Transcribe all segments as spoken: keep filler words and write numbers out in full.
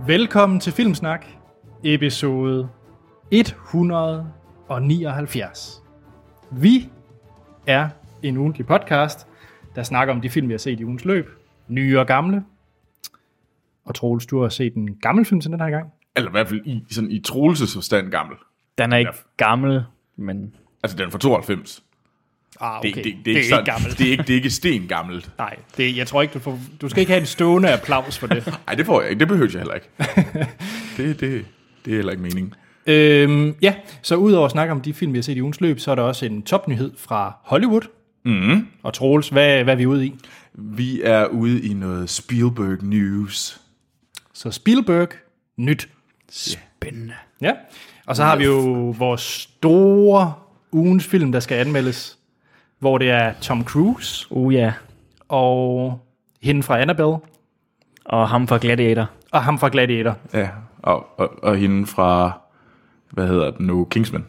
Velkommen til Filmsnak, episode et hundrede nioghalvfjerds. Vi er en ugentlig podcast, der snakker om de film, vi har set i ugens løb, nye og gamle. Og Troels, du har set en gammel film til den her gang. Eller i hvert fald i, sådan i Troelses forstand gammel. Den er ikke gammel, men... Altså, den er fra tooghalvfems. Ah, okay. Det, det, det, det, det er ikke sådan, gammelt. Det er ikke, det er ikke sten gammelt. Nej, det, jeg tror ikke, du får... Du skal ikke have en stående applaus for det. Nej, det får jeg ikke. Det behøver jeg heller ikke. det, det, det er heller ikke meningen. Øhm, ja, så udover at snakke om de film, vi har set i ugens løb, så er der også en topnyhed fra Hollywood. Mm-hmm. Og Troels, hvad, hvad er vi ude i? Vi er ude i noget Spielberg news. Så Spielberg, nyt. Spændende. Ja, og så har vi jo vores store ugens film, der skal anmeldes, hvor det er Tom Cruise Uh ja. og hende fra Annabelle Og ham fra Gladiator. og ham fra Gladiator. Ja, og, og, og hende fra, hvad hedder den nu, Kingsman.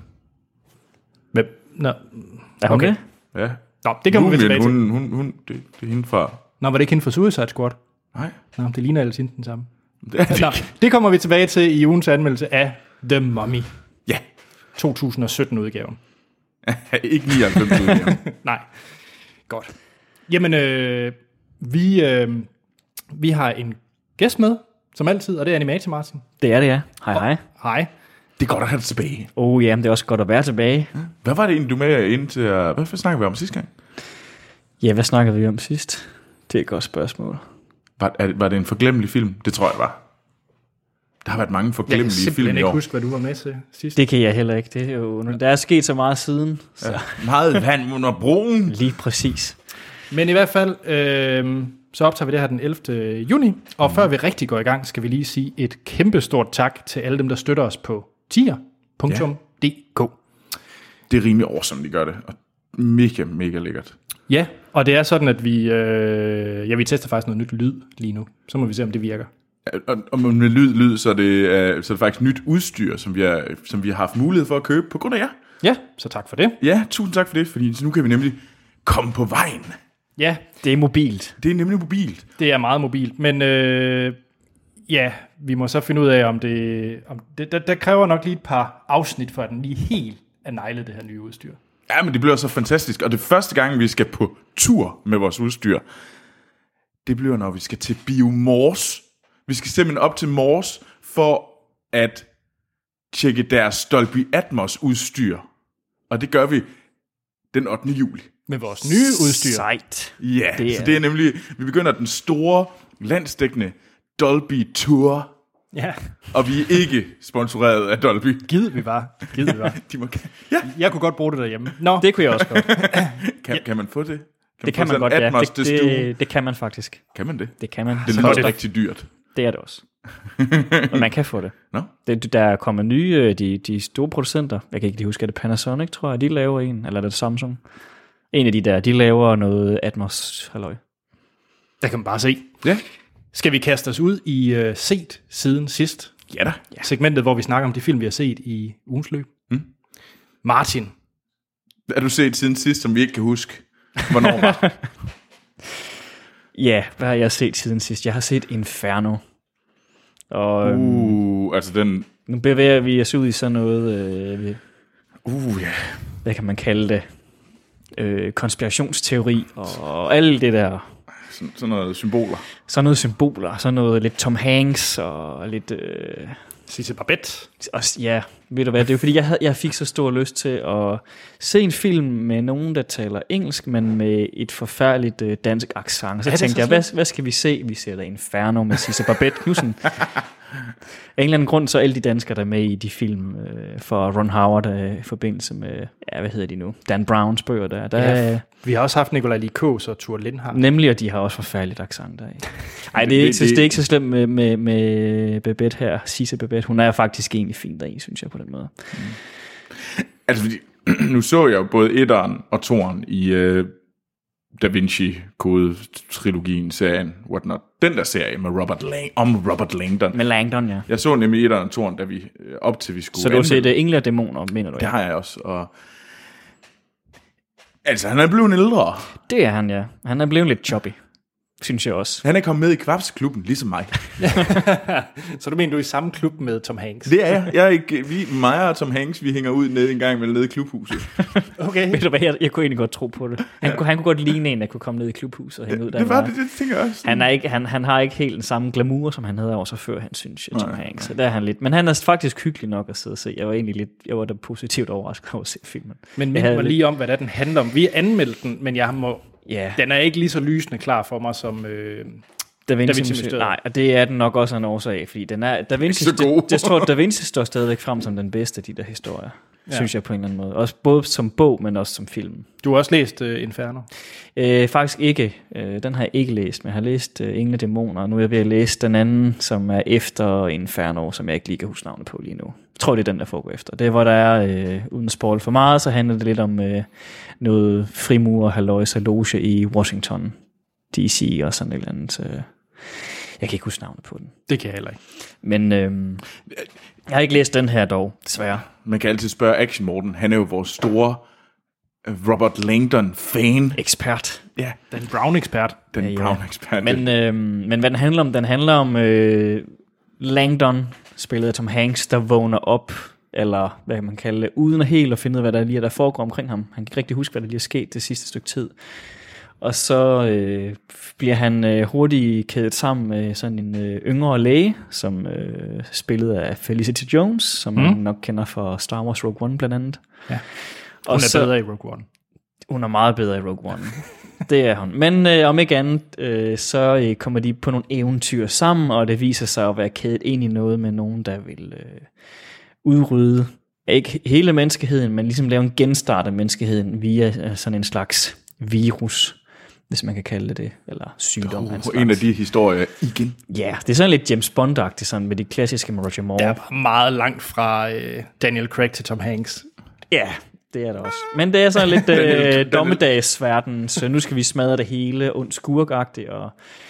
Hvem? Nå, Er hun Okay. det? Ja. Nå det kommer vi tilbage til. hun, hun, hun, det, det er hende fra... Nå, var det ikke hende fra Suicide Squad? Nej, Nå, det ligner altid den samme. det er det Nå, ikke. det kommer vi tilbage til i ugens anmeldelse af The Mummy, Ja, to tusind og sytten udgaven. ikke nioghalvfems udgaven. Nej, godt. Jamen, øh, vi, øh, vi har en gæst med, som altid, og det er Animator Martin. Det er det, ja. Hej, hej. Hej. Det er godt at have det tilbage. Oh ja, det er også godt at være tilbage. Hvad var det egentlig, du med ind til at... Hvad snakker vi om sidste gang? Ja, hvad snakker vi om sidst? Det er et godt spørgsmål. Var, er, var det en forglemmelig film? Det tror jeg var. Der har været mange Jeg kan forglemmelige film simpelthen i ikke år. huske, hvad du var med til sidst. Det kan jeg heller ikke. Det er jo, der er sket så meget siden. Så. Ja. Meget vand under broen. Lige præcis. Men i hvert fald, øh, så optager vi det her den ellevte juni. Og mm. før vi rigtig går i gang, skal vi lige sige et kæmpestort tak til alle dem, der støtter os på tier punktum d k. Det er rimelig awesome, de gør det. Og mega, mega lækkert. Ja, og det er sådan, at vi, øh, ja, vi tester faktisk noget nyt lyd lige nu. Så må vi se, om det virker. Og, og med lyd, lyd så, er det, uh, så er det faktisk nyt udstyr, som vi, har, som vi har haft mulighed for at købe på grund af jer. Ja, så tak for det. Ja, tusind tak for det, fordi nu kan vi nemlig komme på vejen. Ja, Det er mobilt. Det er nemlig mobilt. det er meget mobilt, men øh, ja, vi må så finde ud af, om det, om det der, der kræver nok lige et par afsnit, for at den lige helt er neglet det her nye udstyr. Ja, men det bliver så fantastisk. Og det første gang, vi skal på tur med vores udstyr, det bliver, når vi skal til Biomors. Vi skal simpelthen op til Mors for at tjekke deres Dolby Atmos udstyr. Og det gør vi den ottende juli. Med vores nye udstyr. Sejt. Ja, Det det er- så det er nemlig, vi begynder den store, landsdækkende Dolby Tour. Ja, Og vi er ikke sponsoreret af Dolby. gider vi bare. Gider vi bare. De må, ja, Jeg kunne godt bruge det derhjemme. Nå, Det kunne jeg også godt. kan, kan man få det? Kan Det kan få man sådan godt, ja. Atmos Det, til stuen? det, det kan man faktisk. Kan man det? Det kan man. Det Så lyder det, rigtig dyrt. det er det også. Men man kan få det. Nå? Det, der er kommet nye, de, de store producenter, jeg kan ikke lige huske, er det Panasonic, tror jeg, de laver en, eller er det Samsung? En af de der, de laver noget Atmos, halløj. der kan man bare se. Ja. Skal vi kaste os ud i uh, set siden sidst? Ja da. Ja. Segmentet, hvor vi snakker om de film, vi har set i ugens løb. Mm. Martin. Er du set siden sidst, som vi ikke kan huske? Hvornår var? Ja, hvad har jeg set siden sidst? Jeg har set Inferno. Og øhm, Uh, altså den... nu bevæger vi os ud i sådan noget, øh, vi- Uh, ja. hvad kan man kalde det? Øh, konspirationsteori og alt det der. Sådan, sådan noget symboler. Sådan noget symboler, sådan noget lidt Tom Hanks og lidt... Øh, Sisse Babette. Og, ja, ved du hvad, det er jo fordi, jeg, havde, jeg fik så stor lyst til at se en film med nogen, der taler engelsk, men med et forfærdeligt øh, dansk accent. Så Er det tænkte så jeg, hvad, hvad skal vi se? Vi ser der Inferno med Sisse Babette Knudsen. Af en eller anden grund, så alle de danskere, der er med i de film øh, for Ron Howard øh, i forbindelse med, ja, hvad hedder de nu? Dan Browns bøger der. der Ja, ja. vi har også haft Nikolaj Likås og Thure Lindhardt. Nemlig, og de har også forfærdeligt accent der. Nej, det, Det- er ikke, det- så- det er ikke så slemt med, med, med Babette her, Sisse Babette. Hun er faktisk egentlig fin deri, synes jeg på den måde. Altså, fordi, nu så jeg jo både etteren og toeren i uh, Da Vinci-kode-trilogien, serien, whatnot. Den der serie med Robert Lang, om Robert Langdon. Med Langdon, ja. Jeg så nemlig etteren og toeren, da vi øh, op til vi skulle Så du har set anmelde. uh, Engle og Dæmoner, mener du? Det har jeg også, og... Altså, han er blevet ældre. Det er han, ja. Han er blevet lidt choppy. synes jeg også. Han er kommet med i Kvapsklubben, ligesom mig. Så du mener, du er i samme klub med Tom Hanks? Det er jeg. jeg er ikke, vi, mig og Tom Hanks, vi hænger ud nede en gang med nede i klubhuset. Okay. Ved du hvad, jeg, jeg kunne egentlig godt tro på det. Han, ja. kunne, han kunne godt ligne en, der kunne komme ned i klubhuset og hænge ud der. Det var det, det tænker jeg også. Han, er ikke, han, han har ikke helt den samme glamour, som han havde også før, han synes, Tom nej, Hanks. Så der er han lidt. Men han er faktisk hyggelig nok at sidde og se. Jeg var egentlig lidt, jeg var da positivt overrasket over at se filmen. Men mind mig lige om, hvad der den handler om. Vi anmeldte den, men jeg må... Yeah. Den er ikke lige så lysende klar for mig som øh, Da Vinci, Da Vinci Nej, og det er den nok også en årsag af, fordi den er, Da Vinci, det, det, jeg tror, Da Vinci står stadigvæk frem som den bedste af de der historier, ja. Synes jeg på en eller anden måde. Også både som bog, men også som film. Du har også læst uh, Inferno? Øh, faktisk ikke. Øh, den har jeg ikke læst, men jeg har læst uh, Engle Dæmoner, og nu er jeg ved at læse den anden, som er efter Inferno, som jeg ikke lige kan huske navnet på lige nu. Jeg tror, det er den, der foregår efter. Det er, hvor der er, øh, uden at spoil for meget, så handler det lidt om øh, noget frimur, halløjs og loge i Washington, D C og sådan et eller andet. Øh. Jeg kan ikke huske navnet på den. Det kan jeg heller ikke. Men øh, jeg har ikke læst den her dog, desværre. Man kan altid spørge Action Morten. Han er jo vores store Robert Langdon-fan. Ekspert. Ja. Den Brown-ekspert. Den ja, ja. Brown-ekspert. Men, øh, men hvad den handler om? Den handler om øh, Langdon, spillet af Tom Hanks, der vågner op, eller hvad kan man kalde det, uden at helt at finde ud af, hvad der lige er, der foregår omkring ham. Han kan ikke rigtig huske, hvad der lige er sket det sidste stykke tid. Og så øh, bliver han øh, hurtigt kædet sammen med sådan en øh, yngre læge, som øh, spillet af Felicity Jones, som mm. man nok kender fra Star Wars Rogue One blandt andet. Ja. Hun er så, bedre i Rogue One. Hun er meget bedre i Rogue One. Det er hun. Men øh, om ikke andet, øh, så øh, kommer de på nogle eventyr sammen, og det viser sig at være kædet ind i noget med nogen, der vil øh, udrydde, ikke hele menneskeheden, men ligesom lave en genstart af menneskeheden via øh, sådan en slags virus, hvis man kan kalde det det, eller sygdom. Oh, en af de historier igen. Ja, det er sådan lidt James Bond-agtigt, sådan med de klassiske med Roger Moore. Det er meget langt fra øh, Daniel Craig til Tom Hanks. Ja, det er det også. Men det er sådan lidt øh, dommedagsverden, så nu skal vi smadre det hele, ondt skurkagtigt, og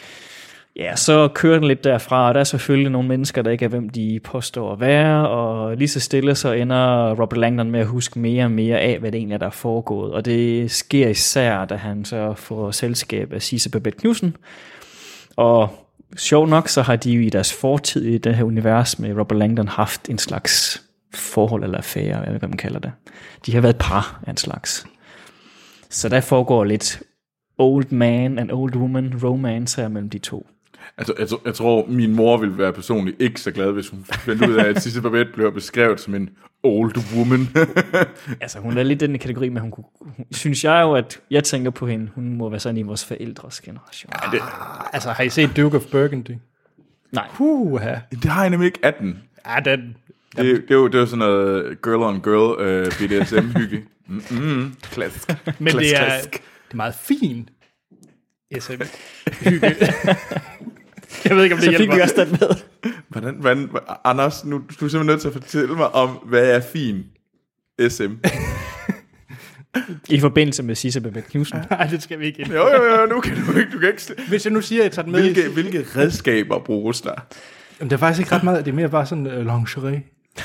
ja, så kører den lidt derfra, og der er selvfølgelig nogle mennesker, der ikke er, hvem de påstår at være, og lige så stille, så ender Robert Langdon med at huske mere og mere af, hvad det egentlig er, der er foregået, og det sker især, da han så får selskab af Sisse Babette Knudsen, og sjov nok, så har de jo i deres fortid i det her univers med Robert Langdon haft en slags forhold eller affære, hvad man kalder det. De har været par af en slags. Så der foregår lidt old man and old woman romance her mellem de to. Altså, jeg, jeg tror, min mor ville være personligt ikke så glad, hvis hun fandt ud af, at Sisse Babette blev beskrevet som en old woman. Altså, hun er lidt den kategori, men hun kunne, hun, synes jeg jo, at jeg tænker på hende, hun må være sådan i vores forældres generation. Ja, det, altså, har I set Duke of Burgundy? Nej. Puha. Det har jeg nemlig ikke atten. Ja, den... Det, det, er jo, det er jo sådan noget girl on girl uh, B D S M-hygge. Mm-hmm. Klassisk. Men klask, det, er, klask. det er meget fin S M-hygge. Jeg ved ikke, om det så hjælper. Så fik vi også den med. Hvordan, hvordan, Anders, nu du er simpelthen nødt til at fortælle mig om, hvad er fin S M? I forbindelse med Sisse Babette Knudsen. Nej, det skal vi ikke ind. Jo, jo, jo, nu kan du ikke. Du kan ikke Hvis jeg nu siger, at jeg tager den med... Hvilke, hvilke redskaber bruges der? Jamen, det er faktisk ikke ret meget. Det er mere bare sådan uh, lingerie.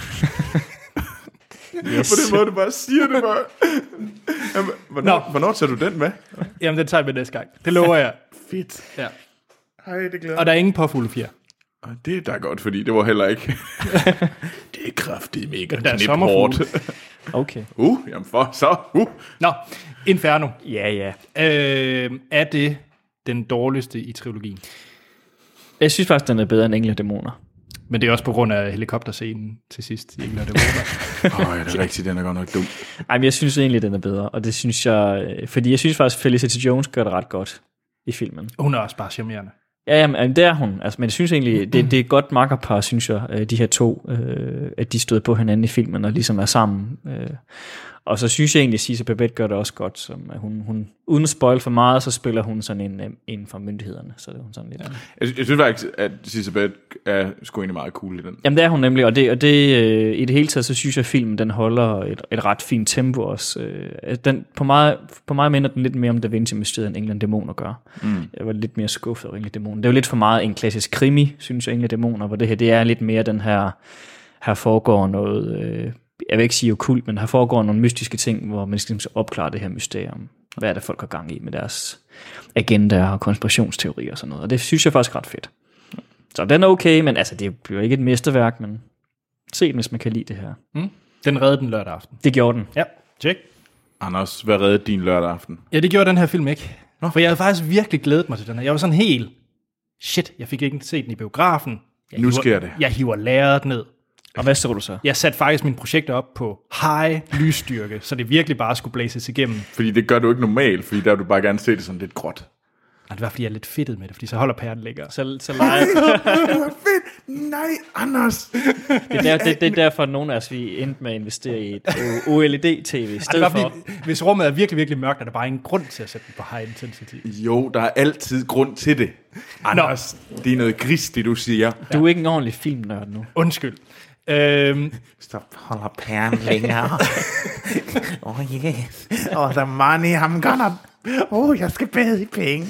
Yes. På den måde, du bare siger det bare. Jamen, hvornår, hvornår tager du den med? Jamen, den tager vi næste gang. Det lover jeg. Fedt. Ja. Hej, det glæder. Og der er ingen påfugle fjer. Og det er da godt, fordi det var heller ikke. Det er kraftigt mega kniphårdt. Okay. Uh, jamen for så. Uh. Nå, Inferno. Ja, ja. Øh, er det den dårligste i trilogien? Jeg synes faktisk, den er bedre end Engle og Dæmoner. Men det er også på grund af helikopterscenen til sidst i Engle og Dæmoner. Åh, oh, det er rigtigt, den er godt nok dum. Ej, men jeg synes egentlig, den er bedre. Og det synes jeg... Fordi jeg synes faktisk, Felicity Jones gør det ret godt i filmen. Hun er også bare charmerende. Ja, jamen, det er hun. Altså, men jeg synes egentlig, det, det er et godt makkerpar, synes jeg, de her to, øh, at de stod på hinanden i filmen og ligesom er sammen. Øh. Og så synes jeg egentlig, at Sisse Babette gør det også godt. Som hun, hun, uden at spoil for meget, så spiller hun sådan en, en fra myndighederne. Så det er hun sådan lidt... Ja. Jeg, jeg synes faktisk, at Sisse Babette er sgu egentlig meget cool i den. Jamen det er hun nemlig, og, det, og det, øh, i det hele taget, så synes jeg, at filmen den holder et, et ret fint tempo også. Øh, den, på, mig, på mig minder den lidt mere om Da Vinci-mysteriet, end Engle og Dæmoner gør. Mm. Jeg var lidt mere skuffet over Engle og Dæmoner. Det er jo lidt for meget en klassisk krimi, synes jeg, Engle og Dæmoner, hvor det her, det er lidt mere den her, her foregår noget... Øh, jeg vil ikke sige okkult, men her foregår nogle mystiske ting, hvor man skal opklare det her mysterium. hvad er det, folk har gang i med deres agendaer og konspirationsteorier og sådan noget. Og det synes jeg faktisk er ret fedt. Så den er okay, men altså, det bliver ikke et mesterværk, men se den, hvis man kan lide det her. Mm. Den reddede den lørdag aften. Det gjorde den. Ja, check. Anders, hvad reddede din lørdag aften? Ja, det gjorde den her film ikke. Nå. For jeg havde faktisk virkelig glædet mig til den her. Jeg var sådan helt, shit, jeg fik ikke set den i biografen. Jeg Nu hiver, sker det. Jeg hiver lærret ned. Og hvad så du så? Jeg satte faktisk mine projekter op på high lysstyrke, så det virkelig bare skulle blæses igennem. Fordi det gør du ikke normalt, fordi der vil du bare gerne se det sådan lidt gråt. Og det var, fordi jeg er lidt fedtet med det, fordi så holder pæren længere. Så, så leger Fedt! Nej, Anders! det, er der, det, det er derfor, at nogle af os vi endte med at investere i et O L E D-tv i stedet Altså, for. fordi, hvis rummet er virkelig, virkelig mørkt, er der bare ingen grund til at sætte den på high intensity. Jo, der er altid grund til det. Anders, det er noget gris, det du siger. Du er ikke en ordentlig filmnørd nu. Undskyld. Øhm, Stop, holder pæren længere. Oh yes. Oh, the money I'm gonna... Oh, jeg skal bede i penge.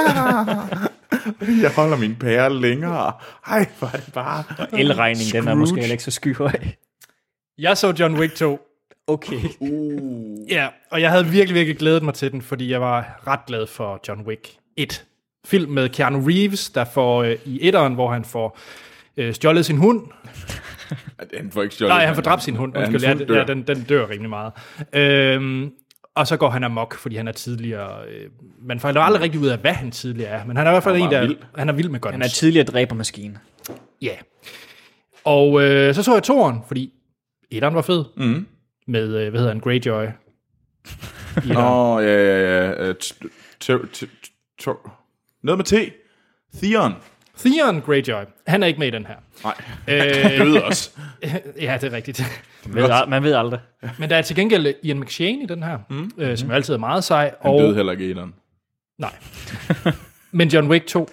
Jeg holder min pære længere. Ej, hvor er det bare... Elregningen, den er Scrooge. måske heller ikke så skyhøj. jeg så John Wick to. Okay. Uh. Ja, og jeg havde virkelig, virkelig glædet mig til den, fordi jeg var ret glad for John Wick et. Film med Keanu Reeves, der får øh, i etteren, hvor han får øh, stjålet sin hund. Han får ikke stjålet. Nej, han får dræbt sin hund. Ja, Undskyld, hans ja, hund dør. ja, den, den dør rimelig meget. Øhm, og så går han amok, fordi han er tidligere... Øh, man får aldrig rigtig ud af, hvad han tidligere er, men han er i hvert fald Han er en, der bare vild. han er vild med guns. Han er tidligere dræbermaskine. Ja. Og øh, så så jeg toeren, fordi etteren var fed. Mm. Med, øh, hvad hedder han, Greyjoy. Åh, oh, ja, ja, ja. Øh, t- t- t- t- Noget med T. Theon. Theon Greyjoy. Han er ikke med i den her. Nej, Øh, døde også. ja, det er rigtigt. Man ved, ald- man ved aldrig. Men der er til gengæld Ian McShane i den her, mm. øh, som jo altid er meget sej. Han og døde heller ikke i etteren. Nej. Men John Wick to,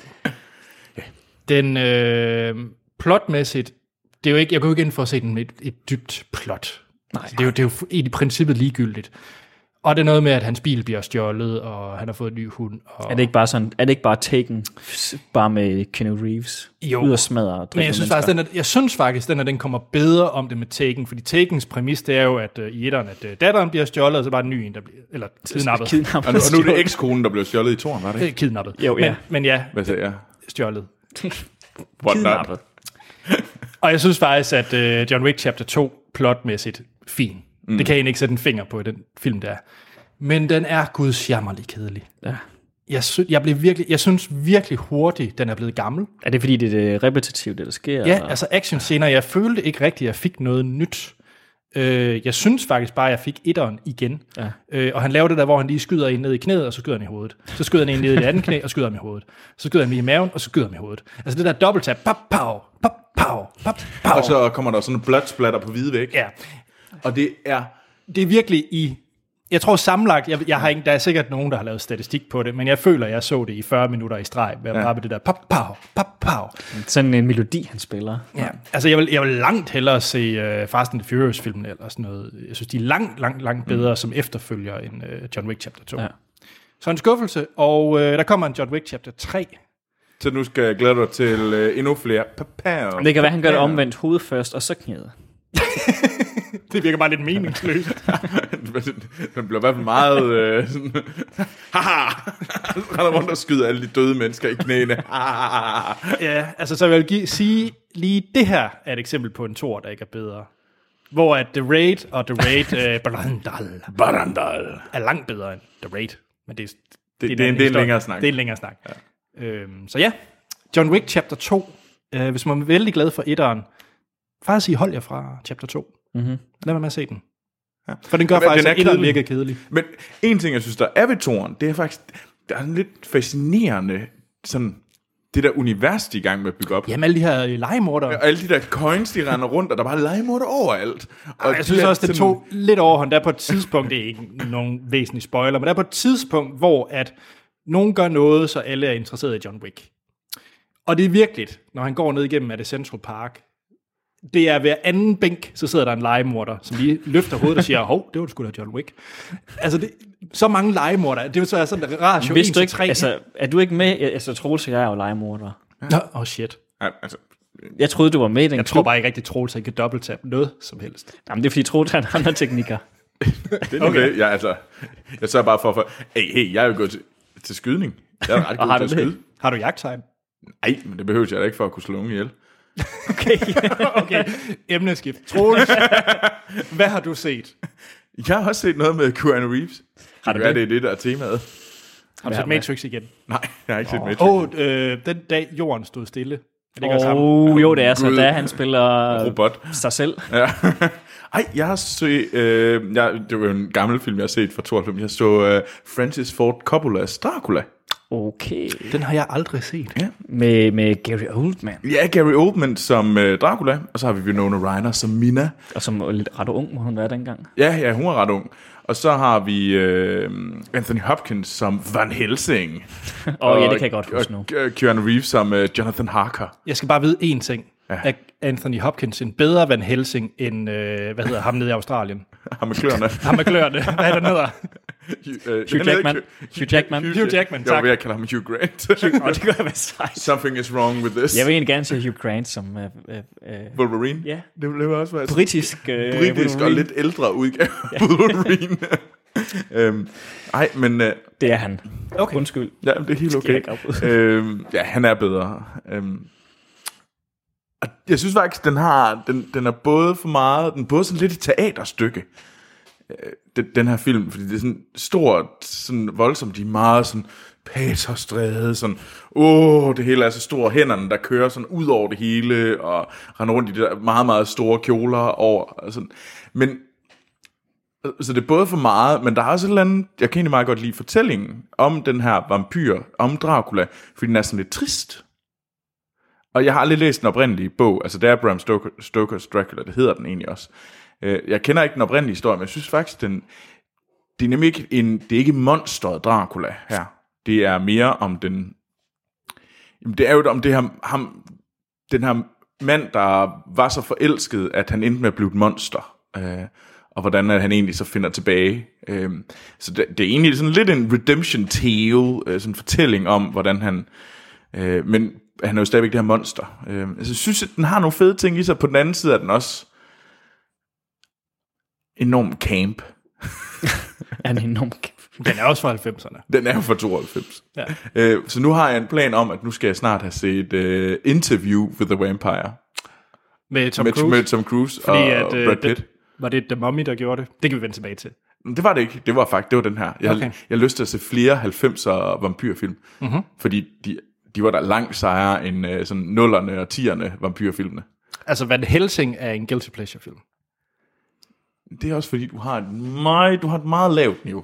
den øh, plotmæssigt, det er jo ikke, jeg går ikke ind for at se den med et, et dybt plot. Nej. Det er jo, det er jo i princippet ligegyldigt. Og det er noget med, at hans bil bliver stjålet, og han har fået en ny hund. Og... Er det ikke bare sådan, er det ikke bare Taken, bare med Keanu Reeves? Jo. Ud og smadre og Men jeg synes, faktisk, den er, jeg synes faktisk, den, er, den kommer bedre om det med Taken, fordi Takens præmis, det er jo, at uh, i etteren, at uh, datteren bliver stjålet, og så bare en ny en, der bliver, eller kidnappet. Kidnappet. Og nu, og nu er det ekskonen, der blev stjålet i toren, var det Øh, ikke? Kidnappet. Jo, ja. Men, men ja, Hvad sagde jeg? stjålet. What not? Kidnappet. Og jeg synes faktisk, at uh, John Wick Chapter to plotmæssigt fin. Mm. Det kan jeg egentlig ikke sætte en finger på i den film, der. Men den er gudsjammerlig kedelig. Ja. Jeg, sy- jeg, blev virkelig, jeg synes virkelig hurtigt, den er blevet gammel. Er det fordi, det er det repetitivt, det der sker? Ja, eller? altså actionscener, jeg følte ikke rigtigt, at jeg fik noget nyt. Øh, jeg synes faktisk bare, at jeg fik etteren igen. Ja. Øh, og han laver det der, hvor han lige skyder en ned i knæet, og så skyder han i hovedet. Så skyder han en ned i det andet knæ, og skyder ham i hovedet. Så skyder han lige i maven, og så skyder han i hovedet. Altså det der dobbelttap, pap, pow, pap, pow, pap, pow. Og så kommer der sådan en blood splatter på hvide væg. Ja, Og det er... det er virkelig i... Jeg tror sammenlagt, jeg, jeg har ikke, der er sikkert nogen, der har lavet statistik på det, men jeg føler, jeg så det i fyrre minutter i streg, med ja. bare med det der pap, pow, pap, pow. Sådan en melodi, han spiller. Ja. Altså, jeg vil, jeg vil langt hellere se uh, Fast and the Furious-filmen eller sådan noget. Jeg synes, de er langt, langt, langt bedre mm. som efterfølger end uh, John Wick Chapter to. Ja. Så en skuffelse, og uh, der kommer en John Wick Chapter tre. Så nu skal jeg glæde dig til uh, endnu flere. Papav. Det kan være, han gør det omvendt, hoved først, og så knæet. Det virker bare lidt meningsløst. Den bliver i hvert fald meget øh, sådan, haha, render rundt og skyder alle de døde mennesker i knæene. Ja, altså så vil jeg give, sige, lige det her er et eksempel på en toer, der ikke er bedre. Hvor at The Raid og The Raid uh, Barandal, Barandal. er langt bedre end The Raid. Men det, er- Det, det, en det, anden det er en historie. længere snak. Det er en længere snak. Ja. Øhm, så ja, John Wick Chapter to. Øh, hvis man er vældig glad for etteren, faktisk sige, hold jer fra Chapter to. Mm-hmm. Lad mig med at se den. Ja. For den gør Men faktisk, den er at etteren kedelig. virker kedelig. Men en ting, jeg synes, der er ved toren, det er faktisk, der er en lidt fascinerende, sådan, det der univers, de er i gang med at bygge op. Jamen alle de her øh, legemordere. Og alle de der coins, de render rundt, og der er bare legemorder overalt. Og Jeg synes de også, det sådan- tog lidt overhånd. Der er på et tidspunkt, det er ikke nogen væsentlig spoiler, men der er på et tidspunkt, hvor at nogen gør noget, så alle er interesseret i John Wick. Og det er virkelig, når han går ned igennem af det Central Park, det er hver anden bænk, så sidder der en legemorder, som lige løfter hovedet og siger, hov, det var sgu da John Wick. Altså, det, så mange legemorder, det er jo så sådan en ratio Hvis en du til ikke, tre. altså, er du ikke med? Altså, Troels og jeg er jo legemordere. Nå, oh shit. Ja, altså, Jeg troede, du var med i den Jeg tror bare ikke rigtig, Troels ikke kan dobbelttappe noget som helst. Jamen, det er fordi, Troels har andre teknikker. Det er okay. det. Jeg, altså, jeg så bare for, for hey, hey, jeg er jo gået til, til skydning. Jeg er ret god til at skyde. Har du jagttegn? Nej, men det behøver jeg da ikke for at kunne slå unge ihjel. Okay, okay. Emneskift. Troels, hvad har du set? Jeg har også set noget med Keanu Reeves. Har du det? det? Det er det, der er temaet. Har du set Matrix igen? Nej, jeg har ikke set Matrix. Åh, oh, øh, den dag jorden stod stille. Er det ikke også ham? Oh, jo, det er så, Gud. da han spiller Robot. sig selv. Ja. Ej, jeg har set, øh, jeg, det var jo en gammel film, jeg har set fra tooghalvfems. Jeg så øh, Francis Ford Coppolas Dracula. Okay. Den har jeg aldrig set. Ja. Med, med Gary Oldman. Ja, Gary Oldman som øh, Dracula, og så har vi Winona Ryder som Mina. Og som var lidt ret ung, må hun være dengang. Ja, ja, hun er ret ung. Og så har vi øh, Anthony Hopkins som Van Helsing. Åh, oh, ja, det kan jeg godt huske nu. Og øh, Keanu Reeves som øh, Jonathan Harker. Jeg skal bare vide én ting. Ja. Er Anthony Hopkins en bedre Van Helsing end, øh, hvad hedder ham nede i Australien? Ham med kløerne. Ham med kløerne. Hvad er der hedder? Hugh, Hugh Jackman. Hugh Jackman. Hugh Jackman, Jeg var tak. ved at kalde ham Hugh Grant. Og det kunne være sejt. Something is wrong with this. Jeg vil egentlig gerne se Hugh Grant som uh, uh, uh, Wolverine? ja. Det blev også være britisk uh, britisk og lidt ældre udgave af Wolverine. øhm, ej, men... Øh, Det er han. Okay. Undskyld. ja, det er helt Skal jeg okay. ikke afbryde? øhm, ja, han er bedre. Øhm, og jeg synes faktisk, den har... Den, den er både for meget... Den er både sådan lidt et teaterstykke. Øh, den, den her film, fordi det er sådan stort, sådan voldsomt, de er meget sådan pathosdrevet, sådan, åh, det hele er så store, hænderne, der kører sådan ud over det hele, og render rundt i de der meget, meget store kjoler over, og sådan. Men, så det er både for meget, men der er også et eller andet, jeg kan egentlig meget godt lide fortællingen om den her vampyr, om Dracula, fordi den er sådan lidt trist. Og jeg har aldrig læst den oprindelige bog, altså det er Bram Stoker, Stokers Dracula, det hedder den egentlig også. Jeg kender ikke den oprindelige historie, men jeg synes faktisk, den, det er nemlig ikke en, det er ikke monsteret Dracula her. Det er mere om den, jamen det er jo om det her, ham, den her mand, der var så forelsket, at han endte med at blive et monster. Øh, og hvordan han egentlig så finder tilbage. Øh, så det, det er egentlig sådan lidt en redemption tale, øh, sådan en fortælling om, hvordan han, øh, men han er jo stadigvæk det her monster. Øh, altså, jeg synes, at den har nogle fede ting i sig. På den anden side er den også enorm camp. Er en enorm Den er også fra halvfemserne. Den er jo fra tooghalvfems. Ja. Øh, så nu har jeg en plan om, at nu skal jeg snart have set uh, Interview with the Vampire. Med Tom med, Cruise. med Tom Cruise Fordi og at, øh, Brad Pitt. Det, var det The Mummy, der gjorde det? Det kan vi vende tilbage til. Det var det ikke. Det var faktisk, det var den her. Jeg, Okay. okay. jeg har lyst til at se flere halvfemser vampyrfilm. Mm-hmm. Fordi de, de var der langt sejere end uh, sådan nullerne og tierne vampyrfilmene. Altså, Van Helsing er en guilty pleasure film. Det er også fordi, du har et meget, du har et meget lavt niveau.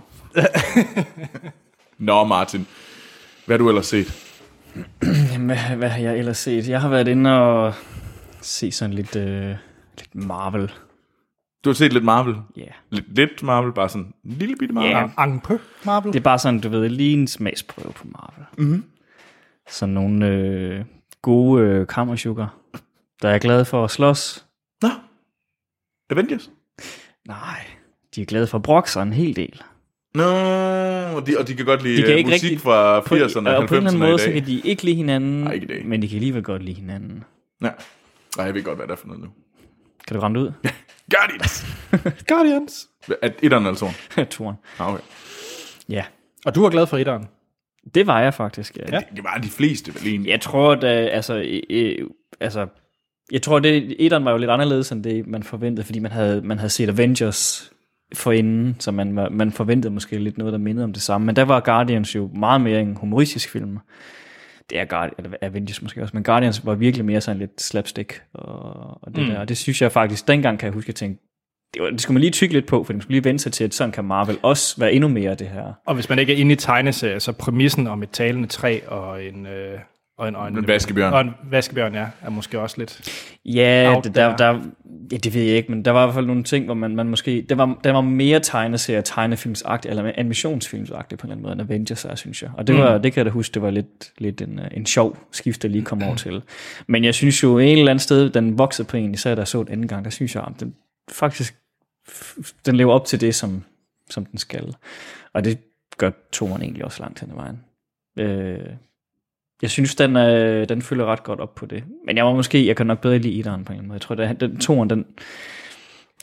Nå, Martin. Hvad har du ellers set? Jamen, hvad, hvad har jeg ellers set? Jeg har været inde og se sådan lidt, øh, lidt Marvel. Du har set lidt Marvel? Ja. Yeah. Lidt, lidt Marvel, bare sådan en lille bitte Marvel? Ja. Ang på Marvel? Det er bare sådan, du ved, lige en smagsprøve på Marvel. Mm-hmm. Sådan nogle øh, gode øh, kammersugar, der er glade for at slås. Nå, Avengers? Nej, de er glade for at brokke sig en hel del. Nå, og de, og de kan godt lide De kan uh, ikke musik rigtig- fra På, firserne og og på en eller anden halvfemserne måde, i så dag. kan de ikke lide hinanden, Nej, ikke i dag. men de kan alligevel godt lide hinanden. Ja. Nej, jeg ved godt, hvad det er for noget nu. Kan du ramme det ud? Guardians! Guardians. At etteren eller toeren? Turen. Ah, okay. Ja, Og du var glad for etteren? det var jeg faktisk. Ja. Ja. Det, det var de fleste vel egentlig. Jeg tror, at altså, øh, øh, altså, jeg tror, det etteren var jo lidt anderledes end det, man forventede, fordi man havde, man havde set Avengers forinden, så man, var- man forventede måske lidt noget, der mindede om det samme. Men der var Guardians jo meget mere en humoristisk film. Det er Guardians, eller Avengers måske også, men Guardians var virkelig mere sådan lidt slapstick og, og det Mm. der. Og det synes jeg faktisk, dengang kan jeg huske, at jeg tænkte, det, var, det skulle man lige tykke lidt på, for man skulle lige vente sig til, at sådan kan Marvel også være endnu mere det her. Og hvis man ikke er inde i tegneserier, så præmissen om et talende træ og en... Øh, og en, og en, En vaskebjørn. Og en vaskebjørn, ja, er måske også lidt... Ja, Out det, der, there. der, ja, det ved jeg ikke, men der var i hvert fald nogle ting, hvor man, man måske, det var, der var mere tegneserie, tegnefilmsagtigt, eller animationsfilmsagtigt på en eller anden måde, end Avengers er, synes jeg. Og det, var, mm. det kan jeg da huske, det var lidt, lidt en, en sjov skift, der lige kom over til. Men jeg synes jo, en eller anden sted, den voksede på en, især da jeg så den anden gang, der synes jeg, at den faktisk, den lever op til det, som, som den skal. Og det gør toren egentlig også langt hen ad vejen. Øh, Jeg synes, den, øh, den følger ret godt op på det. Men jeg var måske, jeg kan nok bedre lide etteren på en eller anden måde. Jeg tror, at den toren, den,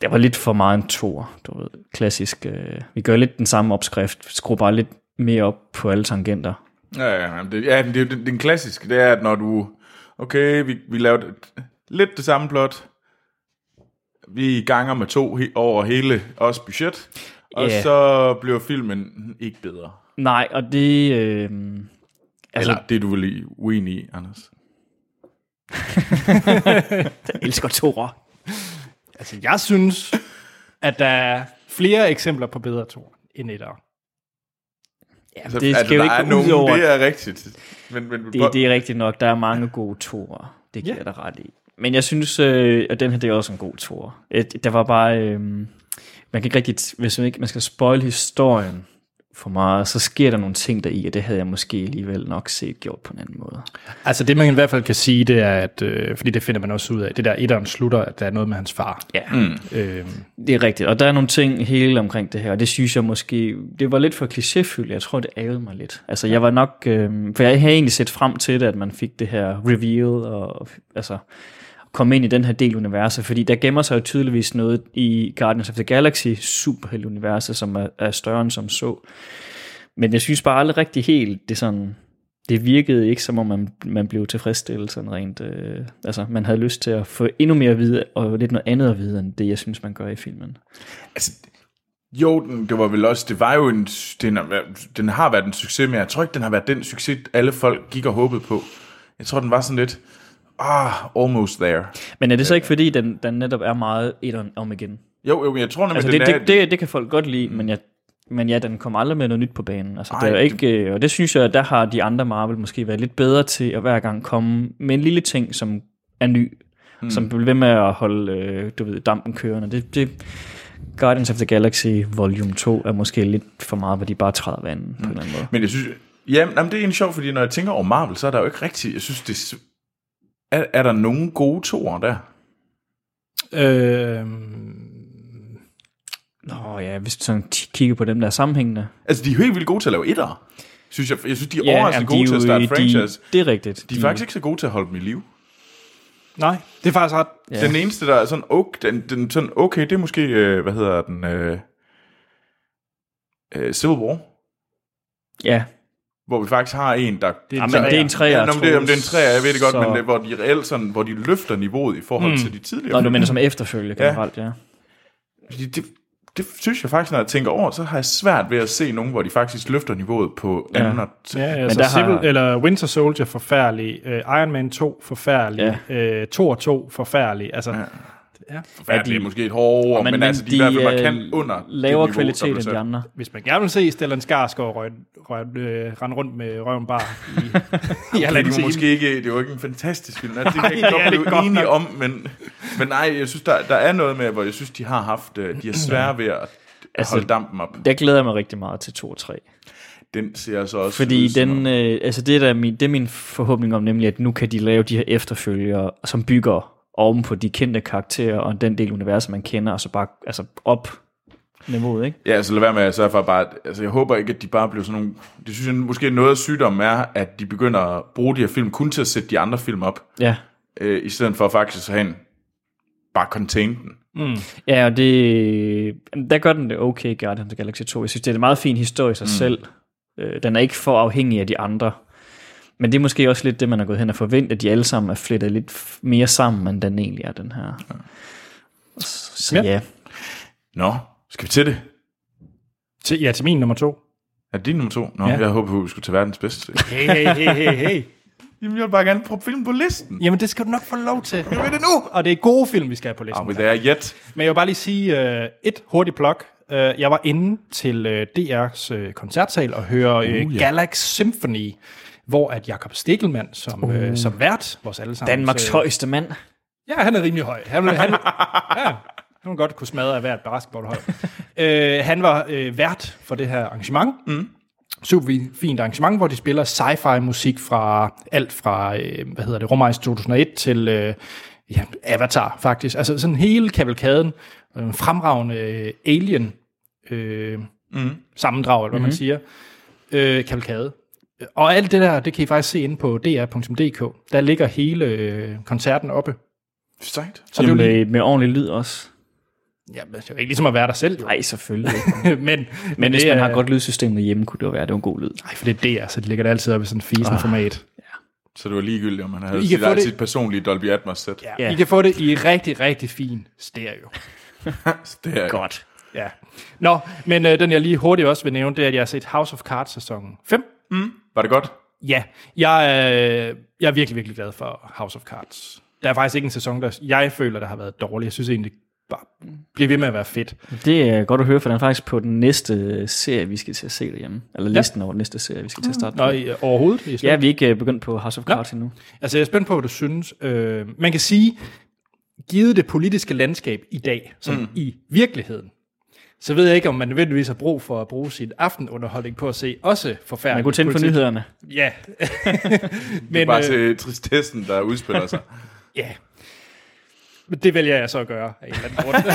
det var lidt for meget en toer, du ved, klassisk. Øh, vi gør lidt den samme opskrift, skruer bare lidt mere op på alle tangenter. Ja, ja, det, ja det, det, den klassiske, det er, at når du, okay, vi, vi lavede et, lidt det samme plot, vi ganger med to he, over hele os budget, og yeah. så bliver filmen ikke bedre. Nej, og det... Øh, altså, Eller det, du vil uenig i, Anders. Jeg elsker toer. Altså, jeg synes, at der er flere eksempler på bedre toer end etter. Ja, altså, det skal altså, jo ikke gå ud over. Det er rigtigt. Men, men, det, det er rigtigt nok. Der er mange gode toer. Det giver jeg dig ret i. Men jeg synes, øh, at den her, det er også en god toer. Der var bare... Øh, man kan ikke rigtigt... Hvis man ikke man skal spoil historien for meget, så sker der nogle ting der i, og det havde jeg måske alligevel nok set gjort på en anden måde. Altså det, man i hvert fald kan sige, det er, at, øh, fordi det finder man også ud af, det der etteren slutter, at der er noget med hans far. Ja, mm. øh. det er rigtigt. Og der er nogle ting hele omkring det her, og det synes jeg måske, det var lidt for klichéfyldt. Jeg tror, det ærgede mig lidt. Altså jeg var nok, øh, for jeg havde egentlig set frem til det, at man fik det her reveal, og altså... komme ind i den her del universet, fordi der gemmer sig jo tydeligvis noget i Guardians of the Galaxy superhelt-universet, som er, er større end som så. Men jeg synes bare aldrig rigtig helt, det sådan, det virkede ikke som om man, man blev tilfredsstillet sådan rent, øh, altså man havde lyst til at få endnu mere at vide, og lidt noget andet at vide, end det jeg synes man gør i filmen. Altså, jo, det var vel også, det var jo en, den, den har været en succes, men jeg tror ikke, den har været den succes, alle folk gik og håbede på. Jeg tror, den var sådan lidt, ah, almost there. Men er det så ikke fordi, den, den netop er meget etteren om igen? Jo, jo, jeg tror nemlig, altså, den det, er... Det, det, det kan folk godt lide, men, jeg, men ja, den kommer aldrig med noget nyt på banen. Altså, Ej, det er ikke, det... Og det synes jeg, der har de andre Marvel måske været lidt bedre til at hver gang komme med en lille ting, som er ny, hmm. som bliver ved med at holde øh, du ved, dampen kørende. Det, det, Guardians of the Galaxy Volume to er måske lidt for meget, hvor de bare træder vandet hmm. på en eller anden måde. Men jeg synes, ja, jamen, det er egentlig sjovt, fordi når jeg tænker over Marvel, så er der jo ikke rigtigt, jeg synes, det Er, er der nogen gode toer der? Øhm... Nå ja, hvis du sådan kigger på dem, der er sammenhængende. Altså, de er jo helt vildt gode til at lave etter. Synes jeg, jeg synes, de er ja, overraskende gode til at starte franchise. De, det er rigtigt. De er de, faktisk ikke så gode til at holde dem i live. Nej, det er faktisk ret. Ja. Den eneste, der er sådan okay, den, den, sådan, okay det er måske, øh, hvad hedder den, øh, øh, Civil War. Ja. Hvor vi faktisk har en, der... Det er, jamen, det er en træer, ja, det, det er en træer, jeg ved det godt, så... men det, hvor de reelt sådan, hvor de løfter niveauet i forhold mm. til de tidligere. Nå, du mener som efterfølge generelt, ja. ja. Det, det, det synes jeg faktisk, når jeg tænker over, så har jeg svært ved at se nogen, hvor de faktisk løfter niveauet på ja. anden og t- Ja, altså men der Civil, har... eller Winter Soldier forfærdelig, uh, Iron Man to forfærdelig, ja. uh, Thor to forfærdelig, altså... Ja. Ja. Forfærdeligt, ja, de, måske et hårdt ord, men, men altså, de, de er i hvert fald markant under lavere niveau, kvalitet end de andre. Hvis man gerne vil se Stellan Skarsgård røg, røg, øh, rende rundt med røven bar i, i okay, det, måske ikke, det er jo ikke en fantastisk film. Altså, det kan jeg godt blive enig om, men, men nej, jeg synes, der, der er noget med, hvor jeg synes, de har haft, de er svære ved at altså, holde dampen op. Der glæder jeg mig rigtig meget til to og tre. Den ser så også fordi den, øh, altså det, der er min, det er min forhåbning om, nemlig at nu kan de lave de her efterfølgere, som bygger oven på de kendte karakterer og den del universet, man kender, og så bare altså op niveauet, ikke? Ja, altså lad være med at sørge for bare, altså jeg håber ikke, at de bare bliver sådan nogle, det synes jeg måske noget af sygdommen er, at de begynder at bruge de her film kun til at sætte de andre film op, ja. øh, i stedet for faktisk at have en, bare contain den. Mm. Ja, og det, der gør den det okay, Guardians of the Galaxy to. Jeg synes, det er en meget fin historie i sig mm. selv. Den er ikke for afhængig af de andre. Men det er måske også lidt det, man har gået hen og forventet, at de alle sammen er flettet lidt mere sammen, end den egentlig er, den her. Ja. Så ja. ja. Nå, skal vi til det? Til, ja, til min nummer to. Er det din nummer to? Nå, ja. Jeg håber, at vi skulle til verdens bedste. Hey, hey, hey, hey, hey. Jamen, jeg vil bare gerne prøve film på listen. Jamen, det skal du nok få lov til. Jeg ved det nu. Og det er gode film, vi skal have på listen. Oh, det er yet. Men jeg vil bare lige sige uh, et hurtigt plug. Uh, jeg var inde til uh, D R's uh, koncertsal og høre uh, uh, yeah. Galax Symphony, hvor at Jakob Stikkelmann som, uh. Øh, som vært, vores allesammen. Danmarks øh, højeste mand. Ja, han er rimelig høj. Han, han, ja, han må godt kunne smadre af hvert basketballhold. uh, han var uh, vært for det her arrangement. Mm. Super fint arrangement, hvor de spiller sci-fi musik fra alt fra, uh, hvad hedder det, Rumrejse to tusind og et til uh, ja, Avatar faktisk. Altså sådan hele kavalkaden. En fremragende uh, alien uh, mm. sammendrag, eller hvad mm. man siger. Uh, kavalkade. Og alt det der, det kan I faktisk se inde på d r punktum d k. Der ligger hele øh, koncerten oppe. Sejt. Så det med, med ordentlig lyd også. Ja, men det er jo ikke ligesom at være der selv, jo. Nej, selvfølgelig. men, men, Men hvis det man er- har godt lydsystem derhjemme, kunne det jo være, det var en god lyd. Nej, for det er det, altså. Det ligger der altid op i sådan en fisen format. Så det var ligegyldigt, om man havde I kan sit, få sit, det- sit personlige Dolby Atmos-sæt. Ja. Ja. I kan få det i rigtig, rigtig fin stereo. Så det er Godt. Ja. Nå, men øh, den jeg lige hurtigt også vil nævne, det er, at jeg har set House of Cards sæson fem. Var det godt? Ja, jeg, øh, jeg er virkelig, virkelig glad for House of Cards. Der er faktisk ikke en sæson, der jeg føler, der har været dårlig. Jeg synes egentlig bare bliver ved med at være fedt. Det er godt at høre, for den er faktisk på den næste serie, vi skal til at se derhjemme. Eller Ja. listen over den næste serie, vi skal til at starte. Nå, på. i, overhovedet? I Ja, vi er ikke øh, begyndt på House of Cards endnu. Altså, jeg er spændt på, hvad du synes. Øh, man kan sige, givet det politiske landskab i dag, som mm. i virkeligheden, så ved jeg ikke, om man nødvendigvis har brug for at bruge sin aftenunderholdning på at se også forfærdeligt. Man kunne tænde for politik. nyhederne. Ja. Men, bare øh, til tristessen, der udspiller sig. Ja. Men det vælger jeg så at gøre af en eller anden grund.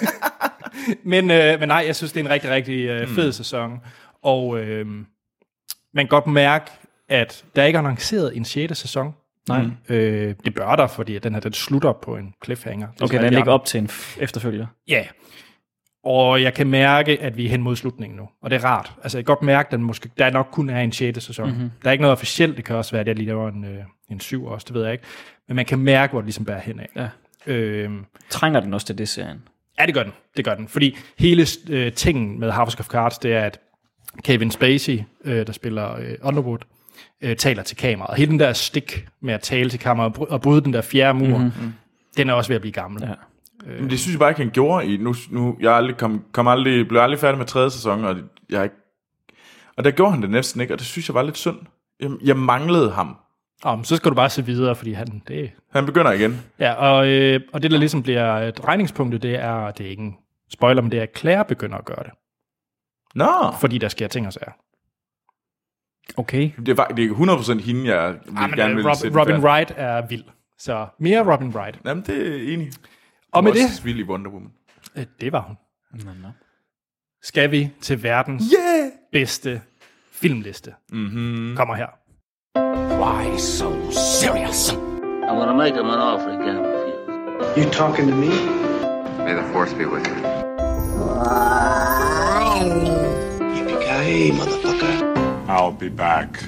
men, øh, men nej, jeg synes, det er en rigtig, rigtig øh, fed mm. sæson. Og øh, man kan godt mærke, at der ikke er annonceret en sjette sæson. Nej. Øh, det bør der, fordi den her den slutter på en cliffhanger. Det er Okay, sådan, den at ligger jeg- op til en f- efterfølger. Ja. Og jeg kan mærke, at vi er hen mod slutningen nu. Og det er rart. Altså, jeg kan godt mærke, at den måske, der nok kun er en sjette sæson. Mm-hmm. Der er ikke noget officielt. Det kan også være, at jeg lige laver en, øh, en syv også. Det ved jeg ikke. Men man kan mærke, hvor det ligesom bærer hen af. Ja. Øhm, Trænger den også til det serien? Ja, det gør den. Det gør den. Fordi hele øh, tingen med House of Cards, det er, at Kevin Spacey, øh, der spiller øh, Underwood, øh, taler til kameraet. Hele den der stik med at tale til kameraet og bry- og bryde den der fjerde mur, mm-hmm. den er også ved at blive gammel. Ja. Men det synes jeg bare ikke, han gjorde i... Nu, nu jeg aldrig kom, kom aldrig, blev aldrig færdig med tredje sæson, og jeg ikke... Og der gjorde han det næsten ikke, og det synes jeg var lidt synd. Jeg, jeg manglede ham. Om, så skal du bare se videre, fordi han... Det, Han begynder igen. ja, og, øh, og det, der ligesom bliver et regningspunktet, det er, det er ikke en spoiler, men det er, at Claire begynder at gøre det. Nå, Fordi der sker ting og sager. Okay. det er, det er hundrede procent hende, jeg vil Ah, men, gerne øh, vil Rob, sætte Robin færdig. Wright er vild. Så mere Robin Wright. Jamen, det er enig. Og med Hun var det, også vild i Wonder Woman. øh, det var hun. Nå, nå. Skal vi til verdens Yeah! bedste filmliste. Mm-hmm. Kommer her. Why so serious? I'm gonna make him an offer he can't refuse. You talking to me? May the force be with you. Yippee-ki-yay, motherfucker. I'll be back.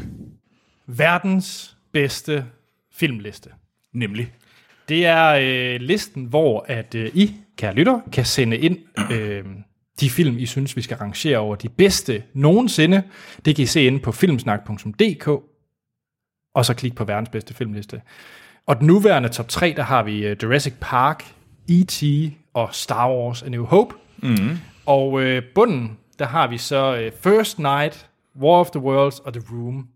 Verdens bedste filmliste. Nemlig. Det er øh, listen, hvor at øh, I, kære lytter, kan sende ind øh, de film, I synes, vi skal rangere over de bedste nogensinde. Det kan I se inde på filmsnak punktum d k, og så klik på verdens bedste filmliste. Og den nuværende top tre, der har vi øh, Jurassic Park, E T og Star Wars A New Hope. Mm-hmm. Og øh, bunden, der har vi så øh, First Night, War of the Worlds og The Room.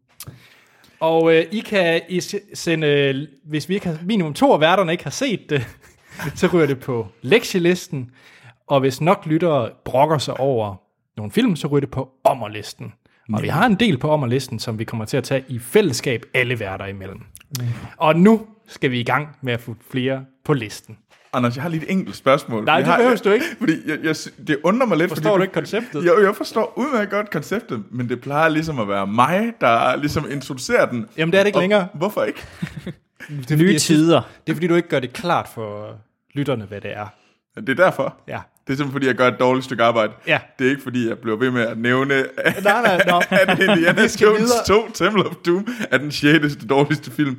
Og øh, I kan I s- sende, hvis vi ikke har, minimum to af værterne ikke har set det, så ryger det på lektielisten. Og hvis nok lyttere brokker sig over nogle film, så ryger det på ommerlisten. Og vi har en del på ommerlisten, som vi kommer til at tage i fællesskab alle værter imellem. Mm. Og nu skal vi i gang med at få flere på listen. Anders, jeg har lige et enkelt spørgsmål. Nej, Jeg det har, behøver du ikke. Fordi jeg, jeg, det undrer mig lidt. Forstår fordi du ikke konceptet? Jo, jeg forstår udmærket godt konceptet, men det plejer ligesom at være mig, der ligesom introducerer den. Jamen, det er det ikke Og længere. Hvorfor ikke? Det er, fordi, Nye jeg synes- tider. Det er fordi, du ikke gør det klart for lytterne, hvad det er. Det er derfor. Ja. Det er simpelthen fordi, jeg gør et dårligt stykke arbejde. Ja. Det er ikke fordi, jeg bliver ved med at nævne, at, Nej, nej, nå. at Indiana Vi skal Jones videre. to Temple of Doom er den sjette dårligste film.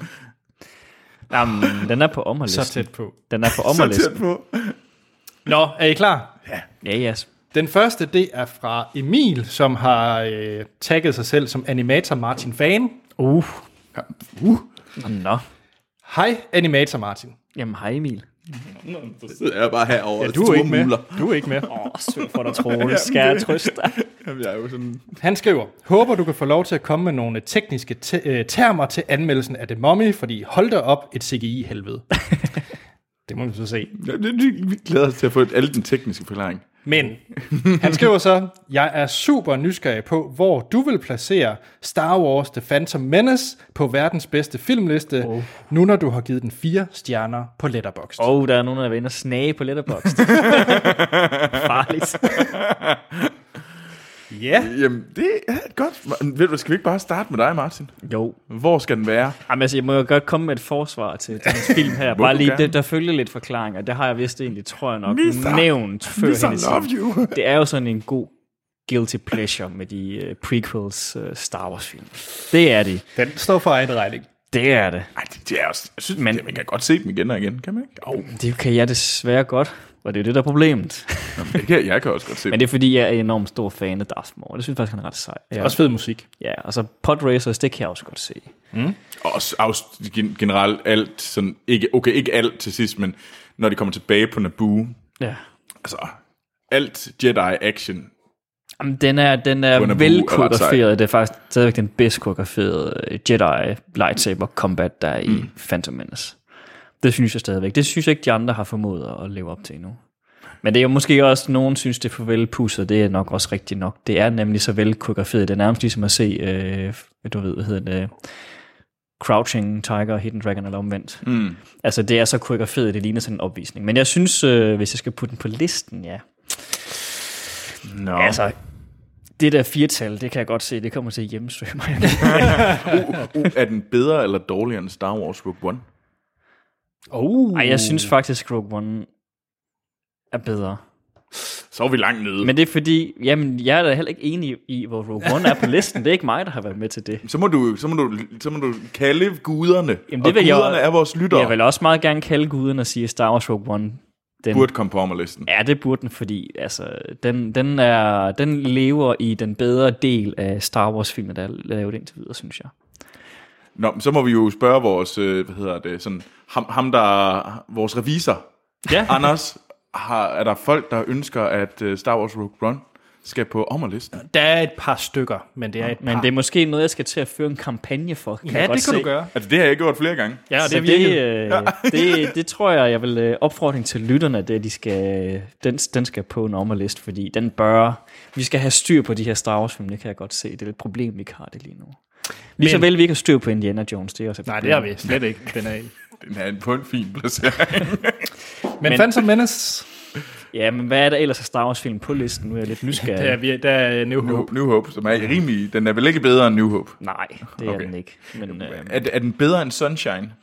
Jamen, den er på ommerlisten. Så tæt på. Den er på Så ommerlisten. tæt på. Nå, er I klar? Ja, yes. Den første, det er fra Emil, som har øh, tagget sig selv som animator Martin Fan. Uh. Uh. Nå. Hej, animator Martin. Jamen, hej Emil. Så sidder jeg bare herovre. Ja, du er ikke med. Du er ikke med. Åh, sød for dig, Troels. Skal jeg trøste dig? Jamen, jeg er jo sådan... Han skriver, håber du kan få lov til at komme med nogle tekniske te- øh, termer til anmeldelsen af The Mummy, fordi hold da op et C G I-helvede. Det må vi så se. Ja, det, det, vi glæder os til at få alle den tekniske forklaring. Men han skriver så, jeg er super nysgerrig på, hvor du vil placere Star Wars The Phantom Menace på verdens bedste filmliste, oh. nu når du har givet den fire stjerner på Letterboxd. Åh, oh, der er nogen, der vil ind og snage på Letterboxd. Farligt. Ja. Jamen, det er godt. Ved du, skal vi ikke bare starte med dig, Martin? Jo. Hvor skal den være? Jamen, altså, jeg må jo godt komme med et forsvar til den film her. Bare lige, gerne. det, der følger lidt forklaringer. Det har jeg vist egentlig, tror jeg nok, Mister, nævnt før. Mister hende love you. Det er jo sådan en god guilty pleasure med de uh, prequels uh, Star Wars film. Det er det. Den står for egen regning. Det er det. Ej, det, det er også, jeg synes, Men- Men, man kan godt se dem igen og igen, kan man ikke? Oh. Det kan jeg desværre godt, og det er jo det, der er problemet. Jamen, det kan, jeg kan også godt se Men dem. det er fordi, jeg er enormt stor fan af Darth Maul. Det synes jeg faktisk, han er ret sej. Ja. Også fed musik. Ja, og så Podracers, det kan jeg også godt se. Også, også gen- generelt alt, sådan, ikke, okay, ikke alt til sidst, men når de kommer tilbage på Naboo, Ja. altså, alt Jedi-action, Jamen, den er, den er På Naboo vel er ret sej. koreograferet. Det er faktisk stadigvæk den bedst koreograferede Jedi lightsaber combat, der er i mm. Phantom Menace. Det synes jeg stadigvæk. Det synes jeg ikke, de andre har formået at leve op til endnu. Men det er jo måske også, nogen synes, det er for velpudset. Det er nok også rigtigt nok. Det er nemlig så vel koreograferet. Det er nærmest ligesom at se, øh, du ved, hvad hedder det, Crouching Tiger, Hidden Dragon eller omvendt. Mm. Altså, det er så koreograferet, det ligner sådan en opvisning. Men jeg synes, øh, hvis jeg skal putte den på listen, ja. no. Altså, det der firtal, det kan jeg godt se, det kommer til at hjemmesøge mig. uh, uh, er den bedre eller dårligere end Star Wars Rogue One? Oh. Ej, jeg synes faktisk, Rogue One er bedre. Så er vi langt nede. Men det er fordi, jamen, jeg er da heller ikke enig i, hvor Rogue One er på listen. Det er ikke mig, der har været med til det. Så må du, så må du, så må du kalde guderne. Jamen, det og vil jeg- guderne er vores lyttere. Jeg vil også meget gerne kalde guden og sige, at Star Wars Rogue One, den, Burde komme på ommerlisten. ja, det burde den, fordi altså, den, den, er, den lever i den bedre del af Star Wars-filmen, der er lavet indtil videre, synes jeg. Nå, så må vi jo spørge vores, øh, hvad hedder det, sådan, ham, ham der, vores revisor, Ja. Anders, har, er der folk, der ønsker, at uh, Star Wars Rogue One skal på ommerlisten? Der er et par stykker, men det er et par. Men det er måske noget, jeg skal til at føre en kampagne for. Kan ja, jeg godt det kan se. du gøre. Altså, det har jeg gjort flere gange. Ja, og Så det det, er det, øh, det, det tror jeg, jeg vil øh, opfordring til lytterne, det er, at de skal, den, den skal på en ommerlist, fordi den bør, vi skal have styr på de her Star Wars film, det kan jeg godt se. Det er et problem, vi ikke har det lige nu. Lige så Men- vel, vi ikke har styr på Indiana Jones, det er også et Nej, problem. det har vi slet ikke. Den er i. Den er på en fin placering. Men, Men- Phantom Menace, Ja, men hvad er der ellers af Star Wars film på listen? Nu er jeg lidt der nysgerrig. er, vi- der er New New, Hope. New Hope, som er rimelig, den er vel ikke bedre end New Hope. Nej, det er Okay. den ikke. Men, øh, Er, er den bedre end Sunshine?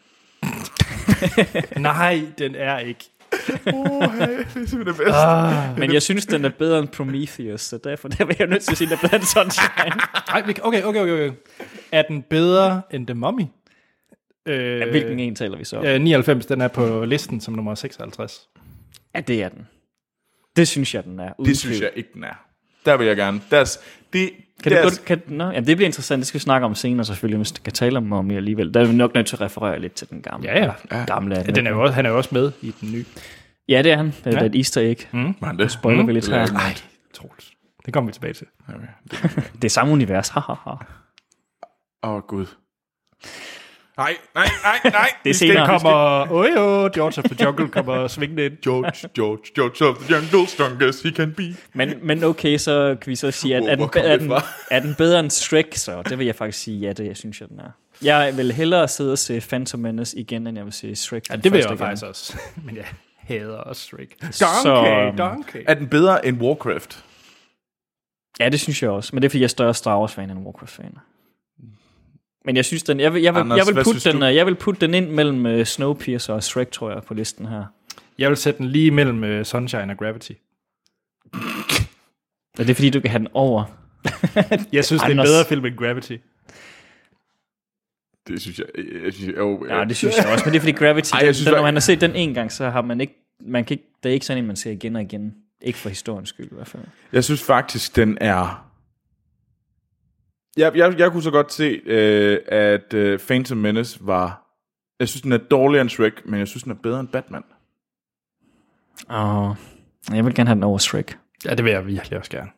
Nej, den er ikke. Oh, hey, det er simpelthen det bedste. Ah. men jeg synes, den er bedre end Prometheus, så derfor der vil jeg nødt til at sige, at den er bedre end Sunshine. Ej, vi- okay, okay, okay, okay. Er den bedre end The Mummy? Øh, Ja, hvilken en taler vi så om? øh, nioghalvfems, den er på listen som nummer seksoghalvtreds. Ja, det er den. Det synes jeg, den er. Uden Det synes tvivl. jeg ikke, den er. Der vil jeg gerne. Deres, det, Kan du deres, godt, kan, no, jamen, det bliver interessant, det skal vi snakke om senere selvfølgelig, hvis du kan tale om om alligevel. Der er vi nok nødt til at referere lidt til den gamle. Ja, ja. gamle Ja, den er jo også, han er jo også med i den nye. ja, det er han. Det er Ja. et easter egg. Mm. var det? Spoiler vi lidt Det er her. ikke- Ej, Troels. Det kommer vi tilbage til. Det er samme univers. Ha, ha, ha. Åh, oh, Gud. Nej, nej, nej, nej. Det er senere. Det kommer, åh jo, George of the Jungle kommer svingende ind. George, George, George of the jungle, strongest he can be. Men, men okay, så kan vi så sige, at Hvor- er, hvor den, kom er, det den, fra? er den bedre end Shrek, så det vil jeg faktisk sige, ja, det jeg synes jeg, den er. Jeg vil hellere sidde og se Phantom Menace igen, end jeg vil se Shrek. Ja, den det vil første jeg igen. faktisk også. Men jeg hader også Shrek. Så- Donkey, donkey. Er den bedre end Warcraft? Ja, det synes jeg også. Men det er, fordi jeg er større Star Wars-fan end Warcraft-fan. Men jeg synes, den, jeg vil, jeg vil, Anders, jeg vil, hvad putte synes den, du? øh, jeg vil putte den ind mellem uh, Snowpiercer og Shrek, tror jeg, på listen her. Jeg vil sætte den lige mellem uh, Sunshine og Gravity. Og det er, fordi du kan have den over. Jeg synes, det er en Anders. bedre film end Gravity. Det synes jeg, jeg synes, jo, Ja, det synes jeg også. Men det er, fordi Gravity, Ej, Ej, jeg den, synes, den, når der- man har set den en gang, så har man ikke, man kan ikke, det er ikke sådan, at man ser igen og igen. Ikke for historiens skyld i hvert fald. Jeg synes faktisk, den er... Jeg, jeg, jeg kunne så godt se, øh, at øh, Phantom Menace var... Jeg synes, den er dårligere end Shrek, men jeg synes, den er bedre end Batman. Og jeg vil gerne have den over Shrek. Ja, det vil jeg virkelig også gerne.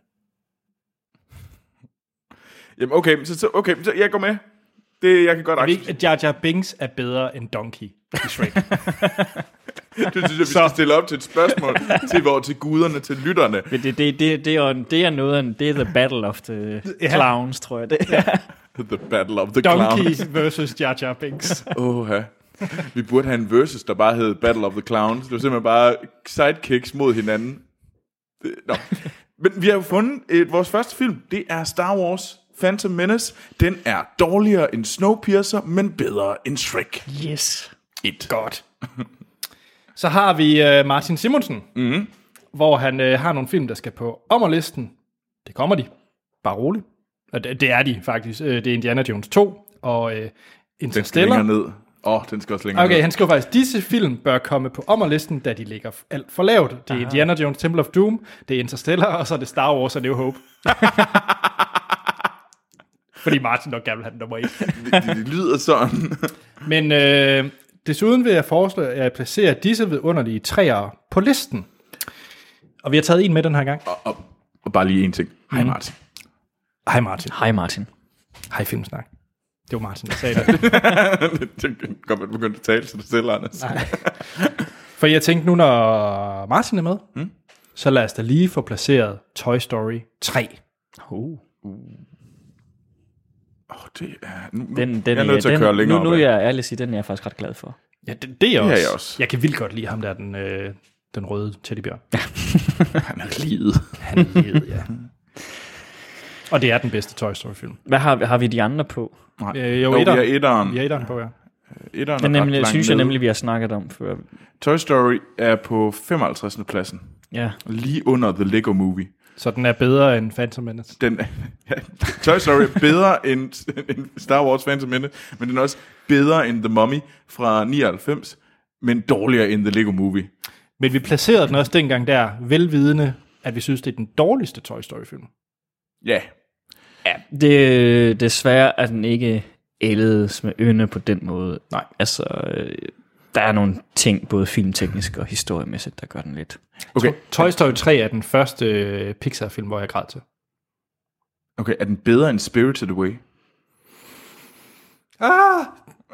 Jamen okay, så, så, okay, så jeg går med. Det, jeg kan godt Jeg ved acceptere. ikke, at Jar Jar Binks er bedre end Donkey i Shrek. Det synes jeg, vi skal stille op til et spørgsmål til, hvor, til guderne, til lytterne. Det, det, det, det, det, er, det er noget af, det er the battle of the Ja. clowns, tror jeg. Det. Ja. The Battle of the Donkey Clowns. versus Jar Jar Binks. Oha. Vi burde have en versus, der bare hed Battle of the Clowns. Det var simpelthen bare sidekicks mod hinanden. Det, nå. Men vi har jo fundet et, vores første film. Det er Star Wars Phantom Menace. Den er dårligere end Snowpiercer, men bedre end Shrek. Yes. Et. Godt. Så har vi uh, Martin Simonsen, Mm. hvor han uh, har nogle film, der skal på ommerlisten. Det kommer de. Bare roligt. Og det, det er de faktisk. Uh, det er Indiana Jones to og uh, Den skal Interstellar. længere ned. Åh, oh, den skal også længere Okay, ned. han skriver faktisk, disse film bør komme på ommerlisten, da de ligger alt for lavt. Det er Aha. Indiana Jones Temple of Doom, det er Interstellar, og så er det Star Wars og New Hope. Fordi Martin nok gerne vil have den nummer et. det, det, det lyder sådan. Men øh, desuden vil jeg foreslå, at jeg placerer disse vidunderlige træer på listen. Og vi har taget en med den her gang. og, og, og bare lige en ting. Hej Martin. Hej Martin. Hej Martin. Hej Filmsnak. Det var Martin, der sagde det. det kan godt være, begyndt at tale til dig selv, Anders. Nej. For jeg tænkte nu, når Martin er med, mm. så lad os da lige få placeret Toy Story tre. Uh. Åh, oh, det er... Nu, nu, Den, den, jeg er nødt til at den, køre længere nu, nu op er af. jeg ærlig at sige, den er jeg faktisk ret glad for. Ja, det, det er jeg Det er også. jeg også. Jeg kan vildt godt lide ham der, den, øh, den røde teddybjørn. Han er lidet. Han led, ja. Og det er den bedste Toy Story-film. Hvad har, vi- har vi de andre på? Nej. Øh, Jo, jo, vi etteren. har etteren. Vi har etteren på, ja. Etteren Den er ret nemlig, langt synes jeg nede. nemlig, vi har snakket om før. Toy Story er på femoghalvtreds pladsen. Ja. Lige under The Lego Movie. Så den er bedre end Phantom Menace. Den, ja, Toy Story er bedre end, end Star Wars Phantom Menace, men den er også bedre end The Mummy fra nioghalvfems, men dårligere end The Lego Movie. Men vi placerede den også dengang der, velvidende, at vi synes, det er den dårligste Toy Story-film. Ja, Ja, det, desværre er den ikke ældes med ynde på den måde. Nej. Altså, øh, der er nogle ting, både filmteknisk og historiemæssigt, der gør den lidt. okay. Toy Story tre er den første øh, Pixar-film, hvor jeg græd til. Okay, er den bedre end Spirited Away? Ah!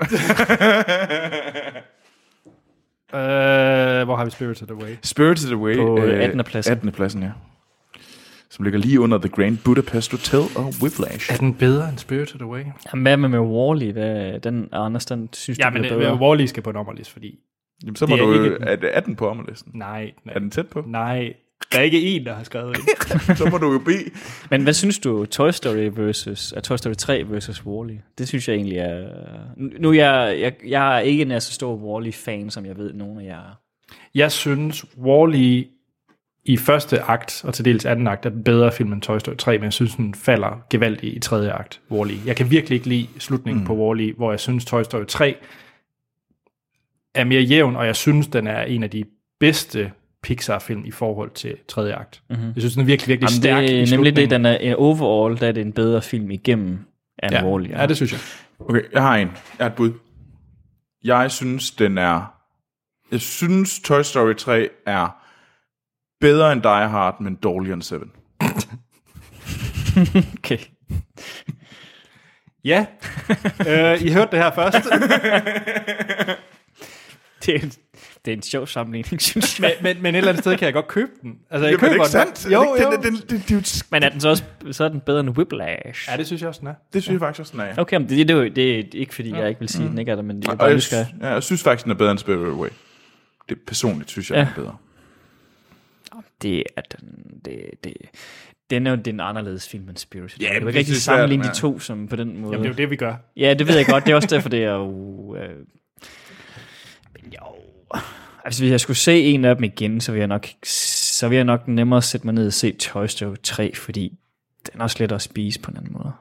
øh, hvor har vi Spirited Away? Spirited Away På øh, attende pladsen. attende pladsen, ja. Som ligger lige under The Grand Budapest Hotel og Whiplash. Er den bedre end Spirited Away? Jamen, hvad med med Wall-E? Hvad, den, Anders, den synes Ja, du men bliver bedre? øh, Wall-E skal på en ommerlist, fordi... Jamen, så må det er du ikke- jo... Er, det- er den på ommerlisten? Nej, nej, Er den tæt på? nej. Der er ikke en, der har skrevet ind. Så må du jo bede. Men hvad synes du, Toy Story versus, uh, Toy Story tre versus Wall-E? Det synes jeg egentlig er... Nu nu er jeg, jeg, jeg er ikke en så stor Wall-E-fan, som jeg ved, nogen af jer er. Jeg synes, Wall-E i første akt, og til dels anden akt, er den bedre film end Toy Story tre, men jeg synes, den falder gevaldigt i tredje akt, Wall-E. Jeg kan virkelig ikke lide slutningen mm. på Wall-E, hvor jeg synes, Toy Story tre er mere jævn, og jeg synes, den er en af de bedste Pixar-film i forhold til tredje akt. Mm-hmm. Jeg synes, den er virkelig, virkelig Jamen, stærk det i er nemlig slutningen. det, den er overall, der er det en bedre film igennem end ja, Wall-E. ja, det synes jeg. Okay, jeg har en. Jeg har et bud. Jeg synes, den er... Jeg synes, Toy Story tre er bedre end Die Hard, men dårligere end Seven. Okay. Ja, øh, I hørte det her først. Det er, en, det er en sjov sammenligning, synes jeg. men, men, men et eller andet sted kan jeg godt købe den. Altså, jeg Jamen, køber det er ikke den. sandt. Jo, det, jo. Den, den, den, det, det, Men er den så også så er den bedre end Whiplash? Ja, det synes jeg også, den er. det synes jeg faktisk også, den er. Okay, men det, det, er jo, det er ikke, fordi jeg ikke vil sige, at den ikke er der, men jeg er Og bare jeg, nysgerrig. ja, jeg synes faktisk, den er bedre end Spirited Away. Det personligt synes jeg, Ja. den er bedre. Det er den, det, det, den er jo den anderledes film end Spirited. Ja, Jeg men vil det ikke rigtig synes jeg, sammenligne den de er. to som på den måde. Jamen, det er jo det, vi gør. Ja, det ved jeg godt. Det er også derfor, det er jo... Øh, men jo... Altså, hvis jeg skulle se en af dem igen, så vil jeg nok, så vil jeg nok nemmere sætte mig ned og se Toy Story tre, fordi den er også let at spise på en anden måde.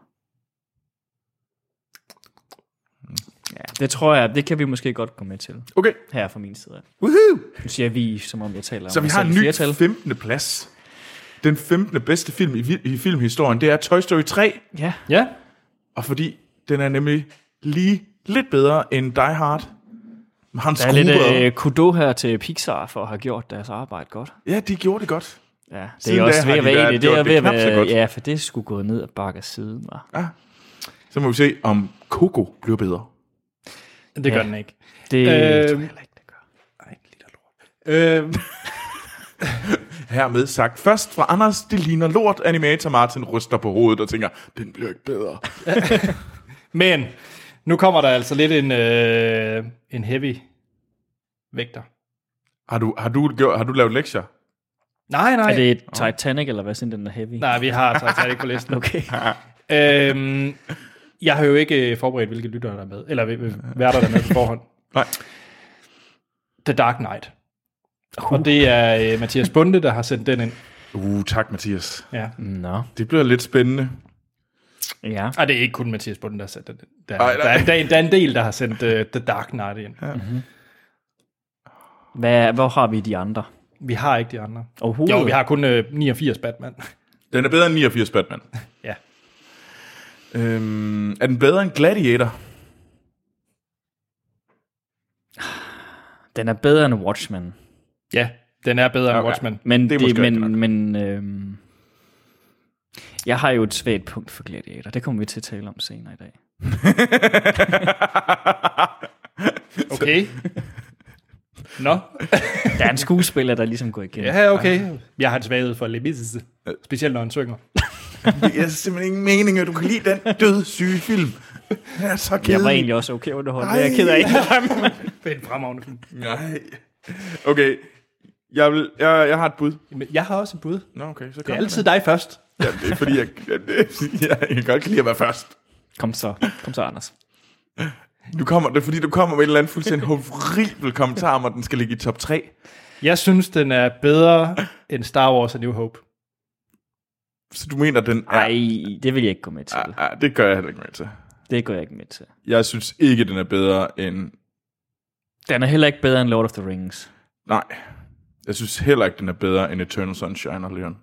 Ja, det tror jeg, det kan vi måske godt gå med til. Okay. Her fra min side. Woohoo! Nu siger vi, som om jeg taler Så om vi mig har selv en i ny flertal. femtende plads. Den femtende bedste film i, vi- i filmhistorien, det er Toy Story tre. Ja. Ja, Og fordi den er nemlig lige lidt bedre end Die Hard. Hans Der er lidt Gruber. øh, kudo her til Pixar for at have gjort deres arbejde godt. Ja, de gjorde det godt. Ja, det Siden er da også har ved de at være været- det. Det er gjort ved det at knap så være, godt. ja, for det skulle gå ned ad bakke siden, var. Så må vi se, om Coco bliver bedre. det gør Ja. den ikke. Det Øh, tror jeg heller ikke, det gør. Ej, lille lort. Øh, Hermed sagt først fra Anders, det ligner lort. Animator Martin ryster på hovedet og tænker, den bliver ikke bedre. men nu kommer der altså lidt en, øh, en heavy vægter. Har du, har, du gjort, har du lavet lektier? Nej, nej. Er det Titanic, eller hvad sådan den er heavy? Nej, vi har Titanic på listen. Okay. øhm, jeg har jo ikke forberedt, hvilke lyttere der er med, eller værter der er med på forhånd. Nej. The Dark Knight. Uh. Og det er uh, Mathias Bunde, der har sendt den ind. Uh, tak Mathias. Ja. Nå. Det bliver lidt spændende. Ja. Og det er ikke kun Mathias Bunde, der har sendt den. Der, Ej, der, der, der, er, der er en del, der har sendt uh, The Dark Knight ind. Ja. Mm-hmm. Hvad, hvor har vi de andre? Vi har ikke de andre. Overhovedet? Jo, vi har kun uh, niogfirs Batman. Den er bedre end niogfirs Batman. Ja. Øhm, er den bedre end Gladiator? Den er bedre end Watchmen. Ja, den er bedre end Okay. Watchmen. Men, Det er det, måske men, rigtigt nok. men øhm, jeg har jo et svagt punkt for Gladiator. Det kommer vi til at tale om senere i dag. Okay. Nå. Der er en skuespiller, der ligesom går igen. Ja, okay. Jeg har et svaghed for Le Mis, specielt når han synger. Det er simpelthen ingen mening, at du kan lide den dødssyge film. Den er så kedelig. Jeg var egentlig også okay underholdt. Jeg er ked af ikke. Det er en fremragende film. Nej. Okay. Jeg, vil, jeg, jeg har et bud. Men jeg har også et bud. Nå, okay. Så Det er altid dig først. Ja, det er fordi, jeg, jeg, jeg, jeg, jeg kan godt kan lide at være først. Kom så. Kom så, Anders. Du kommer, det er fordi, du kommer med en eller anden fuldstændig horribel kommentar om, at den skal ligge i top tre. Jeg synes, den er bedre end Star Wars A New Hope. Så du mener, den er... Ej, det vil jeg ikke gå med til. Ah, ah, det gør jeg heller ikke med til. Det går jeg ikke med til. Jeg synes ikke, den er bedre end... Den er heller ikke bedre end Lord of the Rings. Nej. Jeg synes heller ikke, den er bedre end Eternal Sunshine of Leon.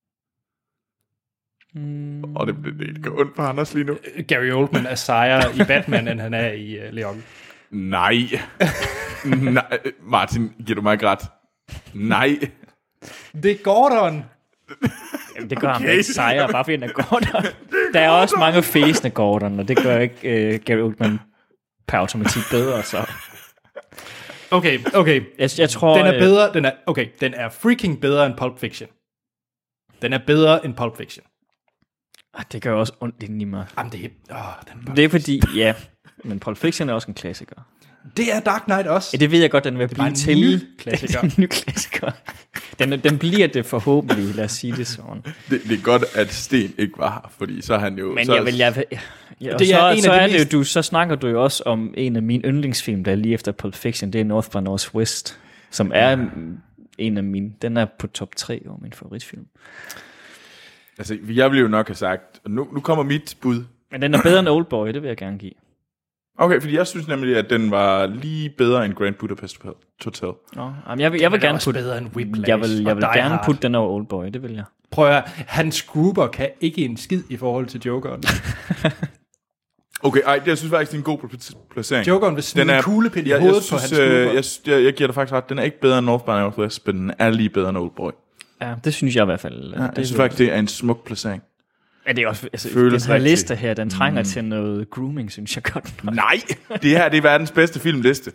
Mm. Og det, det, det går ondt på Anders lige nu. Gary Oldman er sejere i Batman, end han er i uh, Leon. Nej. Nej. Martin, giver du mig ikke ret? Nej. Det er Gordon. Jamen, det gør okay. Okay. ham ikke sejre, bare fordi han er Gordon. Der er også mange fæsende Gordon, og det gør ikke uh, Gary Oldman per automatik bedre. Så. Okay, okay. Jeg, jeg tror, Den er bedre, den er, okay, den er freaking bedre end Pulp Fiction. Den er bedre end Pulp Fiction. Øh, det gør også ondt inden i mig. Jamen, det er, åh, den er, Det er fordi, ja, men Pulp Fiction er også en klassiker. det er Dark Knight også. Ja, det ved jeg godt, den vil blive en til. ny klassiker. Det er en ny klassiker. Den, den bliver det forhåbentlig, lad os sige det sådan. Det, det er godt, at Sten ikke var her, fordi så er han jo... Men så, jeg vil... Jeg, vil ja, og Det er så, en af så, de er det mest- jo, du, så snakker du jo også om en af mine yndlingsfilm, der er lige efter Pulp Fiction, det er North by Northwest, som er en af mine... Den er på top tre over min favoritfilm. Altså, jeg ville jo nok have sagt... Nu, nu kommer mit bud. Men den er bedre end Oldboy, det vil jeg gerne give. Okay, fordi jeg synes nemlig, at den var lige bedre end Grand Budapest Hotel. Nå, jamen, jeg vil, jeg vil Den er gerne også putte... bedre end Whiplash Jeg vil, jeg og vil Die gerne Hard. putte den over Oldboy, det vil jeg. Prøv at høre, Hans Gruber kan ikke en skid i forhold til Jokeren. Okay, ej, det, jeg synes faktisk, det er en god pl- placering. Jokeren vil smide en kuglepind i jeg, hovedet jeg på synes, Hans Gruber. øh, jeg, jeg, jeg giver dig faktisk ret. Den er ikke bedre end North by Northwest, men den er lige bedre end Oldboy. Ja, det synes jeg i hvert fald. Ja, det jeg synes faktisk, det er en smuk placering. Ja, det er også, altså, Føles den her rigtigt. liste her, den trænger mm. til noget grooming, synes jeg godt. nok. Nej, det her det er verdens bedste filmliste.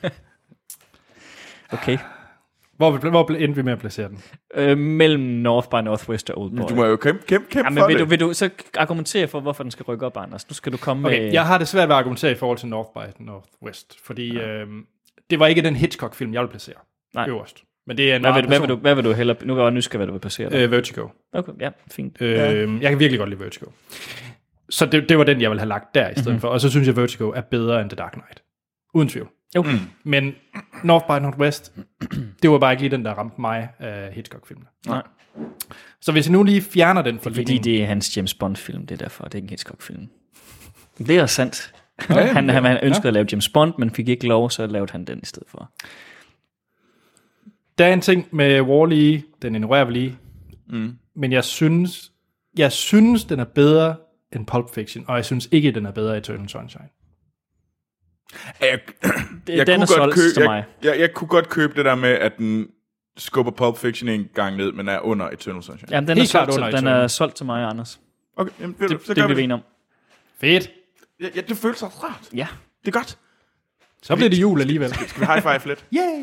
Okay. Hvor, hvor endte vi med at placere den? Øh, mellem North by Northwest og Oldboy. Du må jo kæmpe, kæmpe, kæmpe Ja, men for vil det. du, vil du så argumentere for, hvorfor den skal rykke op, Anders? Nu skal du komme Okay, med... jeg har det svært ved at argumentere i forhold til North by Northwest, fordi ja. øhm, det var ikke den Hitchcock-film, jeg ville placere Nej. øverst. Men det er en Hvad meget vil, hvad, vil person. du, hvad vil du hellere... Nu var jeg nysgerrig, hvad du vil placere dig. Øh, Vertigo. Okay, ja, fint. Øh, Ja. Jeg kan virkelig godt lide Vertigo. Så det, det var den, jeg ville have lagt der i stedet mm-hmm. for. Og så synes jeg, Vertigo er bedre end The Dark Knight. Uden tvivl. Okay. Mm. Men North by Northwest, det var bare ikke lige den, der ramte mig af Hitchcock-filmen. Nej. Så hvis jeg nu lige fjerner den fra Fordi ligningen... det er hans James Bond-film, det er derfor. Det er ikke en Hitchcock-film. Det er sandt. Ja, han, han, han ønskede ja. at lave James Bond, men fik ikke lov, så lavede han den i stedet for. Der er en ting med Wall-E, den ignorerer vi lige. Mm. Men jeg synes, jeg synes, den er bedre end Pulp Fiction, og jeg synes ikke, den er bedre end Eternal Sunshine. Jeg, Det, jeg, den kunne er godt solgt købe, til mig. jeg, jeg, jeg kunne godt købe det der med, at den skubber Pulp Fiction en gang ned, men er under Eternal Sunshine. Jamen, den er, Helt klart solgt til, under den er Eternal. solgt til mig, Anders. Okay, jamen, det, Det, så det gør bliver vi vi enige om. Fedt. Ja, ja, det føles så rart. Ja. Det er godt. Så bliver det jul alligevel. Skal vi high five lidt? Yay!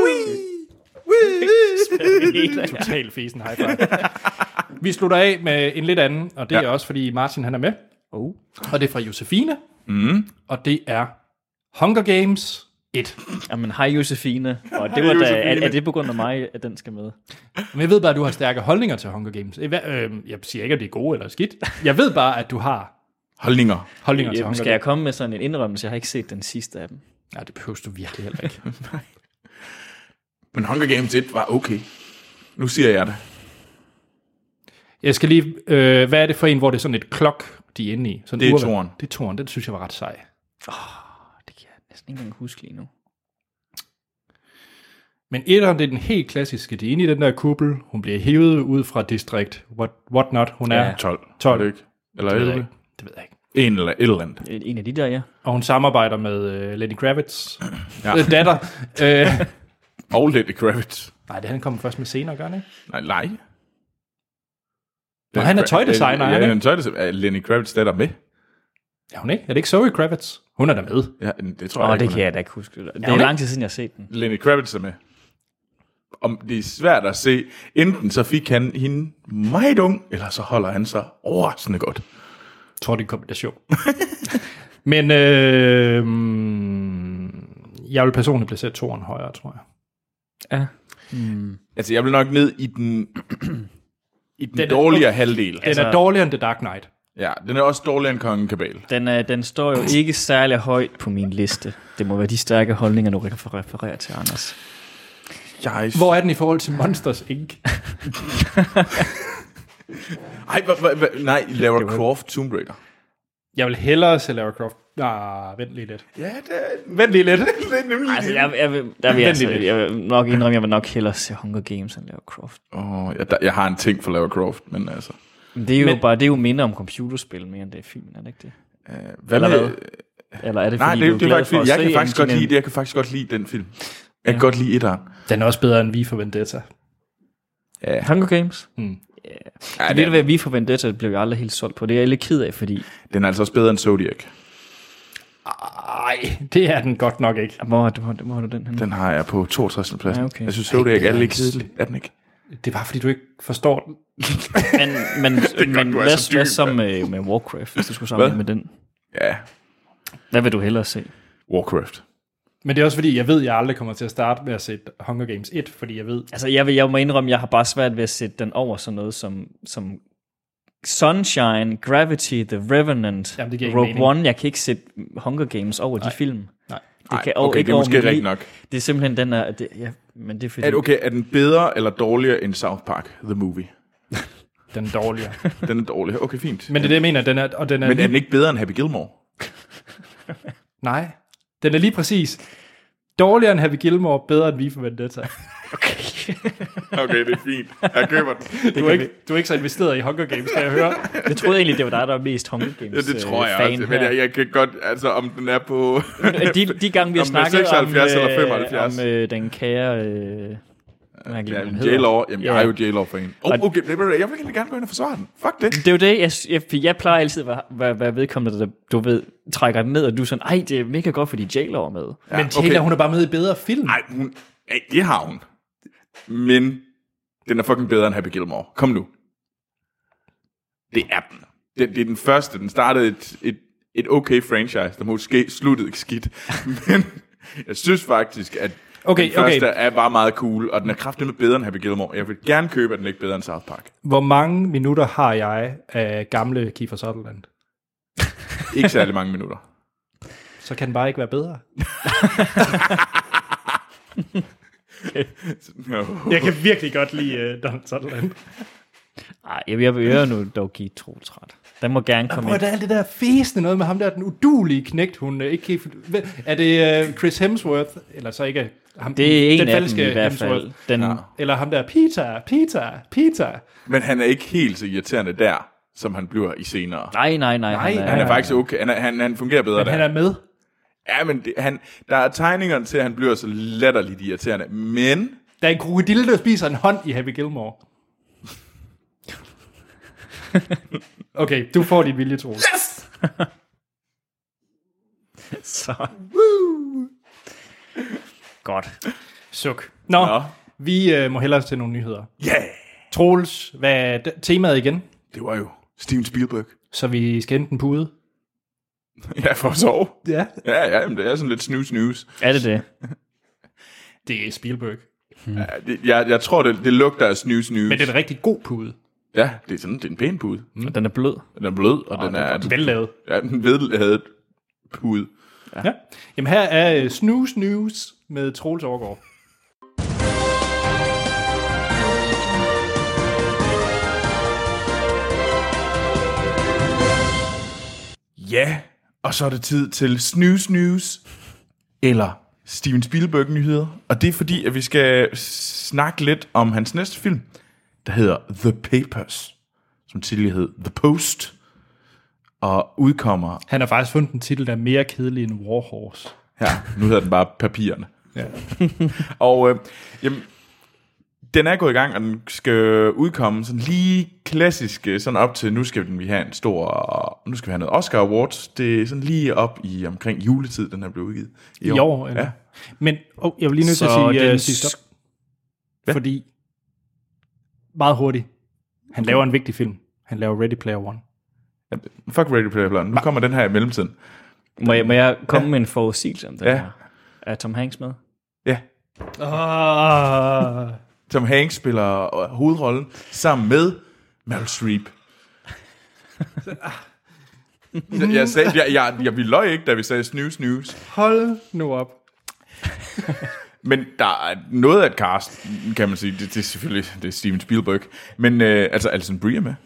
Total fesen high five. Vi slutter af med en lidt anden, og det ja. er også fordi Martin han er med. Oh. Og det er fra Josefine. Mm. Og det er Hunger Games et. Jamen, hej Josefine. Og det var da, er, er det på grund af mig, at den skal med? Men jeg ved bare, at du har stærke holdninger til Hunger Games. Jeg siger ikke, at det er gode eller skidt. Jeg ved bare, at du har Holdninger. holdninger til Jamen, Hunger skal Games. jeg komme med sådan en indrømmelse? Jeg har ikke set den sidste af dem. Nej, det behøver du virkelig heller ikke. Men Hunger Games et var okay. Nu siger jeg det. Jeg skal lige... Øh, hvad er det for en, hvor det er sådan et klok, de er inde i? Sådan Det er urval. toren. Det er toren. Den synes jeg var ret sej. Det kan jeg næsten ikke engang huske lige nu. Men etteren, det er den helt klassiske. De er inde i den der kuppel. Hun bliver hævet ud fra distrikt. What, what not. Hun er Ja. tolv. tolv. Er det ikke? Eller Det ved jeg elleve? ikke. Det ved jeg ikke. En eller et eller andet. En af de der, ja. Og hun samarbejder med uh, Lenny Kravitz. Ja. Ja. datter. uh, Og Lenny Kravitz. nej, det han kommer først med senere, gør han ikke? Nej, nej. Og han er tøjdesigner, er ja, han han ikke? er tøjdesigner. Er Lenny Kravitz datter med? Er hun ikke? Er det ikke Zoe Kravitz? Hun er der med. Ja, det tror Åh, jeg oh, ikke, det hun kan er. jeg da ikke huske. Det er hun lang tid siden, jeg har set den. Lenny Kravitz er med. Om det er svært at se, enten så fik han hende meget ung, eller så holder han sig overraskende godt. Jeg tror, det er en kombination. Men øh, jeg vil personligt placere toren højere, tror jeg. Ja. Altså, jeg vil nok ned i den, i den, Den er- dårligere halvdel. Den Altså- er dårligere end The Dark Knight. Ja, den er også dårligere end Kongen Kabal. Den, er, den står jo ikke særlig højt på min liste. Det må være de stærke holdninger, du kan referere til, Anders. Jeg... Hvor er den i forhold til Monsters Incorporated? Ej, hva, hva, hva, nej, Lara Croft Tomb Raider. Jeg vil hellere se Lara Croft. Ah, vent lige lidt. Ja, det er, Vent lige lidt. det er nemlig Altså, det. jeg, jeg, vil, der vil jeg, Vent lige altså, lidt. jeg vil nok indrømme, jeg vil nok hellere se Hunger Games end Lara Croft. Åh, jeg, der, jeg har en ting for Lara Croft, men altså... Men det er jo Men- bare, det er jo mindre om computerspil, mere end det er film, er det ikke det? Øh, hvad Eller med, hvad? Eller er det nej, fordi, det, du er det er glad faktisk for fint. at Jeg kan se faktisk godt en- lide, jeg kan faktisk godt lide den film. Jeg kan Ja. godt lide etteren. Den er også bedre end V for Vendetta. Ja, Hunger Games? Hmm. Ja, ja det ved du den, hvad, vi for Vendetta blev jeg aldrig helt solgt på. Det er jeg lidt ked af, fordi... den er altså også bedre end Zodiac. Ej, det er den godt nok ikke. Hvor har du, hvor har du den henne? Den har jeg på toogtres pladsen. Ja, okay. Jeg synes, Zodiac er lidt kedelig. Er den ikke? Det er bare fordi, du ikke forstår den. Men, men, men du er hvad, så hvad dyb, så mand. med, med Warcraft, hvis du skulle sammenligne med den? Ja, Hvad vil du hellere se? Warcraft. Men det er også fordi, jeg ved, at jeg aldrig kommer til at starte med at se Hunger Games et, fordi jeg ved... Altså, jeg, vil, jeg må indrømme, jeg har bare svært ved at sætte den over sådan noget som, som Sunshine, Gravity, The Revenant, Jamen, det giver ikke Rogue mening. One. Jeg kan ikke sætte Hunger Games over de film. Nej. Det Ej, kan okay, ikke det er over måske mit rigtigt liv. nok. Det er simpelthen den er... Det, ja, men det er fordi... Er, det okay, er den bedre eller dårligere end South Park, The Movie? Den er dårligere. Den er dårligere. Okay, fint. Men det er det, jeg mener. Den er, og den er Men er lige, den ikke bedre end Happy Gilmore? nej, den er lige præcis dårligere end Happy Gilmore, bedre end V for Vendetta. Okay. Okay, det er fint. Jeg køber den. Du er, ikke, du er ikke så investeret i Hunger Games, kan jeg høre. Jeg troede egentlig, det var dig, der var mest Hunger Games Ja, det tror jeg øh, fan også. Men her. jeg, jeg kan godt, altså om den er på... de, de gange, vi har Om den er snakket om, seksoghalvfjerds eller øh, femoghalvfjerds. om øh, den kære... Øh, hvad har jeg glemt, Ja, hvad den hedder. J-Law. Jamen, jeg Ja. er jo J-Law-fan. Oh, okay, det vil- jeg vil egentlig gerne gå ind og forsvare den. Fuck det. Det er jo det, jeg, jeg, jeg plejer altid at være, være, være vedkommende, der, du ved, trækker den ned, og du er sådan, ej, det er mega godt, fordi J-Law er med. Ja, Men Taylor, okay. hun er bare med i bedre film. Nej, hun... Ej, det har hun. Men den er fucking bedre end Happy Gilmore. Kom nu. Det er den. Det, det er den første. Den startede et, et, et okay franchise, der måske sluttede skidt. Men jeg synes faktisk, at Okay, den første okay. er bare meget cool, og den er kraftigt bedre end Happy Gilmore. Jeg vil gerne købe, at den ikke er bedre end South Park. Hvor mange minutter har jeg af gamle Kiefer Sutherland? Ikke særlig mange minutter. Så kan den bare ikke være bedre. No. Jeg kan virkelig godt lide uh, Donald Sutherland. Ej, jeg, jeg vil jeg nu dog give Troels ret. Den må gerne komme Prøv ind. at alt det der fæsende noget med ham der, den udulige knægt, hun uh, ikke helt... Er det uh, Chris Hemsworth? Eller så ikke ham, Det er en den af dem falske i hvert Hemsworth. fald. Den, Ja. Eller ham der, Peter, Peter, Peter. Men han er ikke helt så irriterende der, som han bliver i senere. Nej, nej, nej. Nej, han er, Han er faktisk okay. Han, er, han, han fungerer bedre Men der. han er med. Ja, men det, han, der er tegningerne til, at han bliver så latterligt irriterende. Men Der er en krokodille, der spiser en hånd i Happy Gilmore. Okay, du får din vilje, Troels. Yes! Så. Godt. Suk. Nå, Nå. vi øh, må hellere til nogle nyheder. ja, yeah, Troels, hvad er d- temaet igen? det var jo Steven Spielberg. Så vi skal enten pude. Ja, for at sove. Ja. Ja, ja, jamen, det er sådan lidt snus-snus. Er det det? Det er Spielberg. Ja, det, jeg, jeg tror, det, det lugter af snus-snus. Men det er en rigtig god pude. Ja, det er sådan, det er en pæn pude. Mm. Den er blød. Den er blød, og oh, den er... Vellavet. Ja, den vedlavet pude. Ja. ja. Jamen her er uh, Snooze News med Troels Overgaard. Ja, og så er det tid til Snooze News, eller Steven Spielberg-nyheder. Og det er fordi, at vi skal snakke lidt om hans næste film, der hedder The Papers, som tidligere hed The Post, og udkommer... Han har faktisk fundet en titel, der er mere kedelig end War Horse. Ja, nu hedder den bare Papirerne. Ja. og øh, jamen, den er gået i gang, og den skal udkomme sådan lige klassisk, sådan op til, nu skal vi have en stor, nu skal vi have noget Oscar Awards. Det er sådan lige op i omkring juletid, den er blevet udgivet. I, I år. år eller? Ja. Men oh, jeg vil lige nødt til at sige, uh, sige stop. Hvad? Fordi, meget hurtigt, han laver en vigtig film. Han laver Ready Player One. Ja, fuck Ready Player One. Nu Ma- kommer den her i mellemtiden. Må jeg, må jeg komme ja. med en forudsigelse om det ja. her? Er Tom Hanks med? Ja. Oh. Tom Hanks spiller hovedrollen sammen med Meryl Streep. jeg, jeg, sagde, jeg, jeg, jeg, vi løg ikke, da vi sagde snooze, snooze. Hold nu op. Men der er noget af et cast, kan man sige. Det, det er selvfølgelig det er Steven Spielberg. Men øh, altså Alison Brie er med.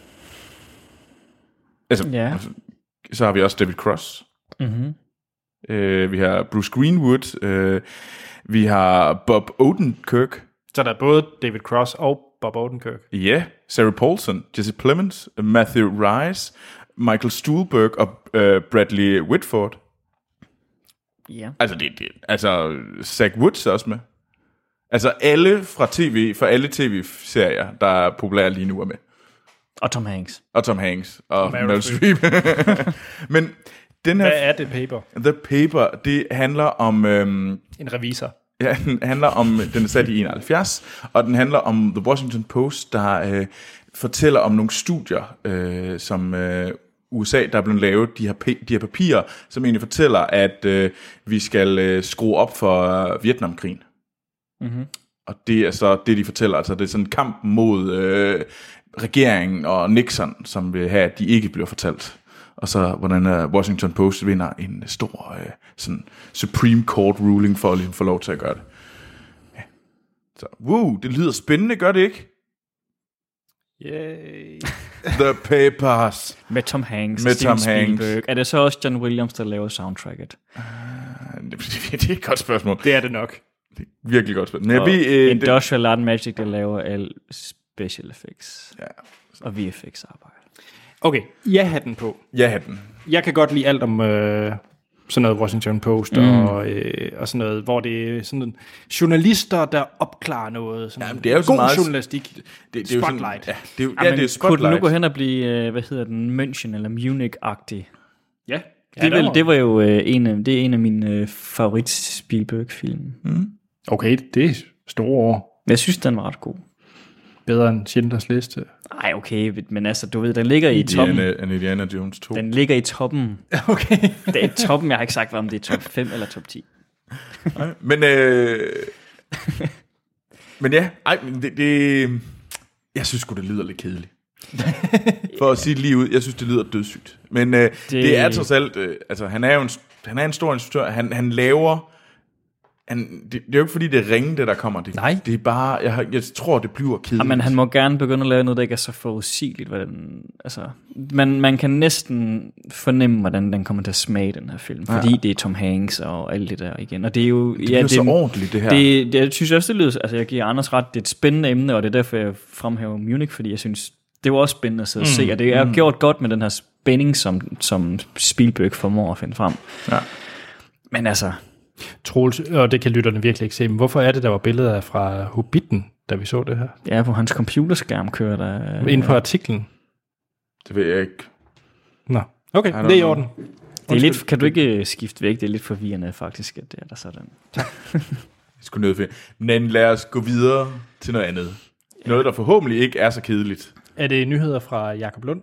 Altså, ja. altså, så har vi også David Cross. Mhm. Øh, vi har Bruce Greenwood. Øh, vi har Bob Odenkirk. Så der er både David Cross og Bob Odenkirk. Ja, yeah. Sarah Paulson, Jesse Plemons, Matthew Rhys, Michael Stuhlbarg og uh, Bradley Whitford. Ja. Altså, det, det, altså Zach Woods er også med. Altså alle fra tv, fra alle tv-serier, der er populære lige nu er med. Og Tom Hanks. Og Tom Hanks. Og, og Meryl Streep. Men den her... Hvad er The Paper? The Paper, det handler om... Øhm, en revisor. Ja, den handler om, den er sat i enoghalvfjerds, og den handler om The Washington Post, der øh, fortæller om nogle studier, øh, som øh, U S A, der er blevet lavet, de her, de her papirer, som egentlig fortæller, at øh, vi skal øh, skrue op for øh, Vietnamkrigen. Mm-hmm. Og det er så det, de fortæller, altså det er sådan en kamp mod øh, regeringen og Nixon, som vil have, at de ikke bliver fortalt. Og så hvordan uh, Washington Post vinder en stor uh, sådan Supreme Court ruling for at få lov til at gøre det. Ja. Så, wow, det lyder spændende, gør det ikke? Yay. The Papers. Med Tom Hanks. Med Tom Hanks. Er det så også John Williams, der laver soundtracket? Uh, det, det er et godt spørgsmål. Det er det nok. Det er virkelig godt spørgsmål. Og vi, uh, Industrial Light and Magic, der laver al special effects. Ja. Og V F X arbejde. Okay, jeg har den på. Jeg har den. Jeg kan godt lide alt om øh, sådan noget Washington Post mm. og, øh, og sådan noget, hvor det er sådan en journalister, der opklarer noget. Sådan Jamen, det er jo god meget, journalistik. Det, det, det Spotlight. Er jo sådan, ja, det er, ja, ja, det er Spotlight. Kunne den nu gå hen og blive, hvad hedder den, München eller Munich-agtig? Ja. Det, ja, vel, det var jo øh, en af, det er en af mine øh, favorit Spielberg-film. Mm. Okay, det er store ord. Jeg synes, den var ret god. Bedre end Schindlers Liste. Nej, okay, men altså, du ved, den ligger i toppen. Indiana, Indiana Jones to. Den ligger i toppen. Okay. Det er toppen, jeg har ikke sagt, om det er top fem eller top ti. Nej, men, øh, men ja, ej, men det, det, jeg synes sgu, det lyder lidt kedeligt. For at sige det lige ud, jeg synes, det lyder dødssygt. Men øh, det... det er trods alt, øh, altså han er jo en, han er en stor instruktør, han, han laver... Han, det, det er jo ikke fordi, det er ringe, det der kommer. Det, Nej. Det er bare, jeg, har, jeg tror, det bliver kedeligt. Ja, men han må gerne begynde at lave noget, der ikke er så forudsigeligt. Hvordan, altså, man, man kan næsten fornemme, hvordan den kommer til at smage, den her film. Fordi ja. Det er Tom Hanks og alt det der igen. Og det er jo... Det ja, bliver det, så ordentligt, det her. Det, det, jeg synes også, det lyder... Altså, jeg giver Anders ret. Det er et spændende emne, og det er derfor, jeg fremhæver Munich, fordi jeg synes, det var også spændende at sidde mm. og se. Og det er mm. gjort godt med den her spænding, som, som Spielberg formår at finde frem. Ja. Men altså... Troels, og det kan lytterne virkelig ikke se, men hvorfor er det, der var billeder fra Hobbiten, da vi så det her? Ja, på hans computerskærm kører der... Inden på artiklen? Det ved jeg ikke. Nå, okay, det er i orden. Det er lidt, kan du ikke skifte væk? Det er lidt forvirrende faktisk, at det er der sådan. Tak. Jeg skulle nødt til. Men lad os gå videre til noget andet. Noget, der forhåbentlig ikke er så kedeligt. Er det nyheder fra Jakob Lund?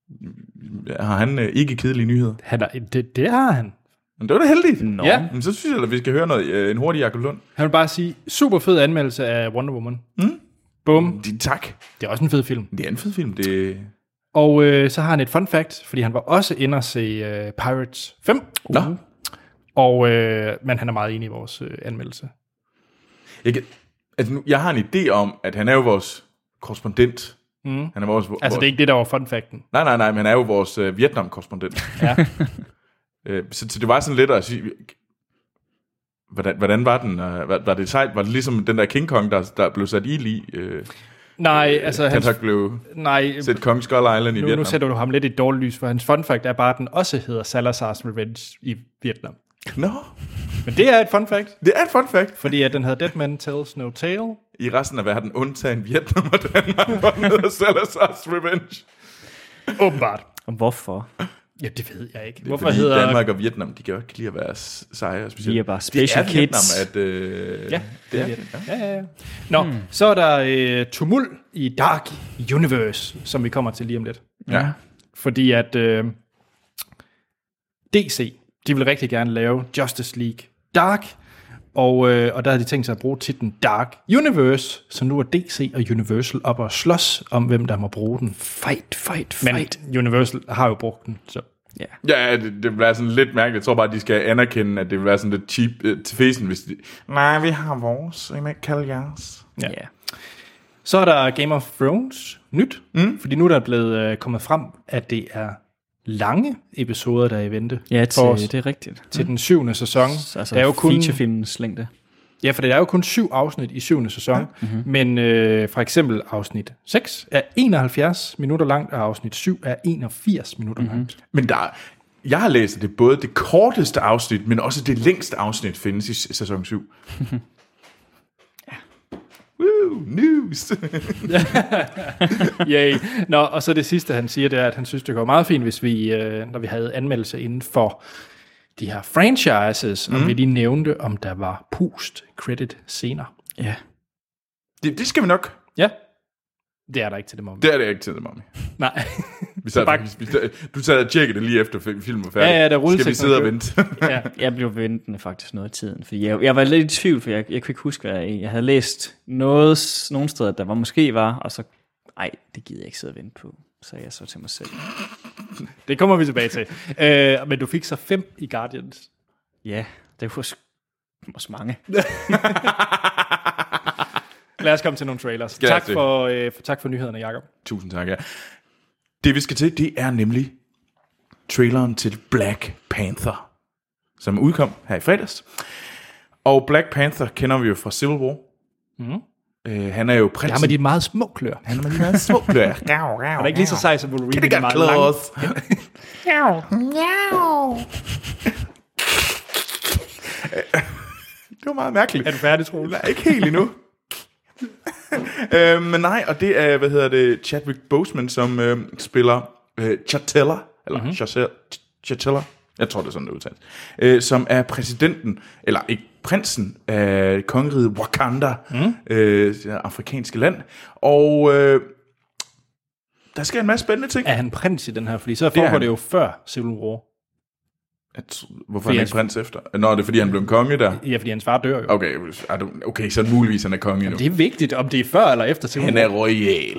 Har han øh, ikke kedelige nyheder? Han er, det, det har han. Men det var da heldigt. Nå. Ja. Men så synes jeg, at vi skal høre noget, øh, en hurtig Jakob Lund. Han vil bare sige, super fed anmeldelse af Wonder Woman. Mm. Bum. Din tak. Det er også en fed film. Det er en fed film. Det... Og øh, så har han et fun fact, fordi han var også inde og se øh, Pirates fem. Nå. Og, øh, men han er meget enig i vores øh, anmeldelse. Jeg, kan, altså, nu, jeg har en idé om, at han er jo vores korrespondent. Mm. Han er vores, Altså, vores, det er ikke det, der var fun facten. Nej, nej, nej, men han er jo vores øh, Vietnam-korrespondent. Ja. øh, så, så det var sådan lidt at sige, hvordan, hvordan var den? Øh, var, var det sejt? Var det ligesom den der King Kong, der, der blev sat i lige? Øh, Nej, altså... han Hans, blev nej, set Kong Skull Island i nu, Vietnam. nu sætter du ham lidt i et dårligt lys, for hans fun fact er bare, at den også hedder Salazar's Revenge i Vietnam. Nå, Men det er et fun fact, det er et fun fact. fordi at den hedder Dead Man Tells No Tale. I resten af verden undtagen Vietnam og Danmark, hvor den hedder Salazar's Revenge. Åbenbart. Og hvorfor? Ja, det ved jeg ikke. Det er Hvorfor fordi hedder... Danmark og Vietnam, de kan jo ikke lide at være seje. Vi er bare det special er kids. Vietnam, at... Øh, Ja, det er Vietnam. Ja, ja, ja. Nå, hmm. så er der øh, tumult i Dark Universe, som vi kommer til lige om lidt. Ja. Fordi at øh, D C, de vil rigtig gerne lave Justice League Dark, og, øh, og der har de tænkt sig at bruge titlen Dark Universe, så nu er D C og Universal op og slås om, hvem der må bruge den. Fight, fight, Men fight. Universal har jo brugt den, så... Ja. Ja, det, det vil være sådan lidt mærkeligt. Jeg tror bare, at de skal anerkende, at det vil være sådan lidt cheap øh, til fesen, hvis de... Nej, vi har vores, I må ikke kalde jeres. Ja. Ja. Så er der Game of Thrones nyt, mm. fordi nu er der blevet øh, kommet frem, at det er lange episoder, der er i vente Ja, for os til, det er rigtigt. til den syvende sæson. Altså der er jo kun, featurefilmens længde. ja, for der er jo kun syv afsnit i syvende sæson, ja. mm-hmm. men øh, for eksempel afsnit seks er enoghalvfjerds minutter langt, og afsnit syv er enogfirs minutter mm-hmm. langt. Men der, jeg har læst, at det er både det korteste afsnit, men også det længste afsnit findes i sæson syv. Ja. Woo, news! Yay. Nå, og så det sidste, han siger, det er, at han synes, det går meget fint, hvis vi, øh, når vi havde anmeldelse inden for de her franchises, mm. om vi lige nævnte, om der var post-credit scener. Ja. Det, det skal vi nok. Ja, det er der ikke til det moment. Det er det ikke til det, mommy. Nej. Vi sad, Bare- faktisk, vi sad, du sad og tjekkede det lige efter filmen var færdig. Ja, ja, der rullede Skal vi sidde og vente? Ja. Jeg blev ventende faktisk noget af tiden, fordi jeg, jeg var lidt i tvivl, for jeg, jeg kunne ikke huske, hvad jeg, jeg havde læst noget, nogle steder, der var måske var, og så, ej, det gider jeg ikke sidde og vente på, sagde jeg så til mig selv. Det kommer vi tilbage til. Øh, men du fik så fem i Guardians. Ja, det var sgu- også mange. Lad os komme til nogle trailers. Skal Tak jeg se? for, øh, for, tak for nyhederne, Jacob. Tusind tak, ja. Det vi skal til, det er nemlig traileren til Black Panther, som udkom her i fredags. Og Black Panther kender vi jo fra Civil War. Mm. Øh, han er jo prinsen. Ja, med de meget små klør. Han er med de meget små klør. Han er ikke lige så sej som Wolverine. Kitty Det er got meget lang. Det var meget mærkeligt. Er du færdig, Troel? Nej, ikke helt endnu. øh, men nej, og det er, hvad hedder det, Chadwick Boseman, som øh, spiller øh, T'Challa, eller mm-hmm. T'Challa, jeg tror, det er sådan, det udtales, øh, som er præsidenten, eller ikke prinsen af kongeriget Wakanda, mm. øh, det afrikanske land, og øh, der sker en masse spændende ting. Er han prins i den her? Fordi så er foregår han. det jo før Civil War. At, hvorfor Fordi er han ikke han- prins efter? Nå, det er fordi, han blev en konge der. Ja, fordi hans far dør jo. Okay, er du- okay, så muligvis han er konge nu. Det er vigtigt, om det er før eller efter Civil Han War. er royal.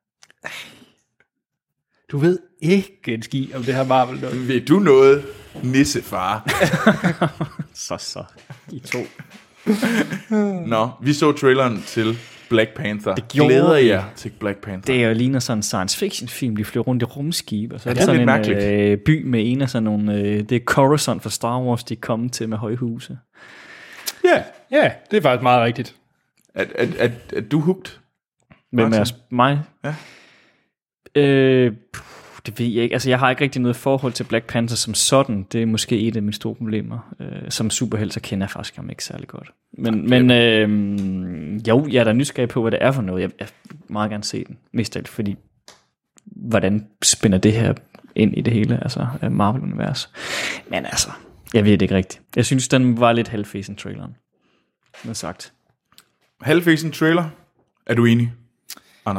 Du ved ikke en ski om det her Marvel noget. Ved du noget, nissefar? Så så, I to. Nå, vi så traileren til Black Panther. Det gjorde Glæder vi. jer til Black Panther. Det er jo ligner sådan en science fiction film, de flyver rundt i rumskib, og så er Ja, det det er sådan lidt en mærkeligt. øh, by med en af sådan nogle, øh, det er Coruscant fra Star Wars, de er kommet til med højhuse. Ja, Ja, det er faktisk meget rigtigt. at, at, at, at du er hooked. Hvem Martin? er os? Mig? Ja. Øh, puh, det ved jeg ikke. Altså, jeg har ikke rigtig noget forhold til Black Panther som sådan. Det er måske et af mine store problemer. Øh, som superhelt, så kender jeg faktisk ham ikke særlig godt. Men, men øh, jo, jeg er da nysgerrig på, hvad det er for noget. Jeg, jeg vil meget gerne se den. Mest af alt, fordi hvordan spænder det her ind i det hele, altså Marvel-univers. Men altså, jeg ved det ikke rigtigt. Jeg synes, den var lidt halvfæsen traileren. Med sagt. Halvfæsen trailer. Er du enig, Anders?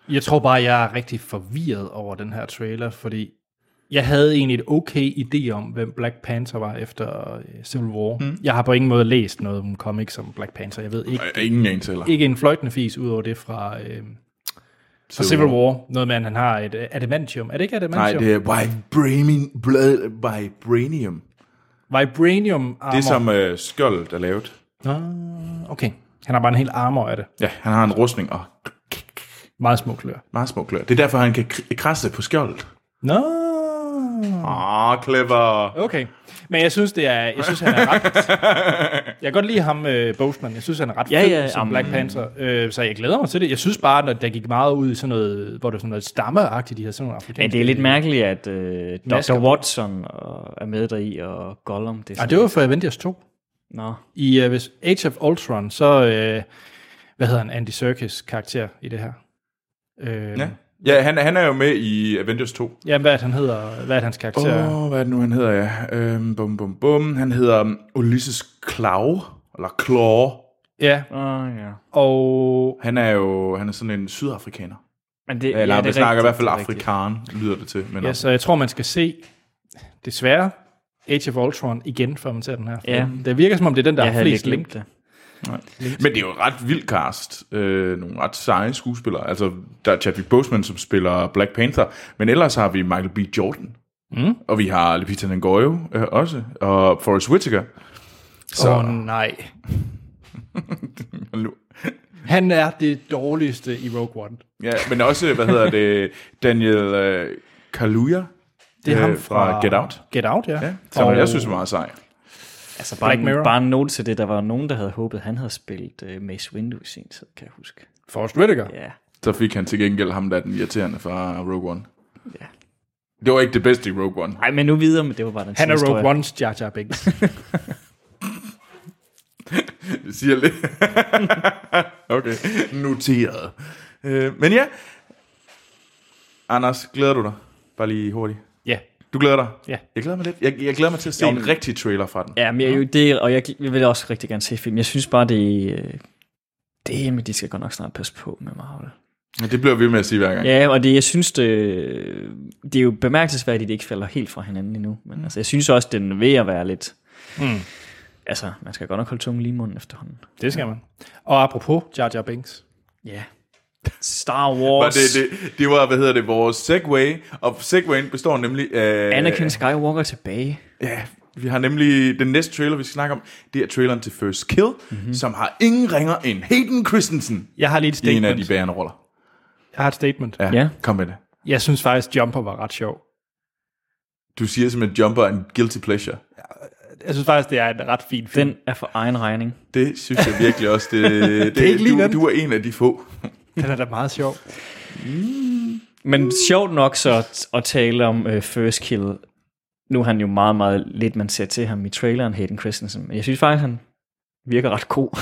Jeg tror bare, jeg er rigtig forvirret over den her trailer, fordi jeg havde egentlig et okay idé om, hvem Black Panther var efter Civil War. Mm. Jeg har på ingen måde læst noget om comics om Black Panther. Jeg ved ikke, Ingen en heller. ikke en fløjtende fis ud over det fra, øh, fra Civil War. Noget med, at han har et adamantium. Er det ikke adamantium? Nej, det er vibranium. Blood, vibranium. Vibranium armor. Det er som øh, skjoldet er lavet. Ah, okay. Han har bare en hel armor af det. Ja, han har en rustning og Meget små klør. meget små klør. Det er derfor, han kan k- krasse på skjoldet. Nå. Åh, oh, clever. Okay. Men jeg synes, det er, jeg synes, han er ret... Jeg kan godt lide ham, uh, Boseman. Jeg synes, han er ret Ja, fed ja, som um, Black Panther. Uh, så jeg glæder mig til det. Jeg synes bare, at der gik meget ud i sådan noget, hvor det var sådan noget stammeagtigt, de her sådan nogle afrikanske... Men det er lidt mærkeligt, at øh, Masker. doktor Watson og, er med deri, og Gollum. Det er Ja, sådan, det var for Avengers to. Nå. I uh, hvis Age of Ultron, så... Uh, hvad hedder han? Andy Serkis karakter i det her. Uh, Ja, ja han, han er jo med i Avengers to. Jamen, hvad er det, han hedder? Hvad er hans karakter? Åh, oh, hvad er det nu, han hedder, ja. Øhm, bum, bum, bum. Han hedder Ulysses Klaue, eller Claw. Ja, Oh, ja. og... Han er jo han er sådan en sydafrikaner. Men det, Eller ja, vi det snakker rigtigt, i hvert fald det er rigtigt. afrikan, lyder det til. Men Ja, så jeg tror, man skal se, desværre, Age of Ultron igen, før man ser den her film. Ja. Det virker som om, det er den, der Jeg har havde flest lige link. glemt det. Men det er jo et ret vildt cast. Øh, nogle ret seje skuespillere. Altså, der er Chadwick Boseman, som spiller Black Panther. Men ellers har vi Michael B. Jordan. Mm. Og vi har Lupita Nyong'o øh, også. Og Forest Whitaker. Så oh, nej. Han er det dårligste i Rogue One. Ja, men også, hvad hedder det, Daniel øh, Kaluuya. Det er øh, ham fra fra Get Out. Get Out, ja. Ja, som Og- jeg synes er meget sej. Altså Black bare, Mirror. bare en note til det, der var nogen, der havde håbet, han havde spillet uh, Mace Windu i sin tid, kan jeg huske. Forrest Whitaker. Ja, Så fik han til gengæld ham, der er den irriterende fra Rogue One. ja. Det var ikke det bedste i Rogue One. Nej, men nu videre, men det var bare den Han er historie. Rogue One's Jar Jar Binks. Det siger lidt. Okay, noteret. Øh, men ja, Anders, glæder du dig? Bare lige hurtigt. Ja. Du glæder dig? Ja. Jeg glæder mig lidt. Jeg, jeg glæder mig til at se Jo, en men- rigtig trailer fra den. Ja, men jeg, det, og jeg, jeg vil også rigtig gerne se film. Jeg synes bare, det øh, det, men de skal godt nok snart passe på med Marvel. Ja, det bliver vi med at sige hver gang. Ja, og det, jeg synes, det, det er jo bemærkelsesværdigt, at det ikke falder helt fra hinanden endnu. Men mm. altså, jeg synes også, den er ved at være lidt... Mm. Altså, man skal godt nok holde tungen lige i munden efterhånden. Det skal man. Og apropos Jar Jar Binks. Ja. Star Var Wars. det, det, det var, hvad hedder det, vores segway. Og segwayen består nemlig af... Anakin Skywalker tilbage. Ja, vi har nemlig den næste trailer, vi skal snakke om. Det er traileren til First Kill, mm-hmm. som har ingen ringer end Hayden Christensen Jeg har lige et i en statement. af de bærende roller. Jeg har et statement. Ja, Ja. kom med det. Jeg synes faktisk, Jumper var ret sjov. Du siger simpelthen, Jumper er en guilty pleasure. Jeg synes faktisk, det er en ret fin film. Den er for egen regning. Det synes jeg virkelig også. Det, det, er ikke lige du, den. du er en af de få. Den er da meget sjov. Men sjovt nok så at, at tale om uh, First Kill. Nu er han jo meget, meget lidt, man ser til ham i traileren, Hayden Christensen. Men jeg synes faktisk, han virker ret god.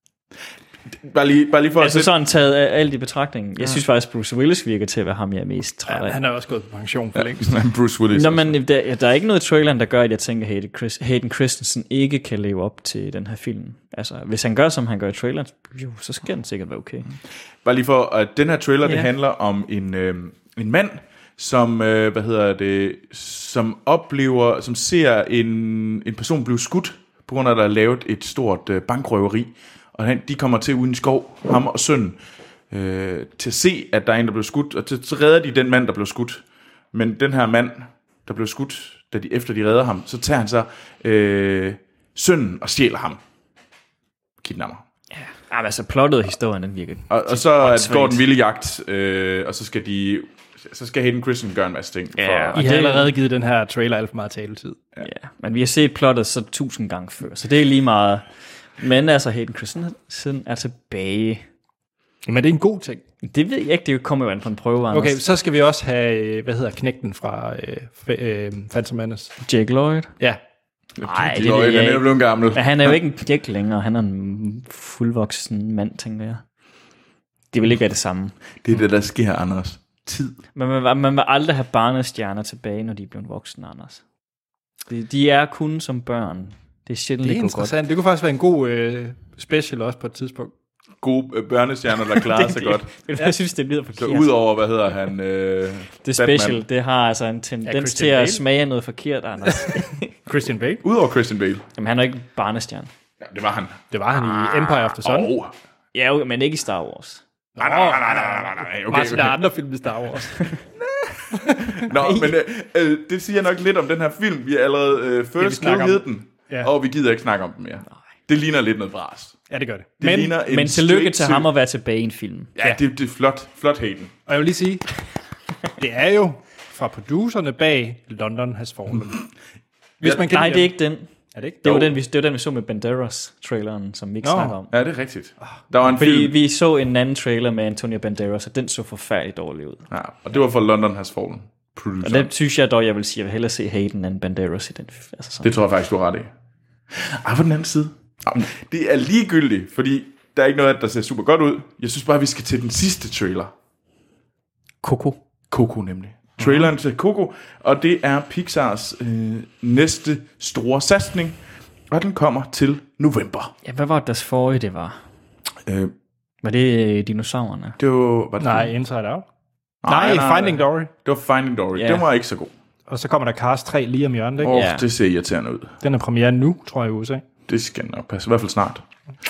Bare lige, bare lige for Altså at sætte... sådan taget af alt i betragtning. Jeg synes faktisk, Bruce Willis virker til at være ham, jeg er mest træt Ja, af. han er også gået på pension for længst. Bruce Willis. Nå, men der, der er ikke noget i traileren, der gør, at jeg tænker, at Hayden, Chris, Hayden Christensen ikke kan leve op til den her film. Altså, hvis han gør, som han gør i traileren, jo, så skal den sikkert være okay. Bare lige for, at den her trailer, Ja. det handler om en, øh, en mand, som, øh, hvad hedder det, som oplever, som ser en, en person blive skudt, på grund af, at der er lavet et stort øh, bankrøveri. Og han, de kommer til uden skov, ham og sønnen, øh, til at se, at der er en, der blev skudt, og til, så redder de den mand, der blev skudt. Men den her mand, der blev skudt, da de, efter de redder ham, så tager han så øh, sønnen og stjæler ham. Kidnapper. Ja, men altså, plottet af historien, den virker. Og, og så åndssvagt. går den vilde jagt, øh, og så skal de, så skal Hayden Christensen gøre en masse ting. Ja, For, og I har det- allerede givet den her trailer alt for meget taletid. Ja, men vi har set plottet så tusind gange før, så det er lige meget. Men altså, Hayden Christensen er tilbage. Men det er en god ting. Det ved jeg ikke, det kommer jo an på en prøve, Anders. Okay, så skal vi også have, hvad hedder knægten fra øh, f- øh, Phantom Menace. Jake Lloyd. Ja, Nej, de, det de, ved den jeg er jo ikke. blevet gammel. Men han er jo ikke en Jack længere, han er en fuldvoksen mand, tænker jeg. Det vil ikke være det samme. Det er det, der sker, Anders. Tid. Men man, man vil aldrig have barnestjerner tilbage, når de er blevet voksne, Anders. De, de er kun som børn. Det er sjældent, det er det går godt. interessant. Det kunne faktisk være en god øh, special også på et tidspunkt. gode øh, børnestjerner, der klarer sig godt. Jeg synes, det lyder Så forkert. udover, hvad hedder han? Øh, Det special, det har altså en tendens Christian til at Bale. smage noget forkert, Anders. Christian Bale. Udover Christian Bale. Jamen, han er ikke barnestjerne. Ja, det var han. Det var han i Empire of the Sun. Oh. Ja, jo, men ikke i Star Wars. Nej, nej, nej, nej, nej, nej, nej. Okay, Martin, der er okay. andre film i Star Wars. Nå, men øh, øh, det siger nok lidt om den her film. Vi er allerede øh, first snakker kill om. den, Ja. og vi gider ikke snakke om den mere. Det ligner lidt noget bras. Ja, det gør det. Det Men, ligner en Men tillykke straight til sø- ham at være tilbage i en film. Ja, det, det er flot. Flot Hayden. og jeg vil lige sige, det er jo fra producerne bag London Has Fallen. Hvis man kan Nej, lide det er dem. ikke den. Er det ikke? Det var, Jo. den, vi, det var den, vi så med Banderas-traileren, som vi ikke Nå. snakker om. Ja, det er rigtigt. Der var en Fordi film. vi så en anden trailer med Antonio Banderas, og den så forfærdeligt dårlig ud. Ja, og det var for London Has Fallen. Og Producer. den synes jeg dog, jeg vil sige, jeg vil hellere se Hayden end Banderas i den. Altså sådan. Det tror jeg faktisk, du har ret i. Ej, på den anden side. Jamen, det er ligegyldigt, fordi der er ikke noget, der ser super godt ud. Jeg synes bare, vi skal til den sidste trailer. Coco. Coco nemlig. Traileren til Coco, og det er Pixars øh, næste store satsning, og den kommer til november. Ja, hvad var det, deres forrige, det var? Øh, Var det øh, dinosaurerne? det var... Var det Nej, det? Inside Out. Nej, Nej, nej, Finding nej. Dory. Det var Finding Dory. Ja. Den var ikke så god. Og så kommer der Cars tre lige om hjørnet, ikke? Åh, oh, Ja. det ser irriterende ud. Den er premiere nu, tror jeg, i U S A. Det skal nok passe. I hvert fald snart.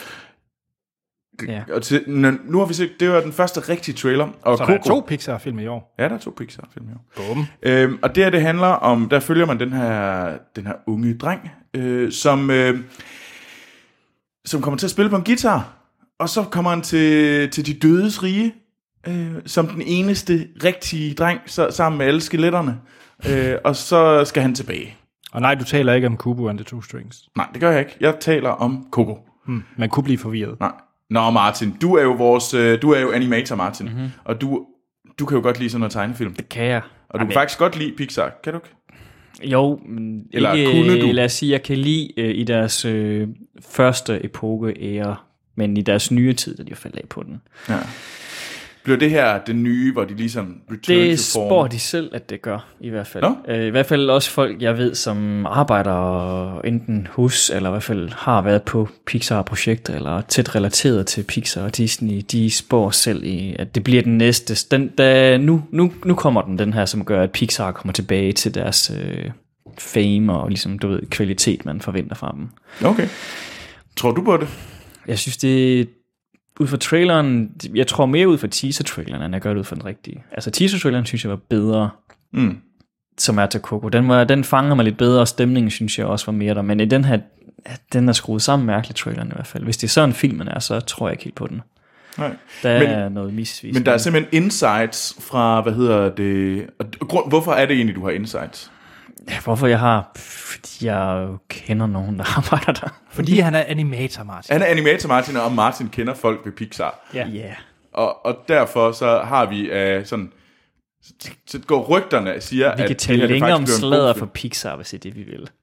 Ja. Og til, nu har vi set, det var den første rigtige trailer. Og Så Coco, der er to Pixar-film i år. Ja, der er to Pixar-film her. Bum. Øhm, og det her, det handler om, der følger man den her, den her unge dreng, øh, som, øh, som kommer til at spille på en guitar, og så kommer han til, til de dødes rige, øh, som den eneste rigtige dreng, så, sammen med alle skeletterne, øh, og så skal han tilbage. Og nej, du taler ikke om Kubo and the Two Strings. Nej, det gør jeg ikke. Jeg taler om Coco. Hmm. Man kunne blive forvirret. Nej. Nå, Martin, du er jo vores, øh, du er jo animator, Martin, mm-hmm. og du, du kan jo godt lide sådan noget tegnefilm. Det kan jeg. Og du kan faktisk godt lide Pixar, kan du ikke? Jo, men Eller ikke, kunne du? lad os sige, jeg kan lide øh, i deres øh, første epoke ære, men i deres nye tid, da de faldt af på den. Ja. Bliver det her det nye, hvor de ligesom return Det to form? spår de selv, at det gør, i hvert fald. Nå? Øh, I hvert fald også folk, jeg ved, som arbejder enten hos, eller i hvert fald har været på Pixar-projekter, eller tæt relateret til Pixar og Disney, de spår selv i, at det bliver den næste. Den, da, nu, nu, nu kommer den, den her, som gør, at Pixar kommer tilbage til deres øh, fame og ligesom, du ved, kvalitet, man forventer fra dem. Okay. Tror du på det? Jeg synes, det ud fra traileren, jeg tror mere ud fra teaser-traileren, end jeg gør det ud fra den rigtige. Altså teaser-traileren synes jeg var bedre, Mm. som er til Coco. Den, var, den fanger mig lidt bedre, og stemningen synes jeg også var mere der. Men i den her, den er skruet sammen mærkeligt, traileren i hvert fald. Hvis det er sådan filmen er, så tror jeg ikke helt på den. Nej. Der Men- er noget misvisende. Men der er simpelthen insights fra, hvad hedder det... og grund- Hvorfor er det egentlig, du har insights? Ja, hvorfor jeg har... Fordi jeg jo kender nogen, der arbejder der. Fordi han er animator, Martin. Han er animator Martin, og Martin kender folk ved Pixar. Ja. Ja. Og, og derfor så har vi uh, sådan... Så, så går rygterne siger, Vi at kan tale det her, det længere om faktisk bliver en sladder god for film. Pixar, hvis det er det, vi vil.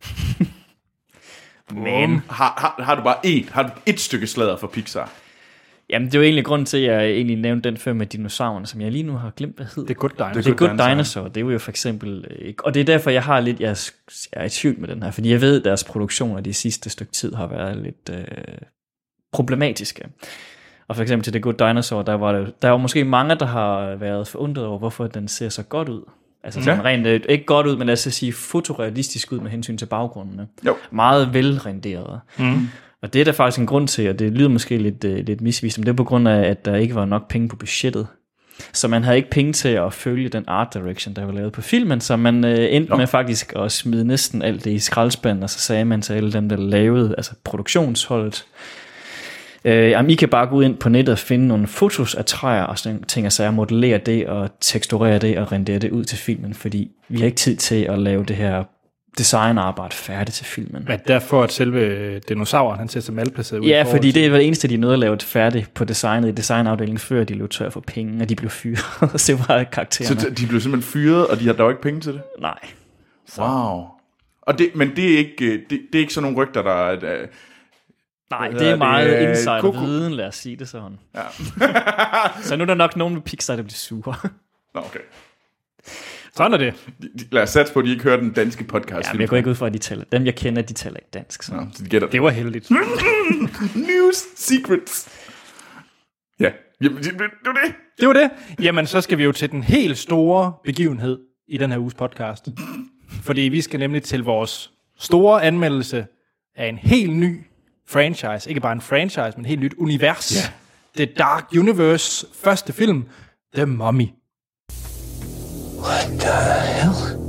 Men har, har, har du bare et, har du et stykke sladder for Pixar? Jamen, det er jo egentlig grunden til, at jeg egentlig nævnte den før med dinosaurerne, som jeg lige nu har glemt, hvad hed. Det er Good Dinosaur. Det er Good Dinosaur. Dinosaur, det er jo for eksempel, øh, og det er derfor, jeg har lidt, jeg er, jeg er i tvivl med den her, fordi jeg ved, at deres produktioner de sidste stykke tid har været lidt øh, problematiske. Og for eksempel til The Good Dinosaur, der var det, der var måske mange, der har været forundret over, hvorfor den ser så godt ud. Altså sådan Ja. rent, øh, ikke godt ud, men lad os sige fotorealistisk ud med hensyn til baggrundene. Jo. Meget velrenderet. Mm. Og det er der faktisk en grund til, og det lyder måske lidt, øh, lidt misvisende, men det er på grund af, at der ikke var nok penge på budgettet. Så man havde ikke penge til at følge den art direction, der var lavet på filmen, så man øh, endte Nå. med faktisk at smide næsten alt det i skraldespanden, og så sagde man til alle dem, der lavede, altså produktionsholdet, øh, jamen I kan bare gå ud ind på nettet og finde nogle fotos af træer, og sådan ting, og så modellere det, og teksturere det, og rendere det ud til filmen, fordi vi har ikke tid til at lave det her designarbejde færdigt til filmen. Men derfor at selve dinosauren, han ser så malplaceret ud. i Ja, forhold fordi til- det var det eneste, de nåede at lave det færdigt på designet i designafdelingen, før de løb tør for penge, og de blev fyret. Så det var karaktererne. Så de blev simpelthen fyret, og de har dog ikke penge til det? Nej. Wow. Og det, men det er ikke, øh, det, det er ikke sådan nogle rygter, der er... der- Nej, Hvad det er hedder meget det? insider-viden, lad os sige det sådan. Ja. Så nu er der nok nogen med Pixar, der bliver sure. Nå, okay. Sådan er det. De, de, lad os satse på, at de ikke hører den danske podcast. Ja, men jeg går ikke ud fra, at de taler. Dem, jeg kender, de taler ikke dansk. Så. Nå, så de gætter Det var heldigt. News secrets. Ja, jamen, det, det, det var det. Det var det. Jamen, så skal vi jo til den helt store begivenhed i den her uges podcast. Fordi vi skal nemlig til vores store anmeldelse af en helt ny franchise. Ikke bare en franchise, men et helt nyt univers. Ja. The Dark Universe første film, The Mummy. What the hell?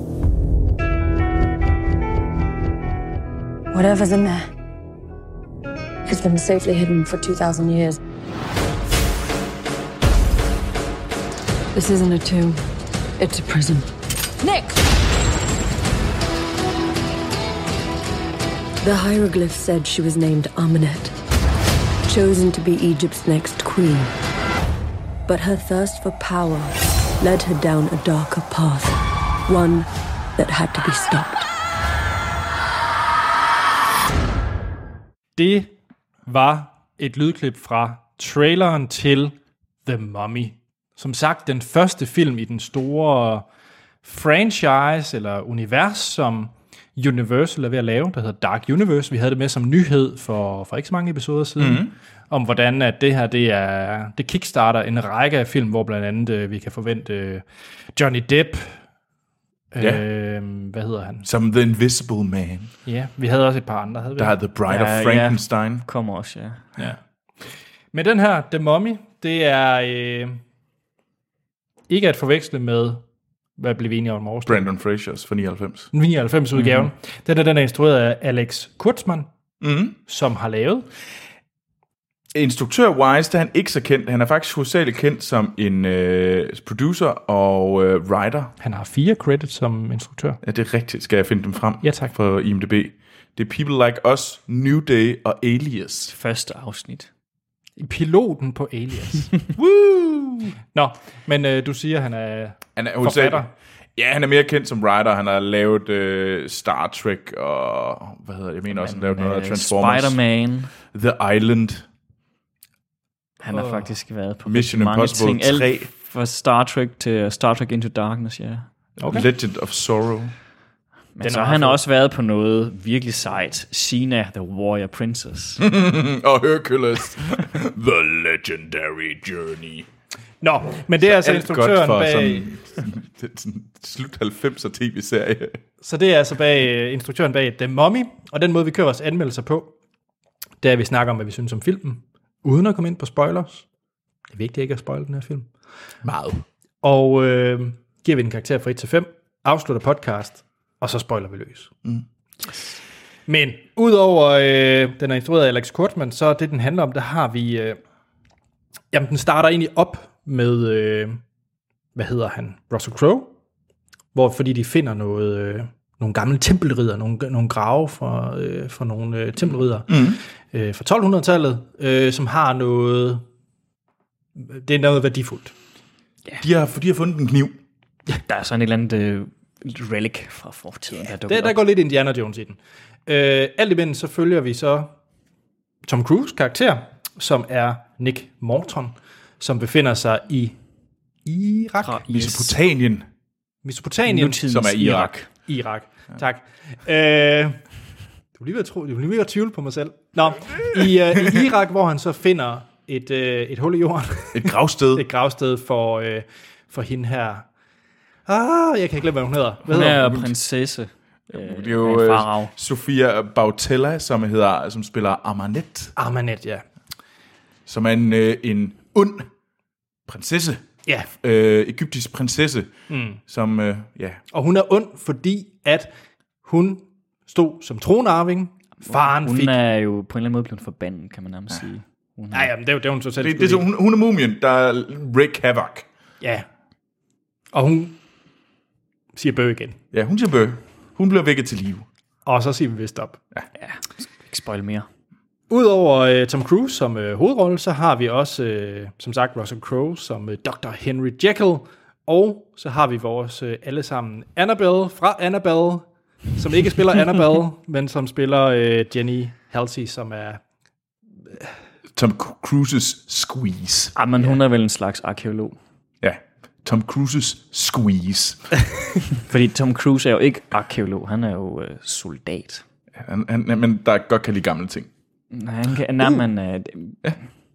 Whatever's in there has been safely hidden for two thousand years. This isn't a tomb. It's a prison. Nick! The hieroglyph said she was named Amenet, chosen to be Egypt's next queen. But her thirst for power led her down a darker path, one that had to be stopped. Det var et lydklip fra traileren til The Mummy. Som sagt, den første film i den store franchise eller univers, som Universal er ved at lave, der hedder Dark Universe. Vi havde det med som nyhed for, for ikke så mange episoder siden, mm-hmm. om hvordan at det her det er det kickstarter en række af film, hvor blandt andet øh, vi kan forvente øh, Johnny Depp. Ja. Øh, hvad hedder han? Som The Invisible Man. Ja, vi havde også et par andre. Havde vi? Der er The Bride Ja, of Frankenstein. Ja, kommer også, ja. Ja. Men den her, The Mummy, det er øh, ikke at forveksle med, hvad blev vi enige om årsdag? Brandon Frasers fra nioghalvfems. nioghalvfems-udgaven. Mm-hmm. Den er, den er instrueret af Alex Kurtzman, Mm-hmm. som har lavet. Instruktør-wise, der er han ikke så kendt. Han er faktisk hovedsageligt kendt som en øh, producer og øh, writer. Han har fire credits som instruktør. Ja, det er rigtigt. Skal jeg finde dem frem? Ja, tak. For I M D B. Det er People Like Us, New Day og Alias. Første afsnit. Piloten på Alias. Woo! Nå, men øh, du siger, han er, Han er forfatter. Ja, han er mere kendt som writer. Han har lavet øh, Star Trek og hvad hedder det? Jeg mener også, han har lavet noget af Transformers. Spider-Man. The Island. Han har oh. faktisk været på Mission mange Impossible ting. tre. Alt fra Star Trek til Star Trek Into Darkness, ja. Okay. Legend of Sorrow. Men Den så er har han meget også været på noget virkelig sejt. Xena, The Warrior Princess. og Hercules. The Legendary Journey. Nå, men det er altså Alt instruktøren godt for bag... sådan, det er sådan slut halvfemser tv-serie. Så det er altså bag uh, instruktøren bag The Mummy, og den måde, vi kører vores anmeldelser på, det er, at vi snakker om, hvad vi synes om filmen, uden at komme ind på spoilers. Det er vigtigt ikke at spoile den her film. Meget. Og øh, giver vi den karakter fra et til fem, afslutter podcast, og så spoiler vi løs. Mm. Men udover øh, den er instrueret af Alex Kurtzman, så det, den handler om, der har vi... Øh, jamen, den starter egentlig op med... Øh, hvad hedder han? Russell Crowe. Hvor, fordi de finder noget... Øh, nogle gamle tempelridder, nogle, nogle grave fra, øh, fra nogle øh, tempelridder mm. øh, fra tolvhundredetallet, øh, som har noget... Det er noget værdifuldt. Ja. De, har, de har fundet en kniv. Der er sådan et eller andet øh, relic fra fortiden. Der, der, der går lidt Indiana Jones i den. Øh, alt imens så følger vi så Tom Cruise karakter, som er Nick Morton, som befinder sig i Irak. Fra Mesopotamien. Mesopotamien. Som er Irak. Irak, ja. Tak. Øh, du vil lige være tro, du vil lige være tvivl på mig selv. Nå, i, uh, i Irak, hvor han så finder et, uh, et hul i jorden. Et gravsted. et gravsted for, uh, for hende her. Ah, jeg kan ikke glemme, hvad hun hedder. Hvad hun hedder er hun? prinsesse. Øh, det er jo øh, Sofia Bautella, som hedder, som spiller Amenet. Amenet, ja. Som er en, øh, en ond prinsesse. Ja. Øh, egyptisk prinsesse. Mm. Som, øh, ja. Og hun er ond, fordi at hun stod som tronarving. Faren hun fik... er jo på en eller anden måde blevet forbandet, kan man nærmest ja. sige. Hun Nej, jamen, det er jo det, hun så selv. Det, det er, hun, hun er mumien, der wreak havoc. Ja. Og hun siger bøh igen. Ja, hun siger bøh. Hun bliver vækket til live. Og så siger vi vist op. Ja, ja. Ikke spoil mere. Udover uh, Tom Cruise som uh, hovedrolle, så har vi også, uh, som sagt, Russell Crowe som uh, doktor Henry Jekyll. Og så har vi vores uh, allesammen Annabelle fra Annabelle, som ikke spiller Annabelle, men som spiller uh, Jenny Halsey, som er... Uh... Tom Cruises Squeeze. Ah, men hun ja. er vel en slags arkeolog. Ja, Tom Cruises Squeeze. Fordi Tom Cruise er jo ikke arkeolog, han er jo uh, soldat. Han, han, men der godt kan lide gamle ting. Nej, han kan... Nej, uh. men... Uh, ja.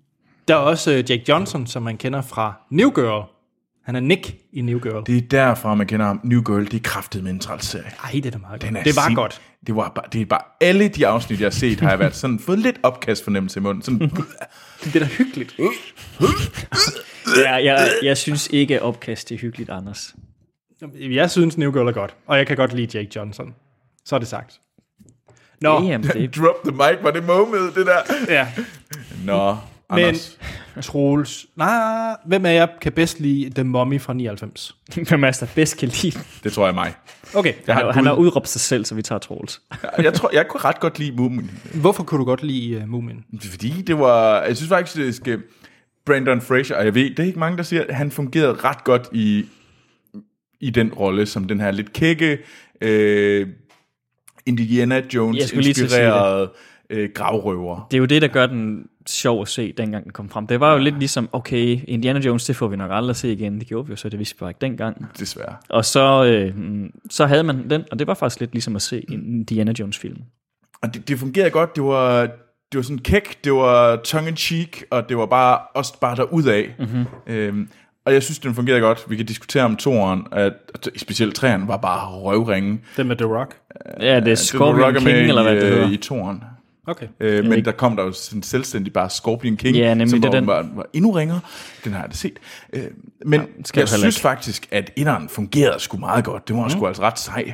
Der er også uh, Jake Johnson, som man kender fra New Girl. Han er Nick i New Girl. Det er derfra, man kender ham. New Girl, det er kraftet med en træls-serie. Ej, det er da meget Den godt. er Det var sin- godt. Det var bare, det er bare alle de afsnit, jeg har set, har jeg været sådan, fået lidt opkast fornemmelse i munden. Sådan, Det er da hyggeligt. Ja, jeg, jeg synes ikke, at opkast er hyggeligt, Anders. Jeg synes, New Girl er godt. Og jeg kan godt lide Jake Johnson. Så er det sagt. Nå, Jamen, det, drop the mic, var det moment, det der? ja. Nå, Men Anders. Troels. Nej, hvem af jer kan bedst lide The Mummy fra nioghalvfems? hvem er der bedst kan lide? Det tror jeg mig. Okay. Jeg Han, har, han har bud. udråbt sig selv, så vi tager Troels. jeg, tror, jeg kunne ret godt lide Mumien. Hvorfor kunne du godt lide uh, Mumien? Fordi det var, jeg synes faktisk, det skal Brendan Fraser, og jeg ved, det er ikke mange, der siger, at han fungerede ret godt i, i den rolle, som den her lidt kække, øh, Indiana Jeg skulle lige til at sige Jones-inspirerede øh, gravrøver. Det er jo det, der gør den sjov at se, dengang den kom frem. Det var jo lidt ligesom, okay, Indiana Jones, det får vi nok aldrig at se igen. Det gjorde vi jo så, det vidste vi bare ikke dengang. Desværre. Og så, øh, så havde man den, og det var faktisk lidt ligesom at se en Indiana Jones-film. Og det, det fungerede godt, det var, det var sådan kæk, det var tongue-in-cheek, og det var bare også bare derudad. Mm-hmm. Øhm, og jeg synes, den fungerede godt. Vi kan diskutere om toeren, at, at specielt treeren var bare røvringe. Den med The Rock? Ja, det er Scorpion King, eller hvad det i, hedder. i toeren. Okay. Øh, men ikke. der kom der jo sådan selvstændig bare Scorpion King, Ja, nemlig, som det var, den. var, var endnu ringere. Den har jeg da set. Øh, men ja, skal jeg du heller synes ikke. faktisk, at etteren fungerede sgu meget godt. Det var mm. sgu altså ret sej.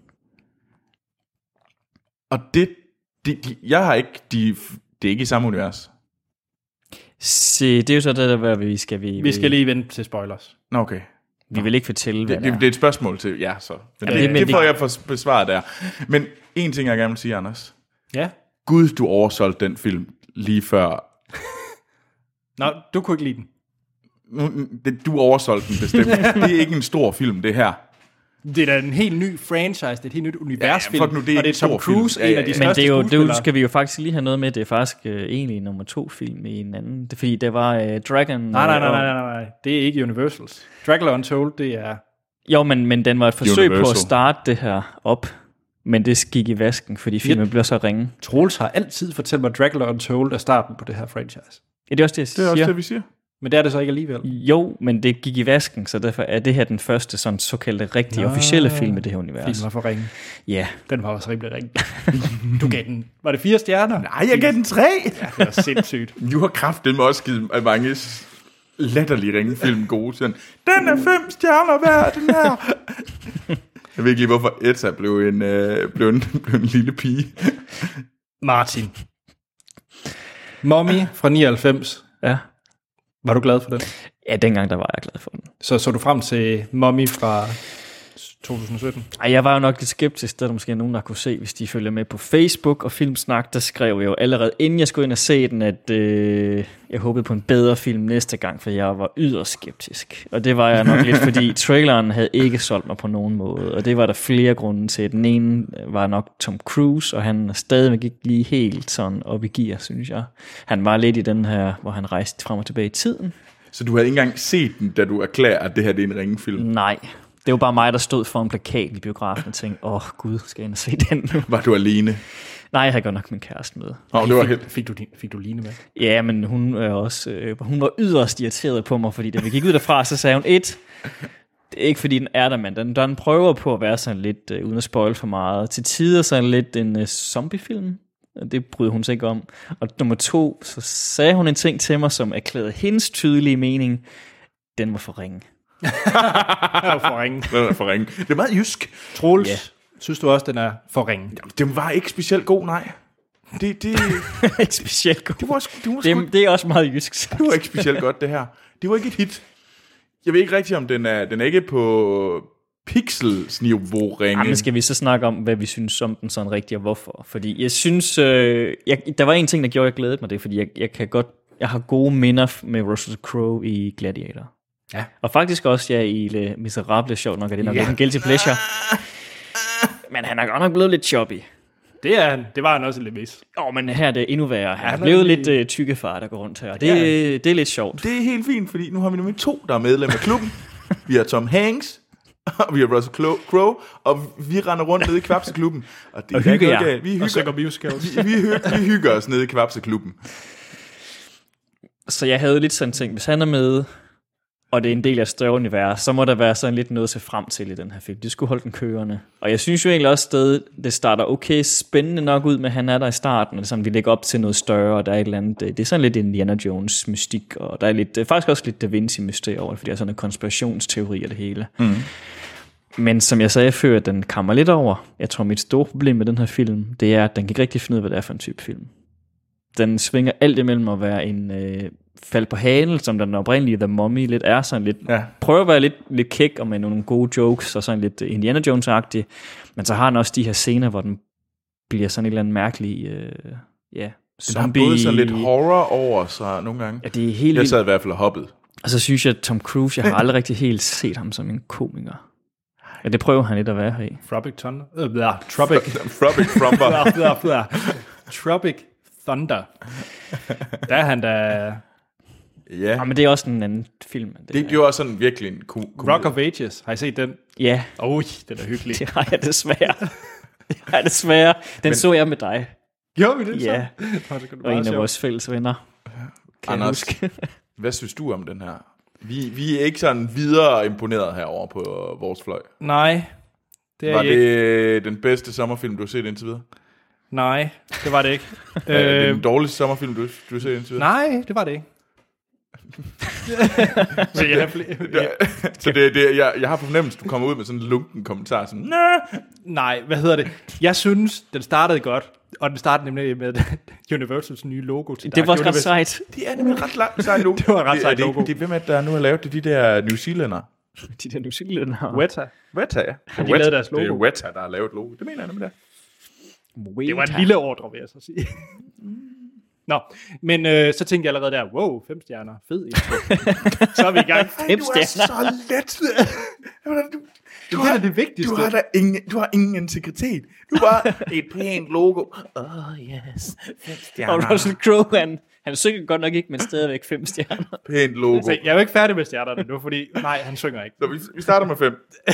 Og det, de, de, jeg har ikke, de, det er ikke i samme univers. Se, det er jo så det, der hvor vi skal... Vi, Vi skal lige vente til spoilers. Nå, okay. Vi vil ikke fortælle, hvad Det, det, det, det er et spørgsmål til ja, så. Men Jamen, det, det- det, det får det- jeg for besvaret der. Men en ting, jeg gerne vil sige, Anders. Ja. Gud, du oversolgte den film lige før. Nå, du kunne ikke lide den. Nu- det- Du oversolgte den bestemt. Det er ikke en stor film, det her. Det er da en helt ny franchise, det er et helt nyt universfilm. fuck nu, det er og det en er Tom stor film. Cruise, Ja, ja, en af de ja. Men største det er jo, det skuespillere. skal vi jo faktisk lige have noget med. Det er faktisk øh, egentlig nummer to film i en anden. Det er fordi, der var øh, Dragon... Nej, nej, nej, og- nej, nej, nej. Det er ikke Universals. Dracula Untold, det er... Jo, men, men den var et forsøg på Universal. at starte det her op. Men det gik i vasken, fordi filmen blev så ringe. Troels har altid fortalt mig, at Dracula Untold er starten på det her franchise. Ja, det er også det, jeg Det er også siger. det, vi siger. Men det er det så ikke alligevel. Jo, men det gik i vasken, så derfor er det her den første sådan såkaldte rigtige Nå. officielle film i det her univers. Filmen var for ringe. Ja. Den var også rimelig ringe. Du gav den... Var det fire stjerner? Nej, jeg gav den tre. Ja, det var sindssygt. Du har kraften med også givet mange s- latterlige ringefilm gode. Sådan, den er fem stjerner værd, den her. Jeg ved ikke lige, hvorfor Etta blev en, øh, blev en, blev en lille pige. Martin. Mummy fra nioghalvfems. Ja. Var du glad for den? Ja, dengang der var jeg glad for den. Så så du frem til Mummy fra to tusind sytten? Ej, jeg var jo nok lidt skeptisk, der er der måske nogen, der kunne se, hvis de følger med på Facebook og Filmsnak, der skrev jeg jo allerede, inden jeg skulle ind og se den, at øh, jeg håbede på en bedre film næste gang, for jeg var yderst skeptisk. Og det var jeg nok lidt, fordi traileren havde ikke solgt mig på nogen måde, og det var der flere grunde til. Den ene var nok Tom Cruise, og han stadigvæk ikke lige helt sådan op i gear, synes jeg. Han var lidt i den her, hvor han rejste frem og tilbage i tiden. Så du havde ikke engang set den, da du erklærer, at det her det er en ringefilm. Nej, det var bare mig, der stod for en plakat i biografen og tænkte, åh oh, gud, skal jeg ind og se den nu? Var du alene? Nej, jeg havde godt nok min kæreste med. Nå, det var fik, helt... fik, du, din- fik du Line med? Ja, men hun er også, øh, hun var yderst irriteret på mig, fordi da vi gik ud derfra, så sagde hun, et, det er ikke fordi den er der, men den, den prøver på at være sådan lidt, øh, uden at spoil for meget, til tider sådan lidt en øh, zombiefilm. Det bryder hun sig ikke om. Og nummer to, så sagde hun en ting til mig, som erklærede hendes tydelige mening. Den var for ringe. Det var for ringe. Den er for ringe. Det er meget jysk. Troels, Ja. synes du også, den er for ringe? Den var ikke specielt god, nej. Det, det, Ikke specielt god. det var, sgu- det var, sgu- Det, det er også meget jysk sagt. det var ikke specielt godt, det her. Det var ikke et hit. Jeg ved ikke rigtigt, om den er, den er ikke på pixels-niveau ringe. Jamen, skal vi så snakke om, hvad vi synes om den sådan rigtigt, og hvorfor? Fordi jeg synes, øh, jeg, der var en ting, der gjorde, at jeg glædede mig det, fordi jeg, jeg kan godt, jeg har gode minder med Russell Crowe i Gladiator. Ja. Og faktisk også, ja, i Le Miserable, sjovt nok, er det nok Ja. en guilty pleasure. Men han er godt nok blevet lidt choppy. Det er han. Det var han også lidt vis. Åh, oh, men her er det endnu værre. Han Ja, er men blevet det- lidt øh, tykkefar, der går rundt her. Det, Ja. det er lidt sjovt. Det er helt fint, fordi nu har vi nemlig to, der er medlem af klubben. Vi har Tom Hanks, og vi har Russell Crowe, og vi render rundt nede i Kvapseklubben. Og det Og er hygger ikke noget jer. galt. Vi Og hygger, synger musicals. vi, vi, hygger, vi hygger os nede i Kvapseklubben. Så jeg havde lidt sådan tænkt, hvis han er med, og det er en del af et større univers, så må der være sådan lidt noget at se frem til i den her film. De skulle holde den kørende. Og jeg synes jo egentlig også, at det starter okay spændende nok ud med, at han er der i starten, og det er sådan, vi lægger op til noget større, og der er et eller andet, det er sådan lidt Indiana Jones mystik, og der er lidt, faktisk også lidt Da Vinci mystik over det, fordi der er sådan en konspirationsteori af det hele. Mm. Men som jeg sagde før, den kammer lidt over. Jeg tror, mit store problem med den her film, det er, at den kan ikke rigtig finde ud af, hvad det er for en type film. Den svinger alt imellem at være en øh, fald på halen, som den oprindelige The Mummy lidt er, sådan lidt, ja. Prøver at være lidt, lidt kæk og med nogle gode jokes og sådan lidt Indiana Jones-agtig, men så har den også de her scener, hvor den bliver sådan en eller anden mærkelig, øh, ja, zombie. Den har både sådan lidt horror over sig nogle gange. Ja, det er helt jeg sad i hvert fald og hoppede. Og så synes jeg, at Tom Cruise, jeg har aldrig rigtig helt set ham som en komiker. Ja, det prøver han lidt at være her i. Tropic Thunder. Øh, bla, Tropic. Tropic Thunder. bla, bla, bla. Tropic Thunder. Der er han da... Ja. Ja, men det er også en anden film. Det, det er jo også sådan virkelig en ko- Rock of Ages. Har I set den? Ja. Oj, den er hyggelig. Det har jeg desværre. Det har jeg desværre. Den men, så jeg med dig. Gjorde vi det så? Ja. Nå, og en af sjov. Vores fælles venner. Kan Anders, hvad synes du om den her? Vi, vi er ikke sådan videre imponeret herovre på vores fløj. Nej, det er Var ikke. det den bedste sommerfilm, du har set indtil videre? Nej, det var det ikke. Er det den dårligste sommerfilm, du, du har set indtil videre? Nej, det var det ikke. så jeg, ja. så det, det, jeg, jeg har fornemmelse, du kommer ud med sådan en lunken kommentar. Sådan, Næh! Nej, hvad hedder det? Jeg synes, den startede godt. Og den startede nemlig med Universals nye logo til det var ret sejt. Det er nemlig ret langt sejt logo. Det var ret sejt logo. Det, det, det er hvem at der nu har lavet det, de der New Zealander. De der New Zealander. Weta. Weta, ja. Har de lavet deres logo? Det er Weta, der har lavet logo. Det mener jeg nemlig der. Weta. Det var en lille ordre, vil jeg så sige. Nå, men øh, så tænkte jeg allerede der, wow, fem stjerner, fed intro. Så er vi i gang. Fem stjerner. Du er så let. Du, du har det vigtigste. Du har, der ingen, du har ingen integritet. Du har et pænt logo. Oh yes, fem stjerner. Og Russell Crowe, han, han synger godt nok ikke, men stadigvæk fem stjerner. Pænt logo. Så jeg er jo ikke færdig med stjernerne nu, fordi nej, han synger ikke. Så vi, vi starter med fem.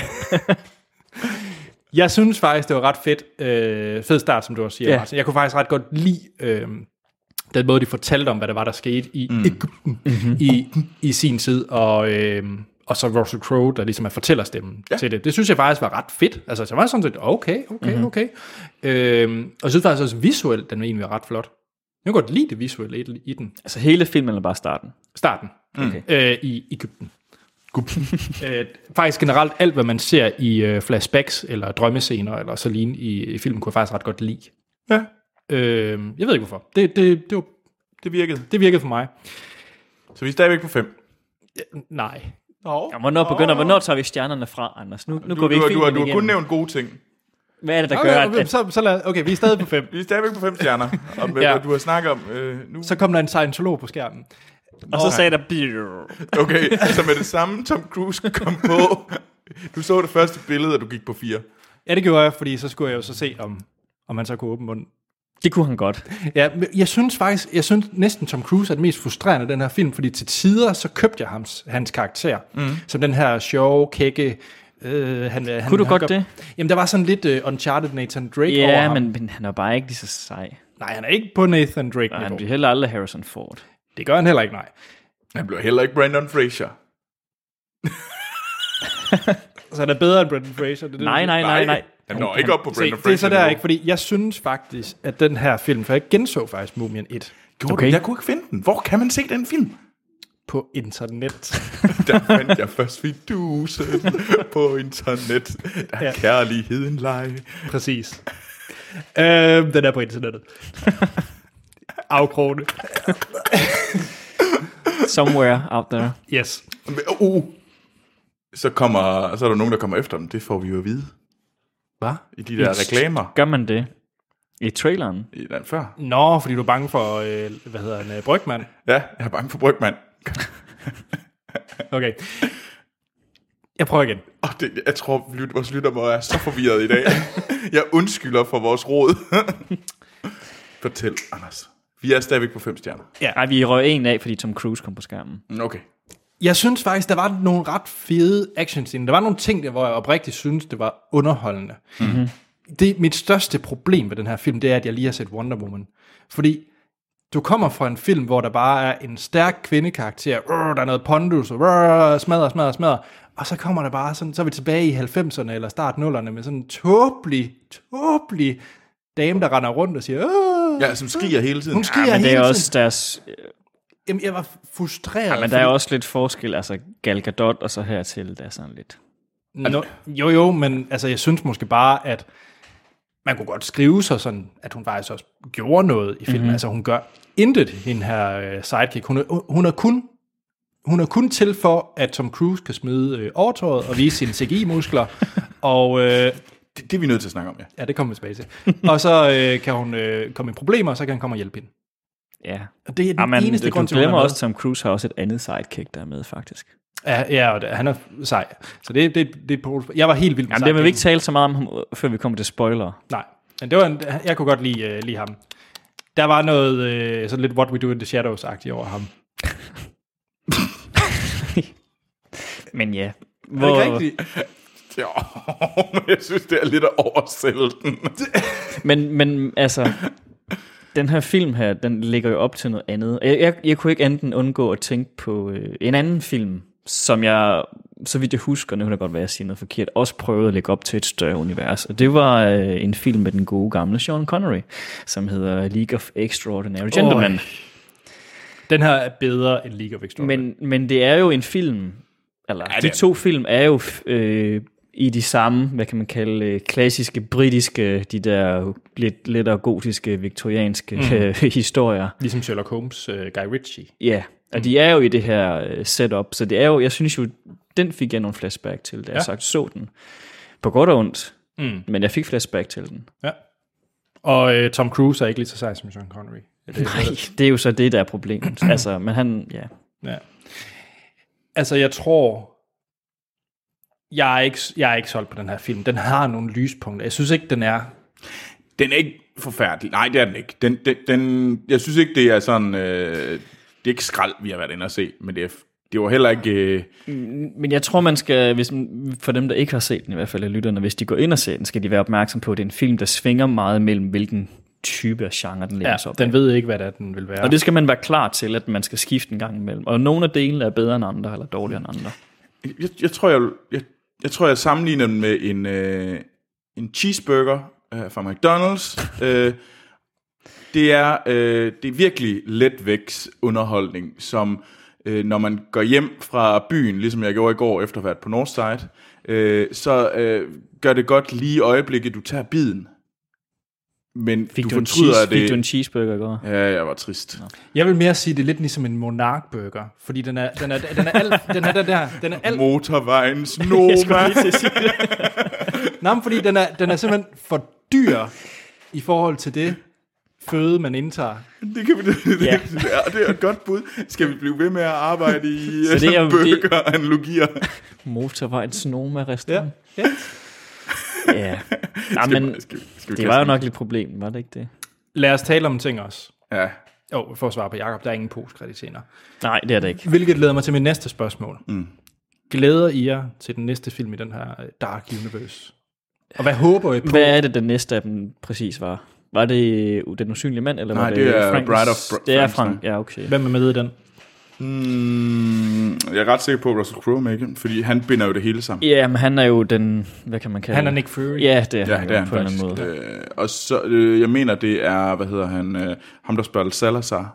Jeg synes faktisk, det var ret fedt. Øh, fed start, som du også siger, yeah. Martin. Jeg kunne faktisk ret godt lide øh, den måde, de fortalte om, hvad der var, der skete i mm. Egypten mm-hmm. i, i sin tid, og... Øh, og så Russell Crowe, der ligesom er fortællerstemmen ja. Til det. Det synes jeg faktisk var ret fedt. Altså, så var jeg sådan set, okay, okay, mm-hmm. okay. Øhm, og jeg synes faktisk også visuelt, den egentlig var ret flot. Jeg kan godt lide det visuelle i, i den. Altså hele filmen eller bare starten? Starten. Okay. Øh, I Egypten. øh, faktisk generelt alt, hvad man ser i øh, flashbacks, eller drømmescener, eller så lignende i, i filmen, kunne jeg faktisk ret godt lide. Ja. Øh, jeg ved ikke hvorfor. Det, det, det, var, det virkede. Det virkede for mig. Så vi er stadigvæk på fem? Ja, nej. Oh. Ja, hvornår begynder, oh. hvornår tager vi stjernerne fra, Anders? Nu, nu du, går vi ikke du, du, du har kun nævnt gode ting. Hvad er det, der okay, gør, okay, at... Så, så lad, okay, vi er stadig på fem. Vi er stadigvæk på fem stjerner. Og med, ja. Du har snakket om... Øh, nu. Så kom der en scientolog på skærmen. Og så sagde der... Okay, så med det samme Tom Cruise kom på. Du så det første billede, og du gik på fire. Ja, det gjorde jeg, fordi så skulle jeg jo så se, om, om han så kunne åbne munden. Det kunne han godt. Ja, jeg synes faktisk, jeg synes næsten Tom Cruise er det mest frustrerende af den her film, fordi til tider, så købte jeg hans, hans karakter, mm. som den her sjove, kække... Øh, han, kunne han, du han godt gør, det? Jamen, der var sådan lidt uh, Uncharted Nathan Drake ja, over ham. men, men han er bare ikke lige så sej. Nej, han er ikke på Nathan Drake. Nej, han bliver heller aldrig Harrison Ford. Det gør han heller ikke, nej. Han bliver heller ikke Brendan Fraser. Så han er bedre end Brendan Fraser? Det, det, nej, nej, nej, nej. Han når ikke op på Brendan Fraser. Det er så der ikke, fordi jeg synes faktisk, at den her film, for jeg genså faktisk Mumien et. Okay. Du, jeg kunne ikke finde den. Hvor kan man se den film? På internet. Der fandt jeg først fidusen på internet. Der er ja. Kærligheden leje. Præcis. øhm, den er på internettet. Afkrogene. Somewhere out there. Yes. Uh, så, kommer, så er der nogen, der kommer efter dem. Det får vi jo at vide. Hvad? I de der reklamer. Gør man det? I traileren? I den før. Nå, fordi du er bange for, øh, hvad hedder han, øh, Brygman? Ja, jeg er bange for Brygman. Okay. Jeg prøver igen. Oh, det, jeg tror, vores lytter må være så forvirret i dag. Jeg undskylder for vores råd. Fortæl, Anders. Vi er stadigvæk på fem stjerner. Ja. Ej, vi røg en af, fordi Tom Cruise kom på skærmen. Okay. Jeg synes faktisk, der var nogle ret fede actionscener. Der var nogle ting, der, hvor jeg oprigtigt synes, det var underholdende. Mm-hmm. Det, mit største problem med den her film, det er, at jeg lige har set Wonder Woman. Fordi du kommer fra en film, hvor der bare er en stærk kvindekarakter, uh, der er noget pondus, og uh, smadrer, smadrer, smadrer, og så kommer der bare sådan, så er vi tilbage i halvfemserne eller start nullerne med sådan en tåbelig, tåbelig dame, der render rundt og siger, uh, Ja, som skriger hele tiden. hun skriger Ja, men hele det er tiden. også deres... Jamen, jeg var frustreret. Ja, men der er også lidt forskel, altså Gal Gadot og så hertil, der er sådan lidt... No, jo, jo, men altså, jeg synes måske bare, at man kunne godt skrive sig sådan, at hun faktisk også gjorde noget i filmen. Mm-hmm. Altså, hun gør intet, hende her uh, sidekick. Hun er, hun er kun hun er kun til for, at Tom Cruise kan smide øh, overtøjet og vise sine C G I-muskler. og øh, Det, det er vi nødt til at snakke om, ja. ja, det kommer vi tilbage til. Og så øh, kan hun øh, komme i problemer, og så kan han komme og hjælpe hende. Ja. Og det er den Jamen, eneste du grund til, at hun glemmer er med. også, Tom Cruise har også et andet sidekick, der er med, faktisk. Ja, ja, og det, han er sej. Så det, det, det er på. Jeg var helt vild med Jamen, det vil vi ikke sidekicken. tale så meget om, ham, før vi kommer til spoiler. Nej, men det var en, jeg kunne godt lide, uh, lide ham. Der var noget uh, sådan lidt What We Do in the Shadows-agtigt over ham. Men ja. Hvor... Er det ikke rigtigt? Jo, men jeg synes, det er lidt at oversælge den. Men, men altså, den her film her, den ligger jo op til noget andet. Jeg, jeg, jeg kunne ikke enten undgå at tænke på øh, en anden film, som jeg, så vidt jeg husker, nu kan det godt være, at jeg siger noget forkert, også prøvede at lægge op til et større univers. Og det var øh, en film med den gode gamle Sean Connery, som hedder League of Extraordinary Gentlemen. Øj. Den her er bedre end League of Extraordinary. Men, men det er jo en film, eller Ja, de det er to film er jo øh, i de samme, hvad kan man kalde, øh, klassiske, britiske, de der lidt lettere gotiske, viktorianske mm. øh, historier. Ligesom Sherlock Holmes, uh, Guy Ritchie. Ja, og mm. de er jo i det her øh, setup, så det er jo, jeg synes jo, den fik jeg nogle flashback til, da ja. jeg sagt så den. På godt og ondt, mm. men jeg fik flashback til den. Ja. Og uh, Tom Cruise er ikke lige så sej som Sean Connery. Er det, Nej, det er jo så det, der er problemet. altså, men han, ja. Ja. Altså, jeg tror... Jeg er, ikke, jeg er ikke solgt på den her film. Den har nogle lyspunkter. Jeg synes ikke, den er... Den er ikke forfærdelig. Nej, det er den ikke. Den, den, den, jeg synes ikke, det er sådan... Øh, det er ikke skrald, vi har været inde og se, men det, er, det var heller ikke... Øh... Men jeg tror, man skal... Hvis, for dem, der ikke har set den, i hvert fald af lytterne, hvis de går ind og ser den, skal de være opmærksom på, at det er en film, der svinger meget mellem, hvilken type af genre den lægger ja, sig op. den ved ikke, hvad det er, den vil være. Og det skal man være klar til, at man skal skifte en gang imellem. Og nogle af delene er bedre end andre, eller dårligere end andre. Jeg, jeg tror, jeg, jeg, jeg tror, jeg sammenligner den med en, øh, en cheeseburger øh, fra McDonald's. øh, det, er, øh, det er virkelig letvægts underholdning, som øh, når man går hjem fra byen, ligesom jeg gjorde i går efter at have været på Northside, øh, så øh, gør det godt lige i øjeblikket, du tager biden. Men fik du, du, en fortryder cheese, det. fik du en cheeseburger i går? Ja, jeg var trist. Nå. Jeg vil mere sige, det er lidt ligesom en monarkburger, fordi den er, den er, den er alt, den er der, der, den er alt. Motorvejens Noma. Nej, men fordi den er, den er simpelthen for dyr i forhold til det føde, man indtager. Det kan vi det, Ja. det, er, det er et godt bud. Skal vi blive ved med at arbejde i Så det er jo- burger-analogier? Motorvejens Noma restaurant. Ja. Ja. Nej, men Skal, skal, skal vi det var jo kaste nok lidt problem, var det ikke det? Lad os tale om ting også. den? Ja. Jo, oh, for at svare på Jacob, der er ingen postkreditiner. Nej, det er det ikke. Hvilket leder mig til mit næste spørgsmål. Mm. Glæder I jer til den næste film i den her Dark Universe? Og hvad håber I på? Hvad er det, den næste af dem præcis var? Var det Den Usynlige Mand, eller Nej, var det, det er Franks? Bride of Br- Det er Frankenstein. Frank, ja, okay. Hvem er med i den? Mm, jeg er ret sikker på, at Russell Crowe med, ikke? Fordi han binder jo det hele sammen. Ja, men han er jo den, hvad kan man kalde Han er Nick Fury. Ja, det er Ja, han det er jo, han på en eller faktisk. anden måde. Øh, og så, øh, jeg mener, det er, hvad hedder han, øh, ham der spiller Salazar.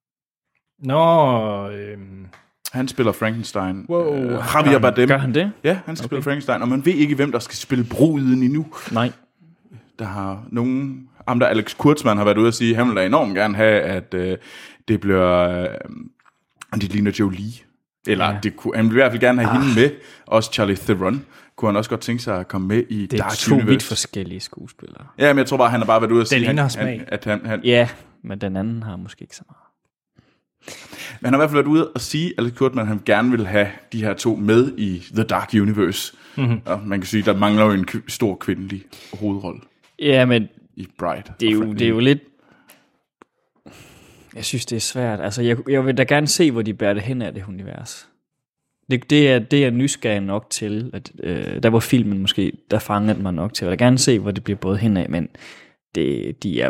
Nå, øhm, Han spiller Frankenstein. Wow. Øh, Javier Bardem. Gør han det? Ja, han skal okay. spille Frankenstein, og man ved ikke, hvem der skal spille bruden endnu. Nej. Der har nogen... Ham der Alex Kurtzman har været ude at sige, han vil da enormt gerne have, at øh, det bliver... Øh, Angelina Jolie. Eller Ja. det kunne, han vil i hvert fald gerne have ah. hende med. Også Charlie Theron kunne han også godt tænke sig at komme med i Det er Dark to Universe. vidt forskellige skuespillere. Ja, men jeg tror bare, han har bare været ude at sige, ene han, har smag. han, at han, han, Ja, men den anden har måske ikke så meget. men han har i hvert fald været ude at sige, Alex Kurtzman, at han gerne vil have de her to med i The Dark Universe. Mm-hmm. Og man kan sige, der mangler jo en k- stor kvindelig hovedrolle Ja, men i Bride. det er og jo, Frank det er jo Lee. lidt... Jeg synes, det er svært. Altså, jeg, jeg vil da gerne se, hvor de bærer det hen af det univers. Det, det, er, det er nysgerrig nok til, at øh, der hvor filmen måske, der fangede mig nok til. Jeg vil da gerne se, hvor det bliver båret hen af, men det, de er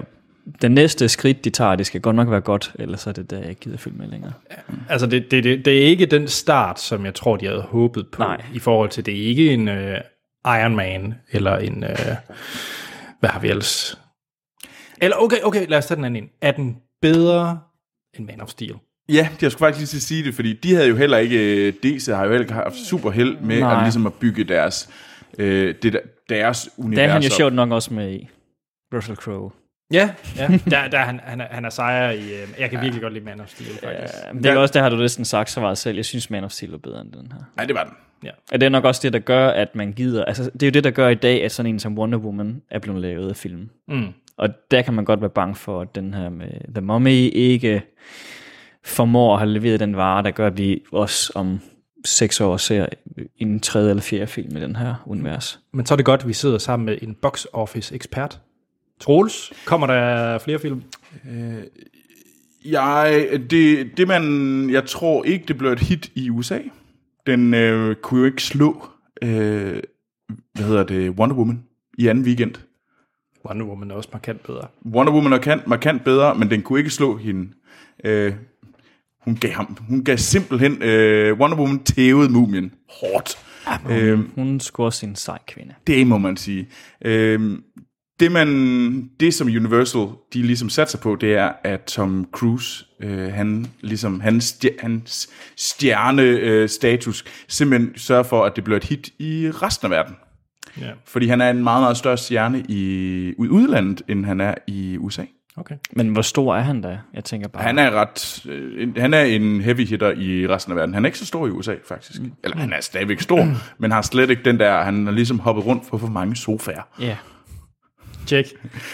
den næste skridt, de tager, det skal godt nok være godt, ellers er det der, jeg ikke gider følge med længere. Altså, det, det, det, det er ikke den start, som jeg tror, de havde håbet på. Nej. I forhold til, det er ikke en uh, Iron Man, eller en, uh, hvad har vi ellers? Eller, okay, okay, lad os tage den anden ind. Er den bedre end Man of Steel? Ja, jeg skulle faktisk lige til at sige det, fordi de havde jo heller ikke, D C har jo heller ikke haft super held med Nej. at, ligesom at bygge deres, øh, det der, deres univers. Der er han jo op. sjovt nok også med i Russell Crowe. Ja, ja. Der, der, han, han, er, han er sejr i... Uh, jeg kan virkelig godt lide Man of Steel, faktisk. Ja, men det er også, det har du næsten sagt så meget selv. Jeg synes, Man of Steel er bedre end den her. Nej, det var den. Ja. Og det er nok også det, der gør, at man gider... Altså, det er jo det, der gør i dag, at sådan en som Wonder Woman er blevet lavet af film. Mm. Og der kan man godt være bange for, at den her med The Mummy ikke formår at have leveret den vare, der gør, at vi også om seks år ser en tredje eller fjerde film i den her univers. Men så er det godt, at vi sidder sammen med en box office ekspert. Troels, kommer der flere film? Øh, jeg, det, det man, jeg tror ikke, det blev et hit i U S A. Den øh, kunne jo ikke slå, øh, hvad hedder det, Wonder Woman i anden weekend. Wonder Woman er også markant bedre. Wonder Woman er markant, markant bedre, men den kunne ikke slå hende. Øh, hun gav ham, hun gav simpelthen, øh, Wonder Woman tævede mumien hårdt. Ja, øh, hun scorer sin sej kvinde. Det må man sige. Øh, det, man, det som Universal de ligesom satser på, det er, at Tom Cruise, øh, han ligesom, hans, stj- hans stjernestatus, øh, simpelthen sørger for, at det bliver et hit i resten af verden. Ja. Fordi han er en meget, meget større stjerne i udlandet, end han er i U S A. Okay. Men hvor stor er han da? Jeg tænker bare... Han er ret, øh, han er en heavy hitter i resten af verden. Han er ikke så stor i U S A, faktisk. Mm. Eller han er stadigvæk stor, mm. men har slet ikke den der, han har ligesom hoppet rundt på for mange sofaer. Ja. Yeah. Check.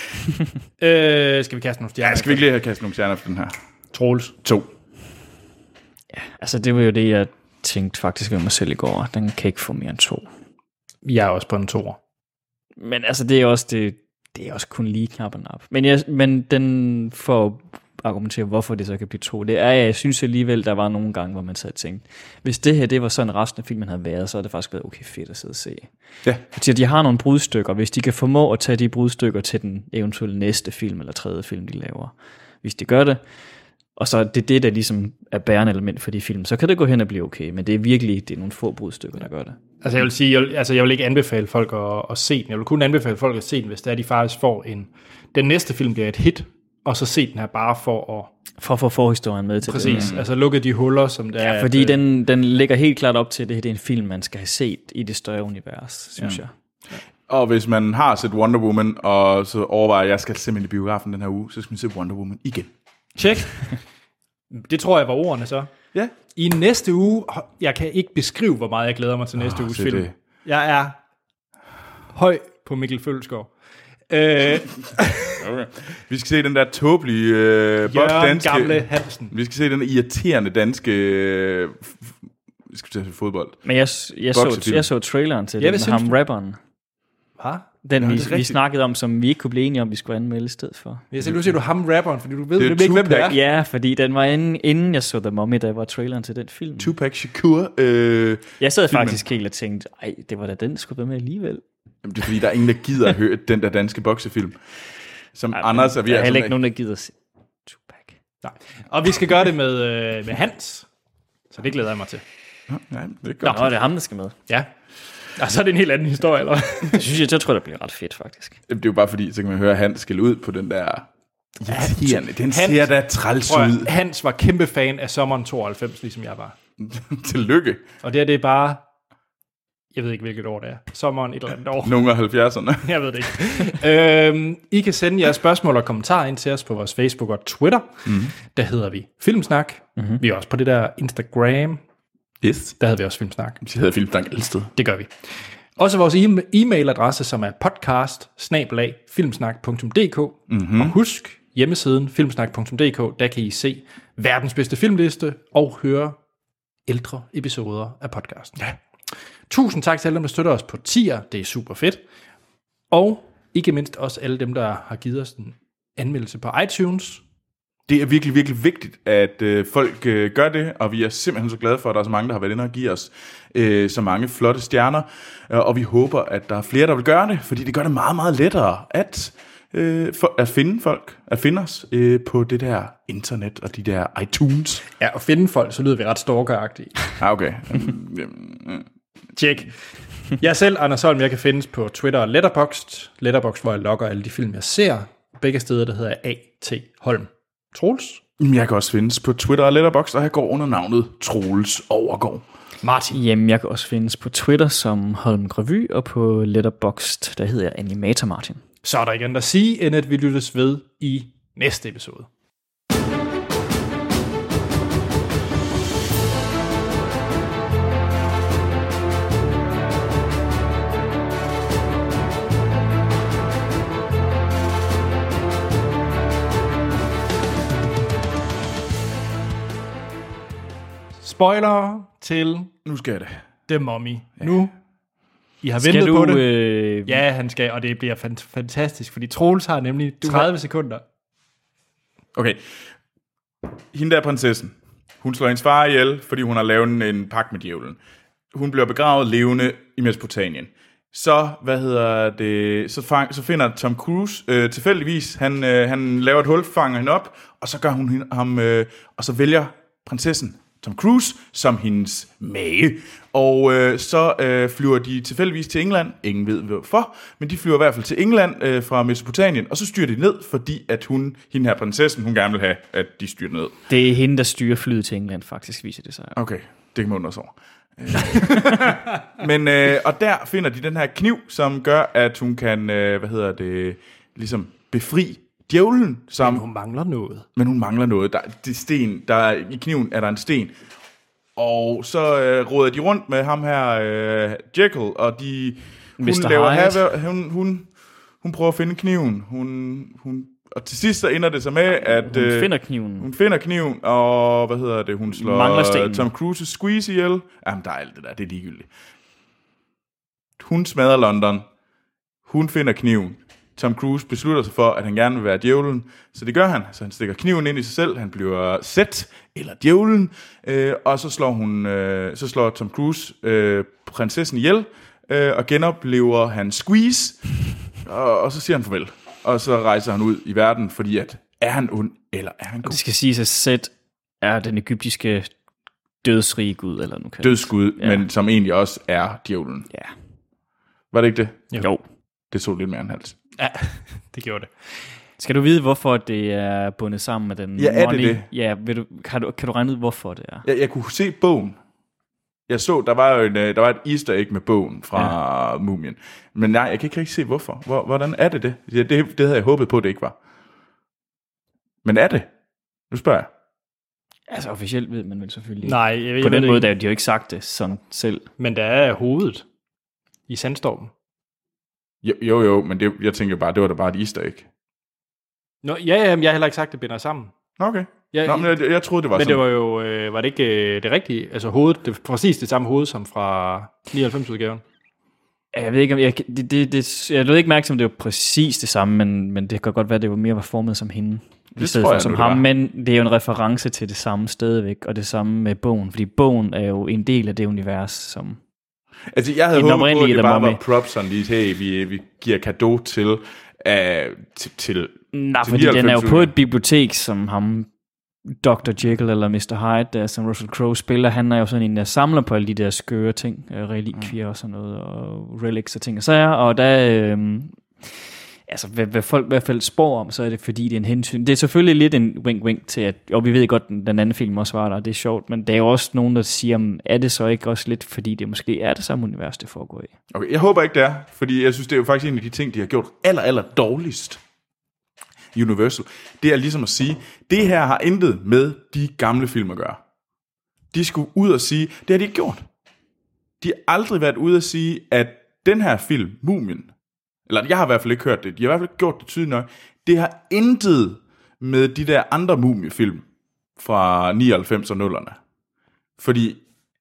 øh, skal vi kaste nogle stjerner? Ja, skal vi ikke lige have kastet nogle stjerner for den her? Troels. To. Ja, altså det var jo det, jeg tænkte faktisk ved mig selv i går. Den kan ikke få mere end to. Jeg er også på en toer. Men altså, det er også, det, det er også kun lige knap og nap. Men, jeg, men den får argumentere, hvorfor det så kan blive to. Det er, jeg synes alligevel, der var nogle gange, hvor man så tænkte, hvis det her, det var sådan resten af filmen havde været, så havde det faktisk været okay fedt at sidde og se. Ja. Fordi de har nogle brudstykker, hvis de kan formå at tage de brudstykker til den eventuelle næste film, eller tredje film, de laver. Hvis de gør det, og så det er det, der ligesom er bærende element for de film, så kan det gå hen og blive okay, men det er virkelig, det er nogle få brudstykker, der gør det. Altså jeg vil sige, jeg vil, altså jeg vil ikke anbefale folk at, at se den. Jeg vil kun anbefale folk at se den, hvis det er, de faktisk får en... Den næste film bliver et hit, og så se den her bare for at... For at få forhistorien med til Præcis, det. mm. altså lukke de huller, som der ja, er... fordi at, den, den ligger helt klart op til, at det her det er en film, man skal have set i det større univers, synes ja. jeg. Og hvis man har set Wonder Woman, og så overvejer, at jeg skal simpelthen i biografen den her uge, så skal man se Wonder Woman igen. Check. Det tror jeg var ordene så. Ja. I næste uge, jeg kan ikke beskrive, hvor meget jeg glæder mig til næste oh, uges film. Det. Jeg er høj på Mikkel Følsgaard. Øh, okay. Vi skal se den der tåbelige øh, danske... Gamle Hansen. Vi skal se den der irriterende danske... Øh, vi skal se fodbold. Men jeg, jeg, så, jeg så traileren til ja, den med ham, rapperen. Hvad? Den, ja, vi, vi snakkede om, som vi ikke kunne blive enige om, vi skulle anmelde i stedet for. Jeg siger, nu siger du ham, rapperen, fordi du ved det ikke, hvem det er. Ja, fordi den var inden, inden jeg så The Mummy, der var traileren til den film. Tupac Shakur. Øh, jeg sad filmen. faktisk helt og tænkte, ej, det var da den, der skulle være med alligevel. Jamen, det er fordi, der er ingen, der gider at høre den der danske boksefilm. Som ej, Anders er ved. Der er heller ikke nogen, der gider at se Tupac. Nej. Og vi skal gøre det med, øh, med Hans. Så det glæder jeg mig til. Ja, det er godt. Nå, det er ham, der skal med. Ja. Og så er det en helt anden historie, eller det synes jeg, jeg tror, det bliver ret fedt, faktisk. Det er jo bare fordi, så kan man høre Hans skille ud på den der... Ja, den Hans, ser da træls ud. Hans var kæmpe fan af sommeren tooghalvfems, ligesom jeg var. Tillykke. Og det er det bare... Jeg ved ikke, hvilket år det er. Sommeren et eller andet år. Nogle af halvfjerdserne. Jeg ved det ikke. øhm, I kan sende jeres spørgsmål og kommentarer ind til os på vores Facebook og Twitter. Mm-hmm. Der hedder vi Filmsnak. Mm-hmm. Vi er også på det der Instagram. Yes. Der havde vi også Filmsnak. Det hedder Filmsnak alle steder. Det gør vi. Også vores e- e-mailadresse, som er podcast bindestreg filmsnak punktum d k. Mm-hmm. Og husk hjemmesiden filmsnak punktum d k. Der kan I se verdens bedste filmliste og høre ældre episoder af podcasten. Ja. Tusind tak til alle dem, der støtter os på tier. Det er super fedt. Og ikke mindst også alle dem, der har givet os en anmeldelse på iTunes. Det er virkelig, virkelig vigtigt, at øh, folk øh, gør det, og vi er simpelthen så glade for, at der er så mange, der har været inde og give os øh, så mange flotte stjerner, øh, og vi håber, at der er flere, der vil gøre det, fordi det gør det meget, meget lettere at øh, for at finde folk, at finde os øh, på det der internet og de der iTunes. Ja, og finde folk, så lyder vi ret stalkeragtige. Ah, okay. Tjek. Jeg selv, Anders Holm, jeg kan findes på Twitter og Letterboxd. Letterboxd, hvor jeg logger alle de film, jeg ser. Begge steder, der hedder A T Holm. Troels? Jeg kan også findes på Twitter og Letterboxd, og jeg går under navnet Troels Overgaard. Martin? Jamen, jeg kan også findes på Twitter som Holm Revy, og på Letterboxd, der hedder jeg Animator Martin. Så er der ikke andet at sige, end at vi lyttes ved i næste episode. Spoiler til Nu skal jeg det. The Mummy. Ja. Nu. I har Skal ventet du, på det. Øh... Ja, han skal, og det bliver fant- fantastisk, fordi Troels har nemlig tredive har... sekunder. Okay. Hende der prinsessen. Hun slår hendes far ihjel, fordi hun har lavet en, en pagt med djævlen. Hun bliver begravet levende i Mesopotamien. Så, hvad hedder det, så, fang, så finder Tom Cruise øh, tilfældigvis, han, øh, han laver et hul, fanger hende op, og så gør hun hende, ham, øh, og så vælger prinsessen Tom Cruise som hendes mage. Og øh, så øh, flyver de tilfældigvis til England. Ingen ved hvorfor, men de flyver i hvert fald til England øh, fra Mesopotamien, og så styrer de ned, fordi at hun, hende her prinsessen, hun gerne vil have, at de styrer ned. Det er hende, der styrer flyet til England, faktisk, viser det sig. Okay, det kan man undre sig over. Men, øh, og der finder de den her kniv, som gør, at hun kan, øh, hvad hedder det, ligesom befri djævlen. Som, Men hun mangler noget. Men hun mangler noget. Der, det sten, der, I kniven er der en sten. Og så øh, råder de rundt med ham her, øh, Jekyll, og de, hun mister laver Hyde. have, hun, hun, hun prøver at finde kniven. Hun, hun, og til sidst så ender det så med, at Hun øh, finder kniven. hun finder kniven, og hvad hedder det, hun Mangler slår stenen. Tom Cruise squeeze ihjel. Jamen, der er alt det der, det er ligegyldigt. Hun smadrer London. Hun finder kniven. Tom Cruise beslutter sig for, at han gerne vil være djævlen, så det gør han. Så han stikker kniven ind i sig selv, han bliver Set, eller djævlen, øh, og så slår, hun, øh, så slår Tom Cruise øh, prinsessen ihjel, øh, og genoplever han Squeeze, og, og så siger han farvel. Og så rejser han ud i verden, fordi at, er han ond, eller er han god? Det skal siges, at Set er den egyptiske dødsrige gud, eller nu kan Dødsgud, ja. men som egentlig også er djævlen. Ja. Var det ikke det? Jo. jo. Det så lidt mere end hals. Ja, det gjorde det. Skal du vide, hvorfor det er bundet sammen med den Ja, er det money? det? Ja, vil du, kan, du, kan du regne ud, hvorfor det er? Jeg, jeg kunne se bogen. Jeg så, der var jo en, der var et easter egg med bogen fra ja. Mumien. Men nej, jeg kan ikke rigtig se, hvorfor. Hvor, hvordan er det det? Det, det? det havde jeg håbet på, det ikke var. Men er det? Nu spørger jeg. Altså officielt ved man vel selvfølgelig Nej, jeg, jeg på den ved måde, ikke. der de har jo ikke sagt det sådan selv. Men der er hovedet i sandstormen. Jo, jo, jo men det, jeg tænker bare, det var da bare et easter egg. Nå, ja, ja, men jeg har heller ikke sagt, det binder sammen. Okay. Ja, Nå, men jeg, jeg troede, det var men sådan. det var jo, øh, var det ikke øh, det rigtige? Altså hovedet, det var præcis det samme hoved som fra nioghalvfems-udgaven. Jeg ved ikke, om jeg, det, det, det, jeg ved ikke mærke, om det var præcis det samme, men, men det kan godt være, det var mere var formet som hende. Det tror jeg, som nu, ham, det men det er jo en reference til det samme stadigvæk, og det samme med bogen, fordi bogen er jo en del af det univers, som... Altså, jeg havde den håbet på, at oprindelige det bare The var Mummy. props, sådan lige, hey, vi, vi giver cadeau til, uh, til, til Nej, til fordi den er jo nioghalvfems på et bibliotek, som ham, doktor Jekyll eller mister Hyde, der som Russell Crowe spiller, han er jo sådan en, der samler på alle de der skøre ting, øh, relikvier og sådan noget, og relics og ting og sager, og der, øh, altså hvad, hvad folk i hvert fald spår om, så er det fordi, det er en hensyn. Det er selvfølgelig lidt en wink-wink til, at, og vi ved godt, den, den anden film også var der, det er sjovt, men der er jo også nogen, der siger, er det så ikke også lidt, fordi det måske er det samme univers, det foregår i? Okay, jeg håber ikke, det er, fordi jeg synes, det er jo faktisk en af de ting, de har gjort aller, aller dårligst. Universal. Det er ligesom at sige, det her har intet med de gamle film at gøre. De skulle ud og sige, det har de ikke gjort. De har aldrig været ude at sige, at den her film, Mumien, eller jeg har i hvert fald ikke hørt det, de har i hvert fald ikke gjort det tydeligt nok, det har intet med de der andre mumiefilm fra nioghalvfems og nullerne. Fordi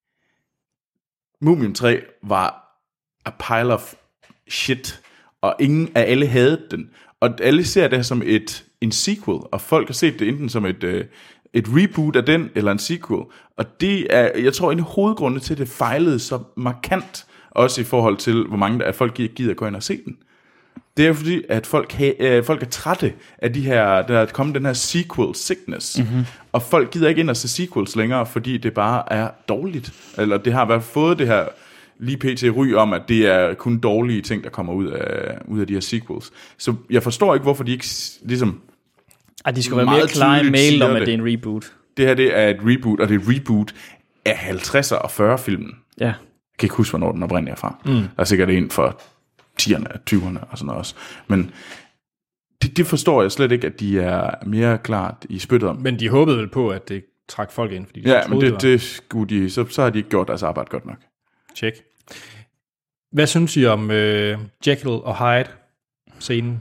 Mumien tre var a pile of shit, og ingen af alle havde den. Og alle ser det som et, en sequel, og folk har set det enten som et, øh, et reboot af den, eller en sequel. Og det er, jeg tror, en af hovedgrundene til, at det fejlede så markant, også i forhold til, hvor mange af folk gider gå ind og se den. Det er fordi, at folk, ha- øh, folk er trætte af de her, der er kommet den her sequel sickness. Mm-hmm. Og folk gider ikke ind og se sequels længere, fordi det bare er dårligt. Eller det har i hvert fald fået det her lige pt. Ry om, at det er kun dårlige ting, der kommer ud af, ud af de her sequels. Så jeg forstår ikke, hvorfor de ikke ligesom... Ej, de skulle være mere klare i mail om, at det er en reboot. Det her det er et reboot, og det er et reboot af halvtredser og fyrre filmen. Ja. Jeg kan ikke huske, hvornår den oprindeligt er fra. Mm. Der er sikkert en for tierne, tyverne og sådan noget også. Men det, det forstår jeg slet ikke, at de er mere klart i spyttet om. Men de håbede vel på, at det trak folk ind, fordi de ja, troede, men det, det, det skulle de, så, så har de ikke gjort deres arbejde godt nok. Check. Hvad synes I om øh, Jekyll og Hyde-scenen?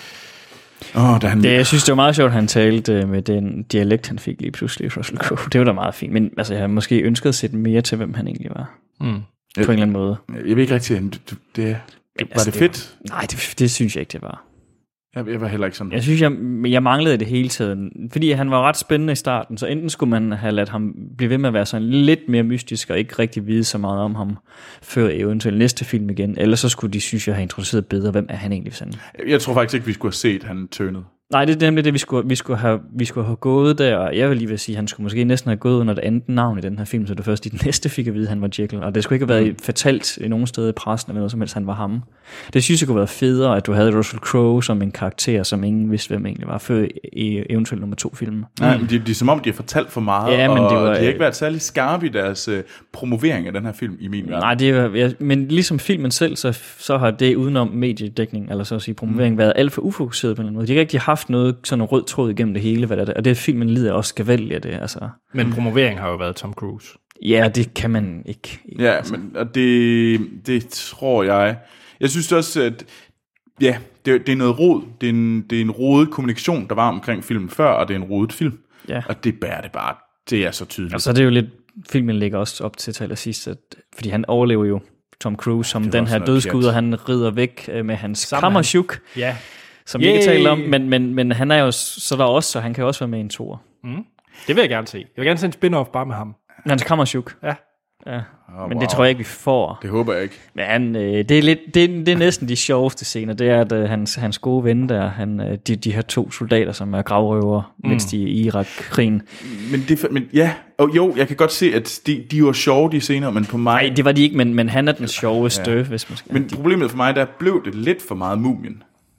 Oh, han... det, jeg synes, det var meget sjovt, at han talte med den dialekt, han fik lige pludselig, Russell Crowe. Det var da meget fint. Men altså, jeg har måske ønsket at sætte mere til, hvem han egentlig var. Mm. På en eller anden måde. Jeg ved ikke rigtig, det, det, det, var altså, det fedt? Det var, nej, det, det synes jeg ikke, det var. Jeg, jeg var heller ikke sådan. Jeg synes, jeg, jeg manglede det hele tiden. Fordi han var ret spændende i starten, så enten skulle man have ladt ham blive ved med at være sådan lidt mere mystisk, og ikke rigtig vide så meget om ham, før eventuelt næste film igen, eller så skulle de, synes jeg, have introduceret bedre, hvem er han egentlig sådan. Jeg tror faktisk ikke, vi skulle have set, han tørnede. Nej, det er nemlig det, vi skulle, vi skulle, have, vi skulle have gået der, og jeg vil lige vil sige, at han skulle måske næsten have gået under det andet navn i den her film, så det først i den næste fik at vide, at han var Jekyll, og det skulle ikke have været fortalt i nogen sted i pressen, eller noget som helst, han var ham. Det synes jeg kunne være federe, at du havde Russell Crowe som en karakter, som ingen vidste, hvem egentlig var, før i eventuelt nummer to film. Nej, men det de er som om, de har fortalt for meget, ja, men og det var, de har ikke været særlig skarpe i deres uh, promovering af den her film, i min verden. Nej, det er, ja, men ligesom filmen selv, så, så har det udenom mediedækning, eller så at sige promovering, mm. været alt for ufokuseret på en eller anden måde. De har ikke rigtig haft noget sådan en rød tråd igennem det hele, hvad det er, og det er filmen lider også skavældigt af det. Altså. Men promovering har jo været Tom Cruise. Ja, det kan man ikke. Ja, altså. men og det, det tror jeg. Jeg synes også, at ja, det, det er noget rod. Det er, en, det er en rodet kommunikation, der var omkring filmen før, og det er en rodet film. Ja. Og det bærer det bare. Det er så tydeligt. Og så er det jo lidt, filmen ligger også op til til allersidst, at, fordi han overlever jo Tom Cruise som den her dødskud, og han rider væk med hans kammerchuk. Ja. Som vi ikke taler om, men, men, men han er jo så der også, så han kan også være med i en toer. Mm. Det vil jeg gerne se. Jeg vil gerne se en spin-off bare med ham. Hans kammerchuk. Ja. Ja. Oh, men wow. det tror jeg ikke, vi får. Det håber jeg ikke. Men han, øh, det, er lidt, det, er, det er næsten de sjoveste scener. Det er, at øh, hans, hans gode ven der, han, øh, de, de her to soldater, som er gravrøver, mm. mens de er i Irak-krigen. Men, det, men ja, oh, jo, jeg kan godt se, at de, de var sjove, de scener, men på mig... Nej, det var de ikke, men, men han er den sjoveste, ja. Hvis man skal. Men problemet for mig, der blev det lidt for meget Mumien.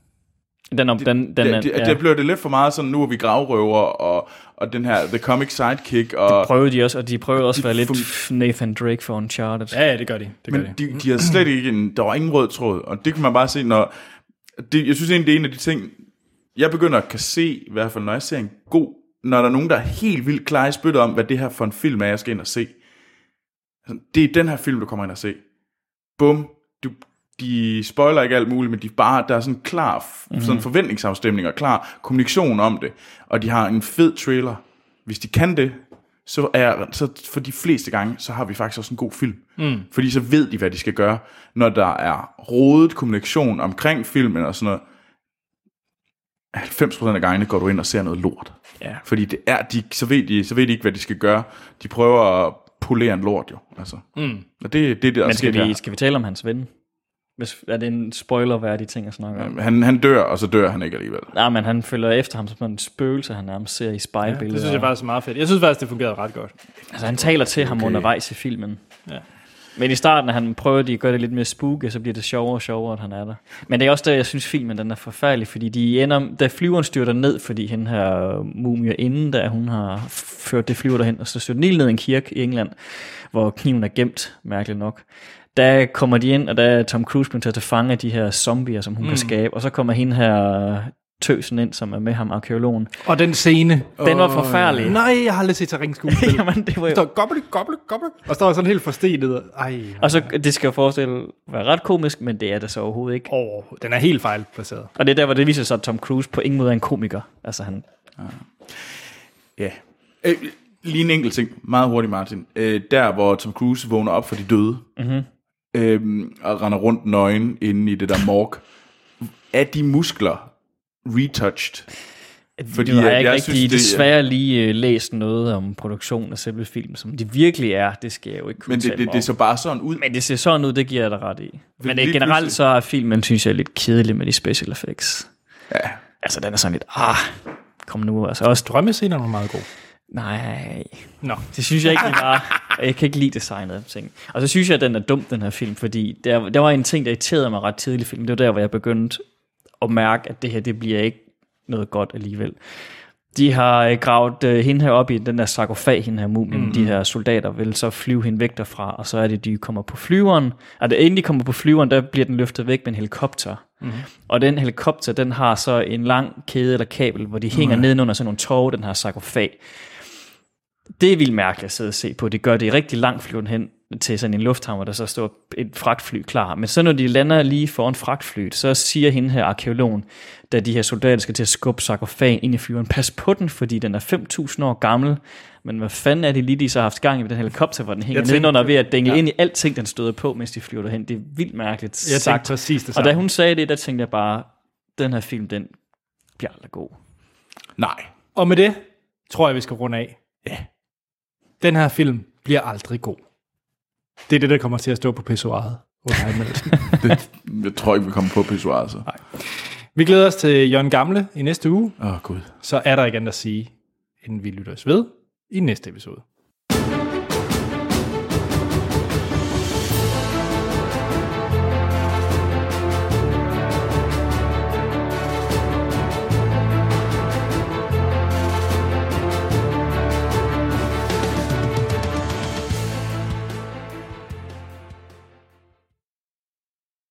Den, den, den, det, er, det, ja. det blev det lidt for meget sådan, nu er vi gravrøver, og, og den her The Comic Sidekick. Og det prøvede de også, og de prøvede også de at være for, lidt Nathan Drake for Uncharted. Ja, ja, det gør de. Det men gør de. De, de har slet ikke en, der var ingen rød tråd, og det kan man bare se, når... Det, jeg synes egentlig, det er en af de ting, jeg begynder at kan se, i hvert fald når jeg ser en god... Når der er nogen, der er helt vildt klar i spyttet om, hvad det her for en film er, jeg skal ind og se. Det er den her film, du kommer ind og se. Bum. Du... De spoiler ikke alt muligt, men de bare, der er sådan klar mm-hmm. sådan forventningsafstemning og klar kommunikation om det. Og de har en fed trailer. Hvis de kan det, så er så for de fleste gange, så har vi faktisk også en god film. Mm. Fordi så ved de, hvad de skal gøre. Når der er rodet kommunikation omkring filmen og sådan noget, halvfems procent af gangene går du ind og ser noget lort. Ja. Fordi det er, de, så, ved de, så ved de ikke, hvad de skal gøre. De prøver at polere en lort jo. Altså. Mm. Og det, det er det, der men skal sker vi, skal vi tale om hans ven? Hvis, er det en spoiler-værdig ting at snakke om? Han, han dør, og så dør han ikke alligevel. Nej, men han følger efter ham som en spøgelse, han nærmest ser i spejlbilledet. Ja, det synes jeg faktisk er meget fedt. Jeg synes faktisk, det fungerede ret godt. Altså, han taler til okay. ham undervejs i filmen. Ja. Men i starten, han prøver de at gøre det lidt mere spooky, så bliver det sjovere og sjovere, at han er der. Men det er også der, jeg synes, filmen den er forfærdelig, fordi de ender, da flyveren styrter ned, fordi hende her mumie inden, da hun har ført det flyver derhen, og så styrter den lige ned i en kirke i England, hvor kniven er gemt, mærkeligt nok. Der kommer de ind, og der er Tom Cruise blevet taget til fange af de her zombier, som hun mm. kan skabe. Og så kommer hende her tøsen ind, som er med ham, arkeologen. Og den scene. Den var forfærdelig. Nej, jeg har aldrig set terrænskuespil. Jamen, det var jo... Står gobble, gobble, gobble. Og står sådan helt forstenet. Ej. Og så, det skal jo forestille være ret komisk, men det er det så overhovedet ikke. Åh, oh, den er helt fejlplaceret. Og det er der, hvor det viser sig, at Tom Cruise på ingen måde er en komiker. Altså han... Ja. Ja. Øh, lige en enkelt ting. Meget hurtigt, Martin. Øh, der, hvor Tom Cruise vågner op for de døde. Mhm. Øhm, og render rundt nøgen inde i det der morg. Er de muskler retouched? Fordi Nu har jeg ikke jeg rigtig synes, det er- desværre lige uh, læst noget om produktion af selve film, som det virkelig er, det skal jeg jo ikke kunne Men det, tale det, mig det om. så bare sådan ud. Men det ser sådan ud, det giver jeg dig ret i. Men lige det, generelt pludselig- så er filmen, synes jeg, er lidt kedelig med de special effects. Ja. Altså, den er sådan lidt, ah, kom nu. Altså også, Drømmescenerne er meget gode. nej, Nå. det synes jeg ikke, det var. Jeg kan ikke lide designet af ting. Og så synes jeg, at den er dum, den her film, fordi der, der var en ting, der irriterede mig ret tidligt i filmen. Det var der, hvor jeg begyndte at mærke, at det her, det bliver ikke noget godt alligevel. De har øh, gravet øh, hende her op i den der sarkofag, hende her mumien. Mm-hmm. De her soldater vil så flyve hende væk derfra, og så er det, de kommer på flyveren. Og det, inden de kommer på flyveren, der bliver den løftet væk med en helikopter. Mm-hmm. Og den helikopter, den har så en lang kæde eller kabel, hvor de hænger mm-hmm. nedenunder sådan nogle tårer, den her sarkofag. Det er vildt mærkeligt at sidde og se på. Det gør det rigtig langt flyven hen til sådan en lufthavn, hvor der så står et fragtfly klar. Men så når de lander lige foran fragtflyet, så siger hende her arkæologen, da de her soldater skal til at skubbe sarkofagen ind i flyveren, pas på den, fordi den er fem tusind år gammel. Men hvad fanden er det lige, de så har haft gang i med den helikopter, hvor den hænger Jeg tænkte- nedenunder ved at dænge ja. ind i alting, den støder på, mens de flyver derhen. Det er vildt mærkeligt Jeg sagt. tænkte præcis det Og samme. da hun sagde det, der tænkte jeg bare, den her film, den bliver aldrig god. Nej. Og med det tror jeg, vi skal runde af. Ja. Den her film bliver aldrig god. Det er det, der kommer til at stå på pissoiret under anmeldelsen. Det, jeg tror ikke, vi kommer på pissoiret, så. Vi glæder os til Jørgen Gamle i næste uge. Åh, oh, Gud. Så er der ikke andet at sige, inden vi lytter os ved i næste episode.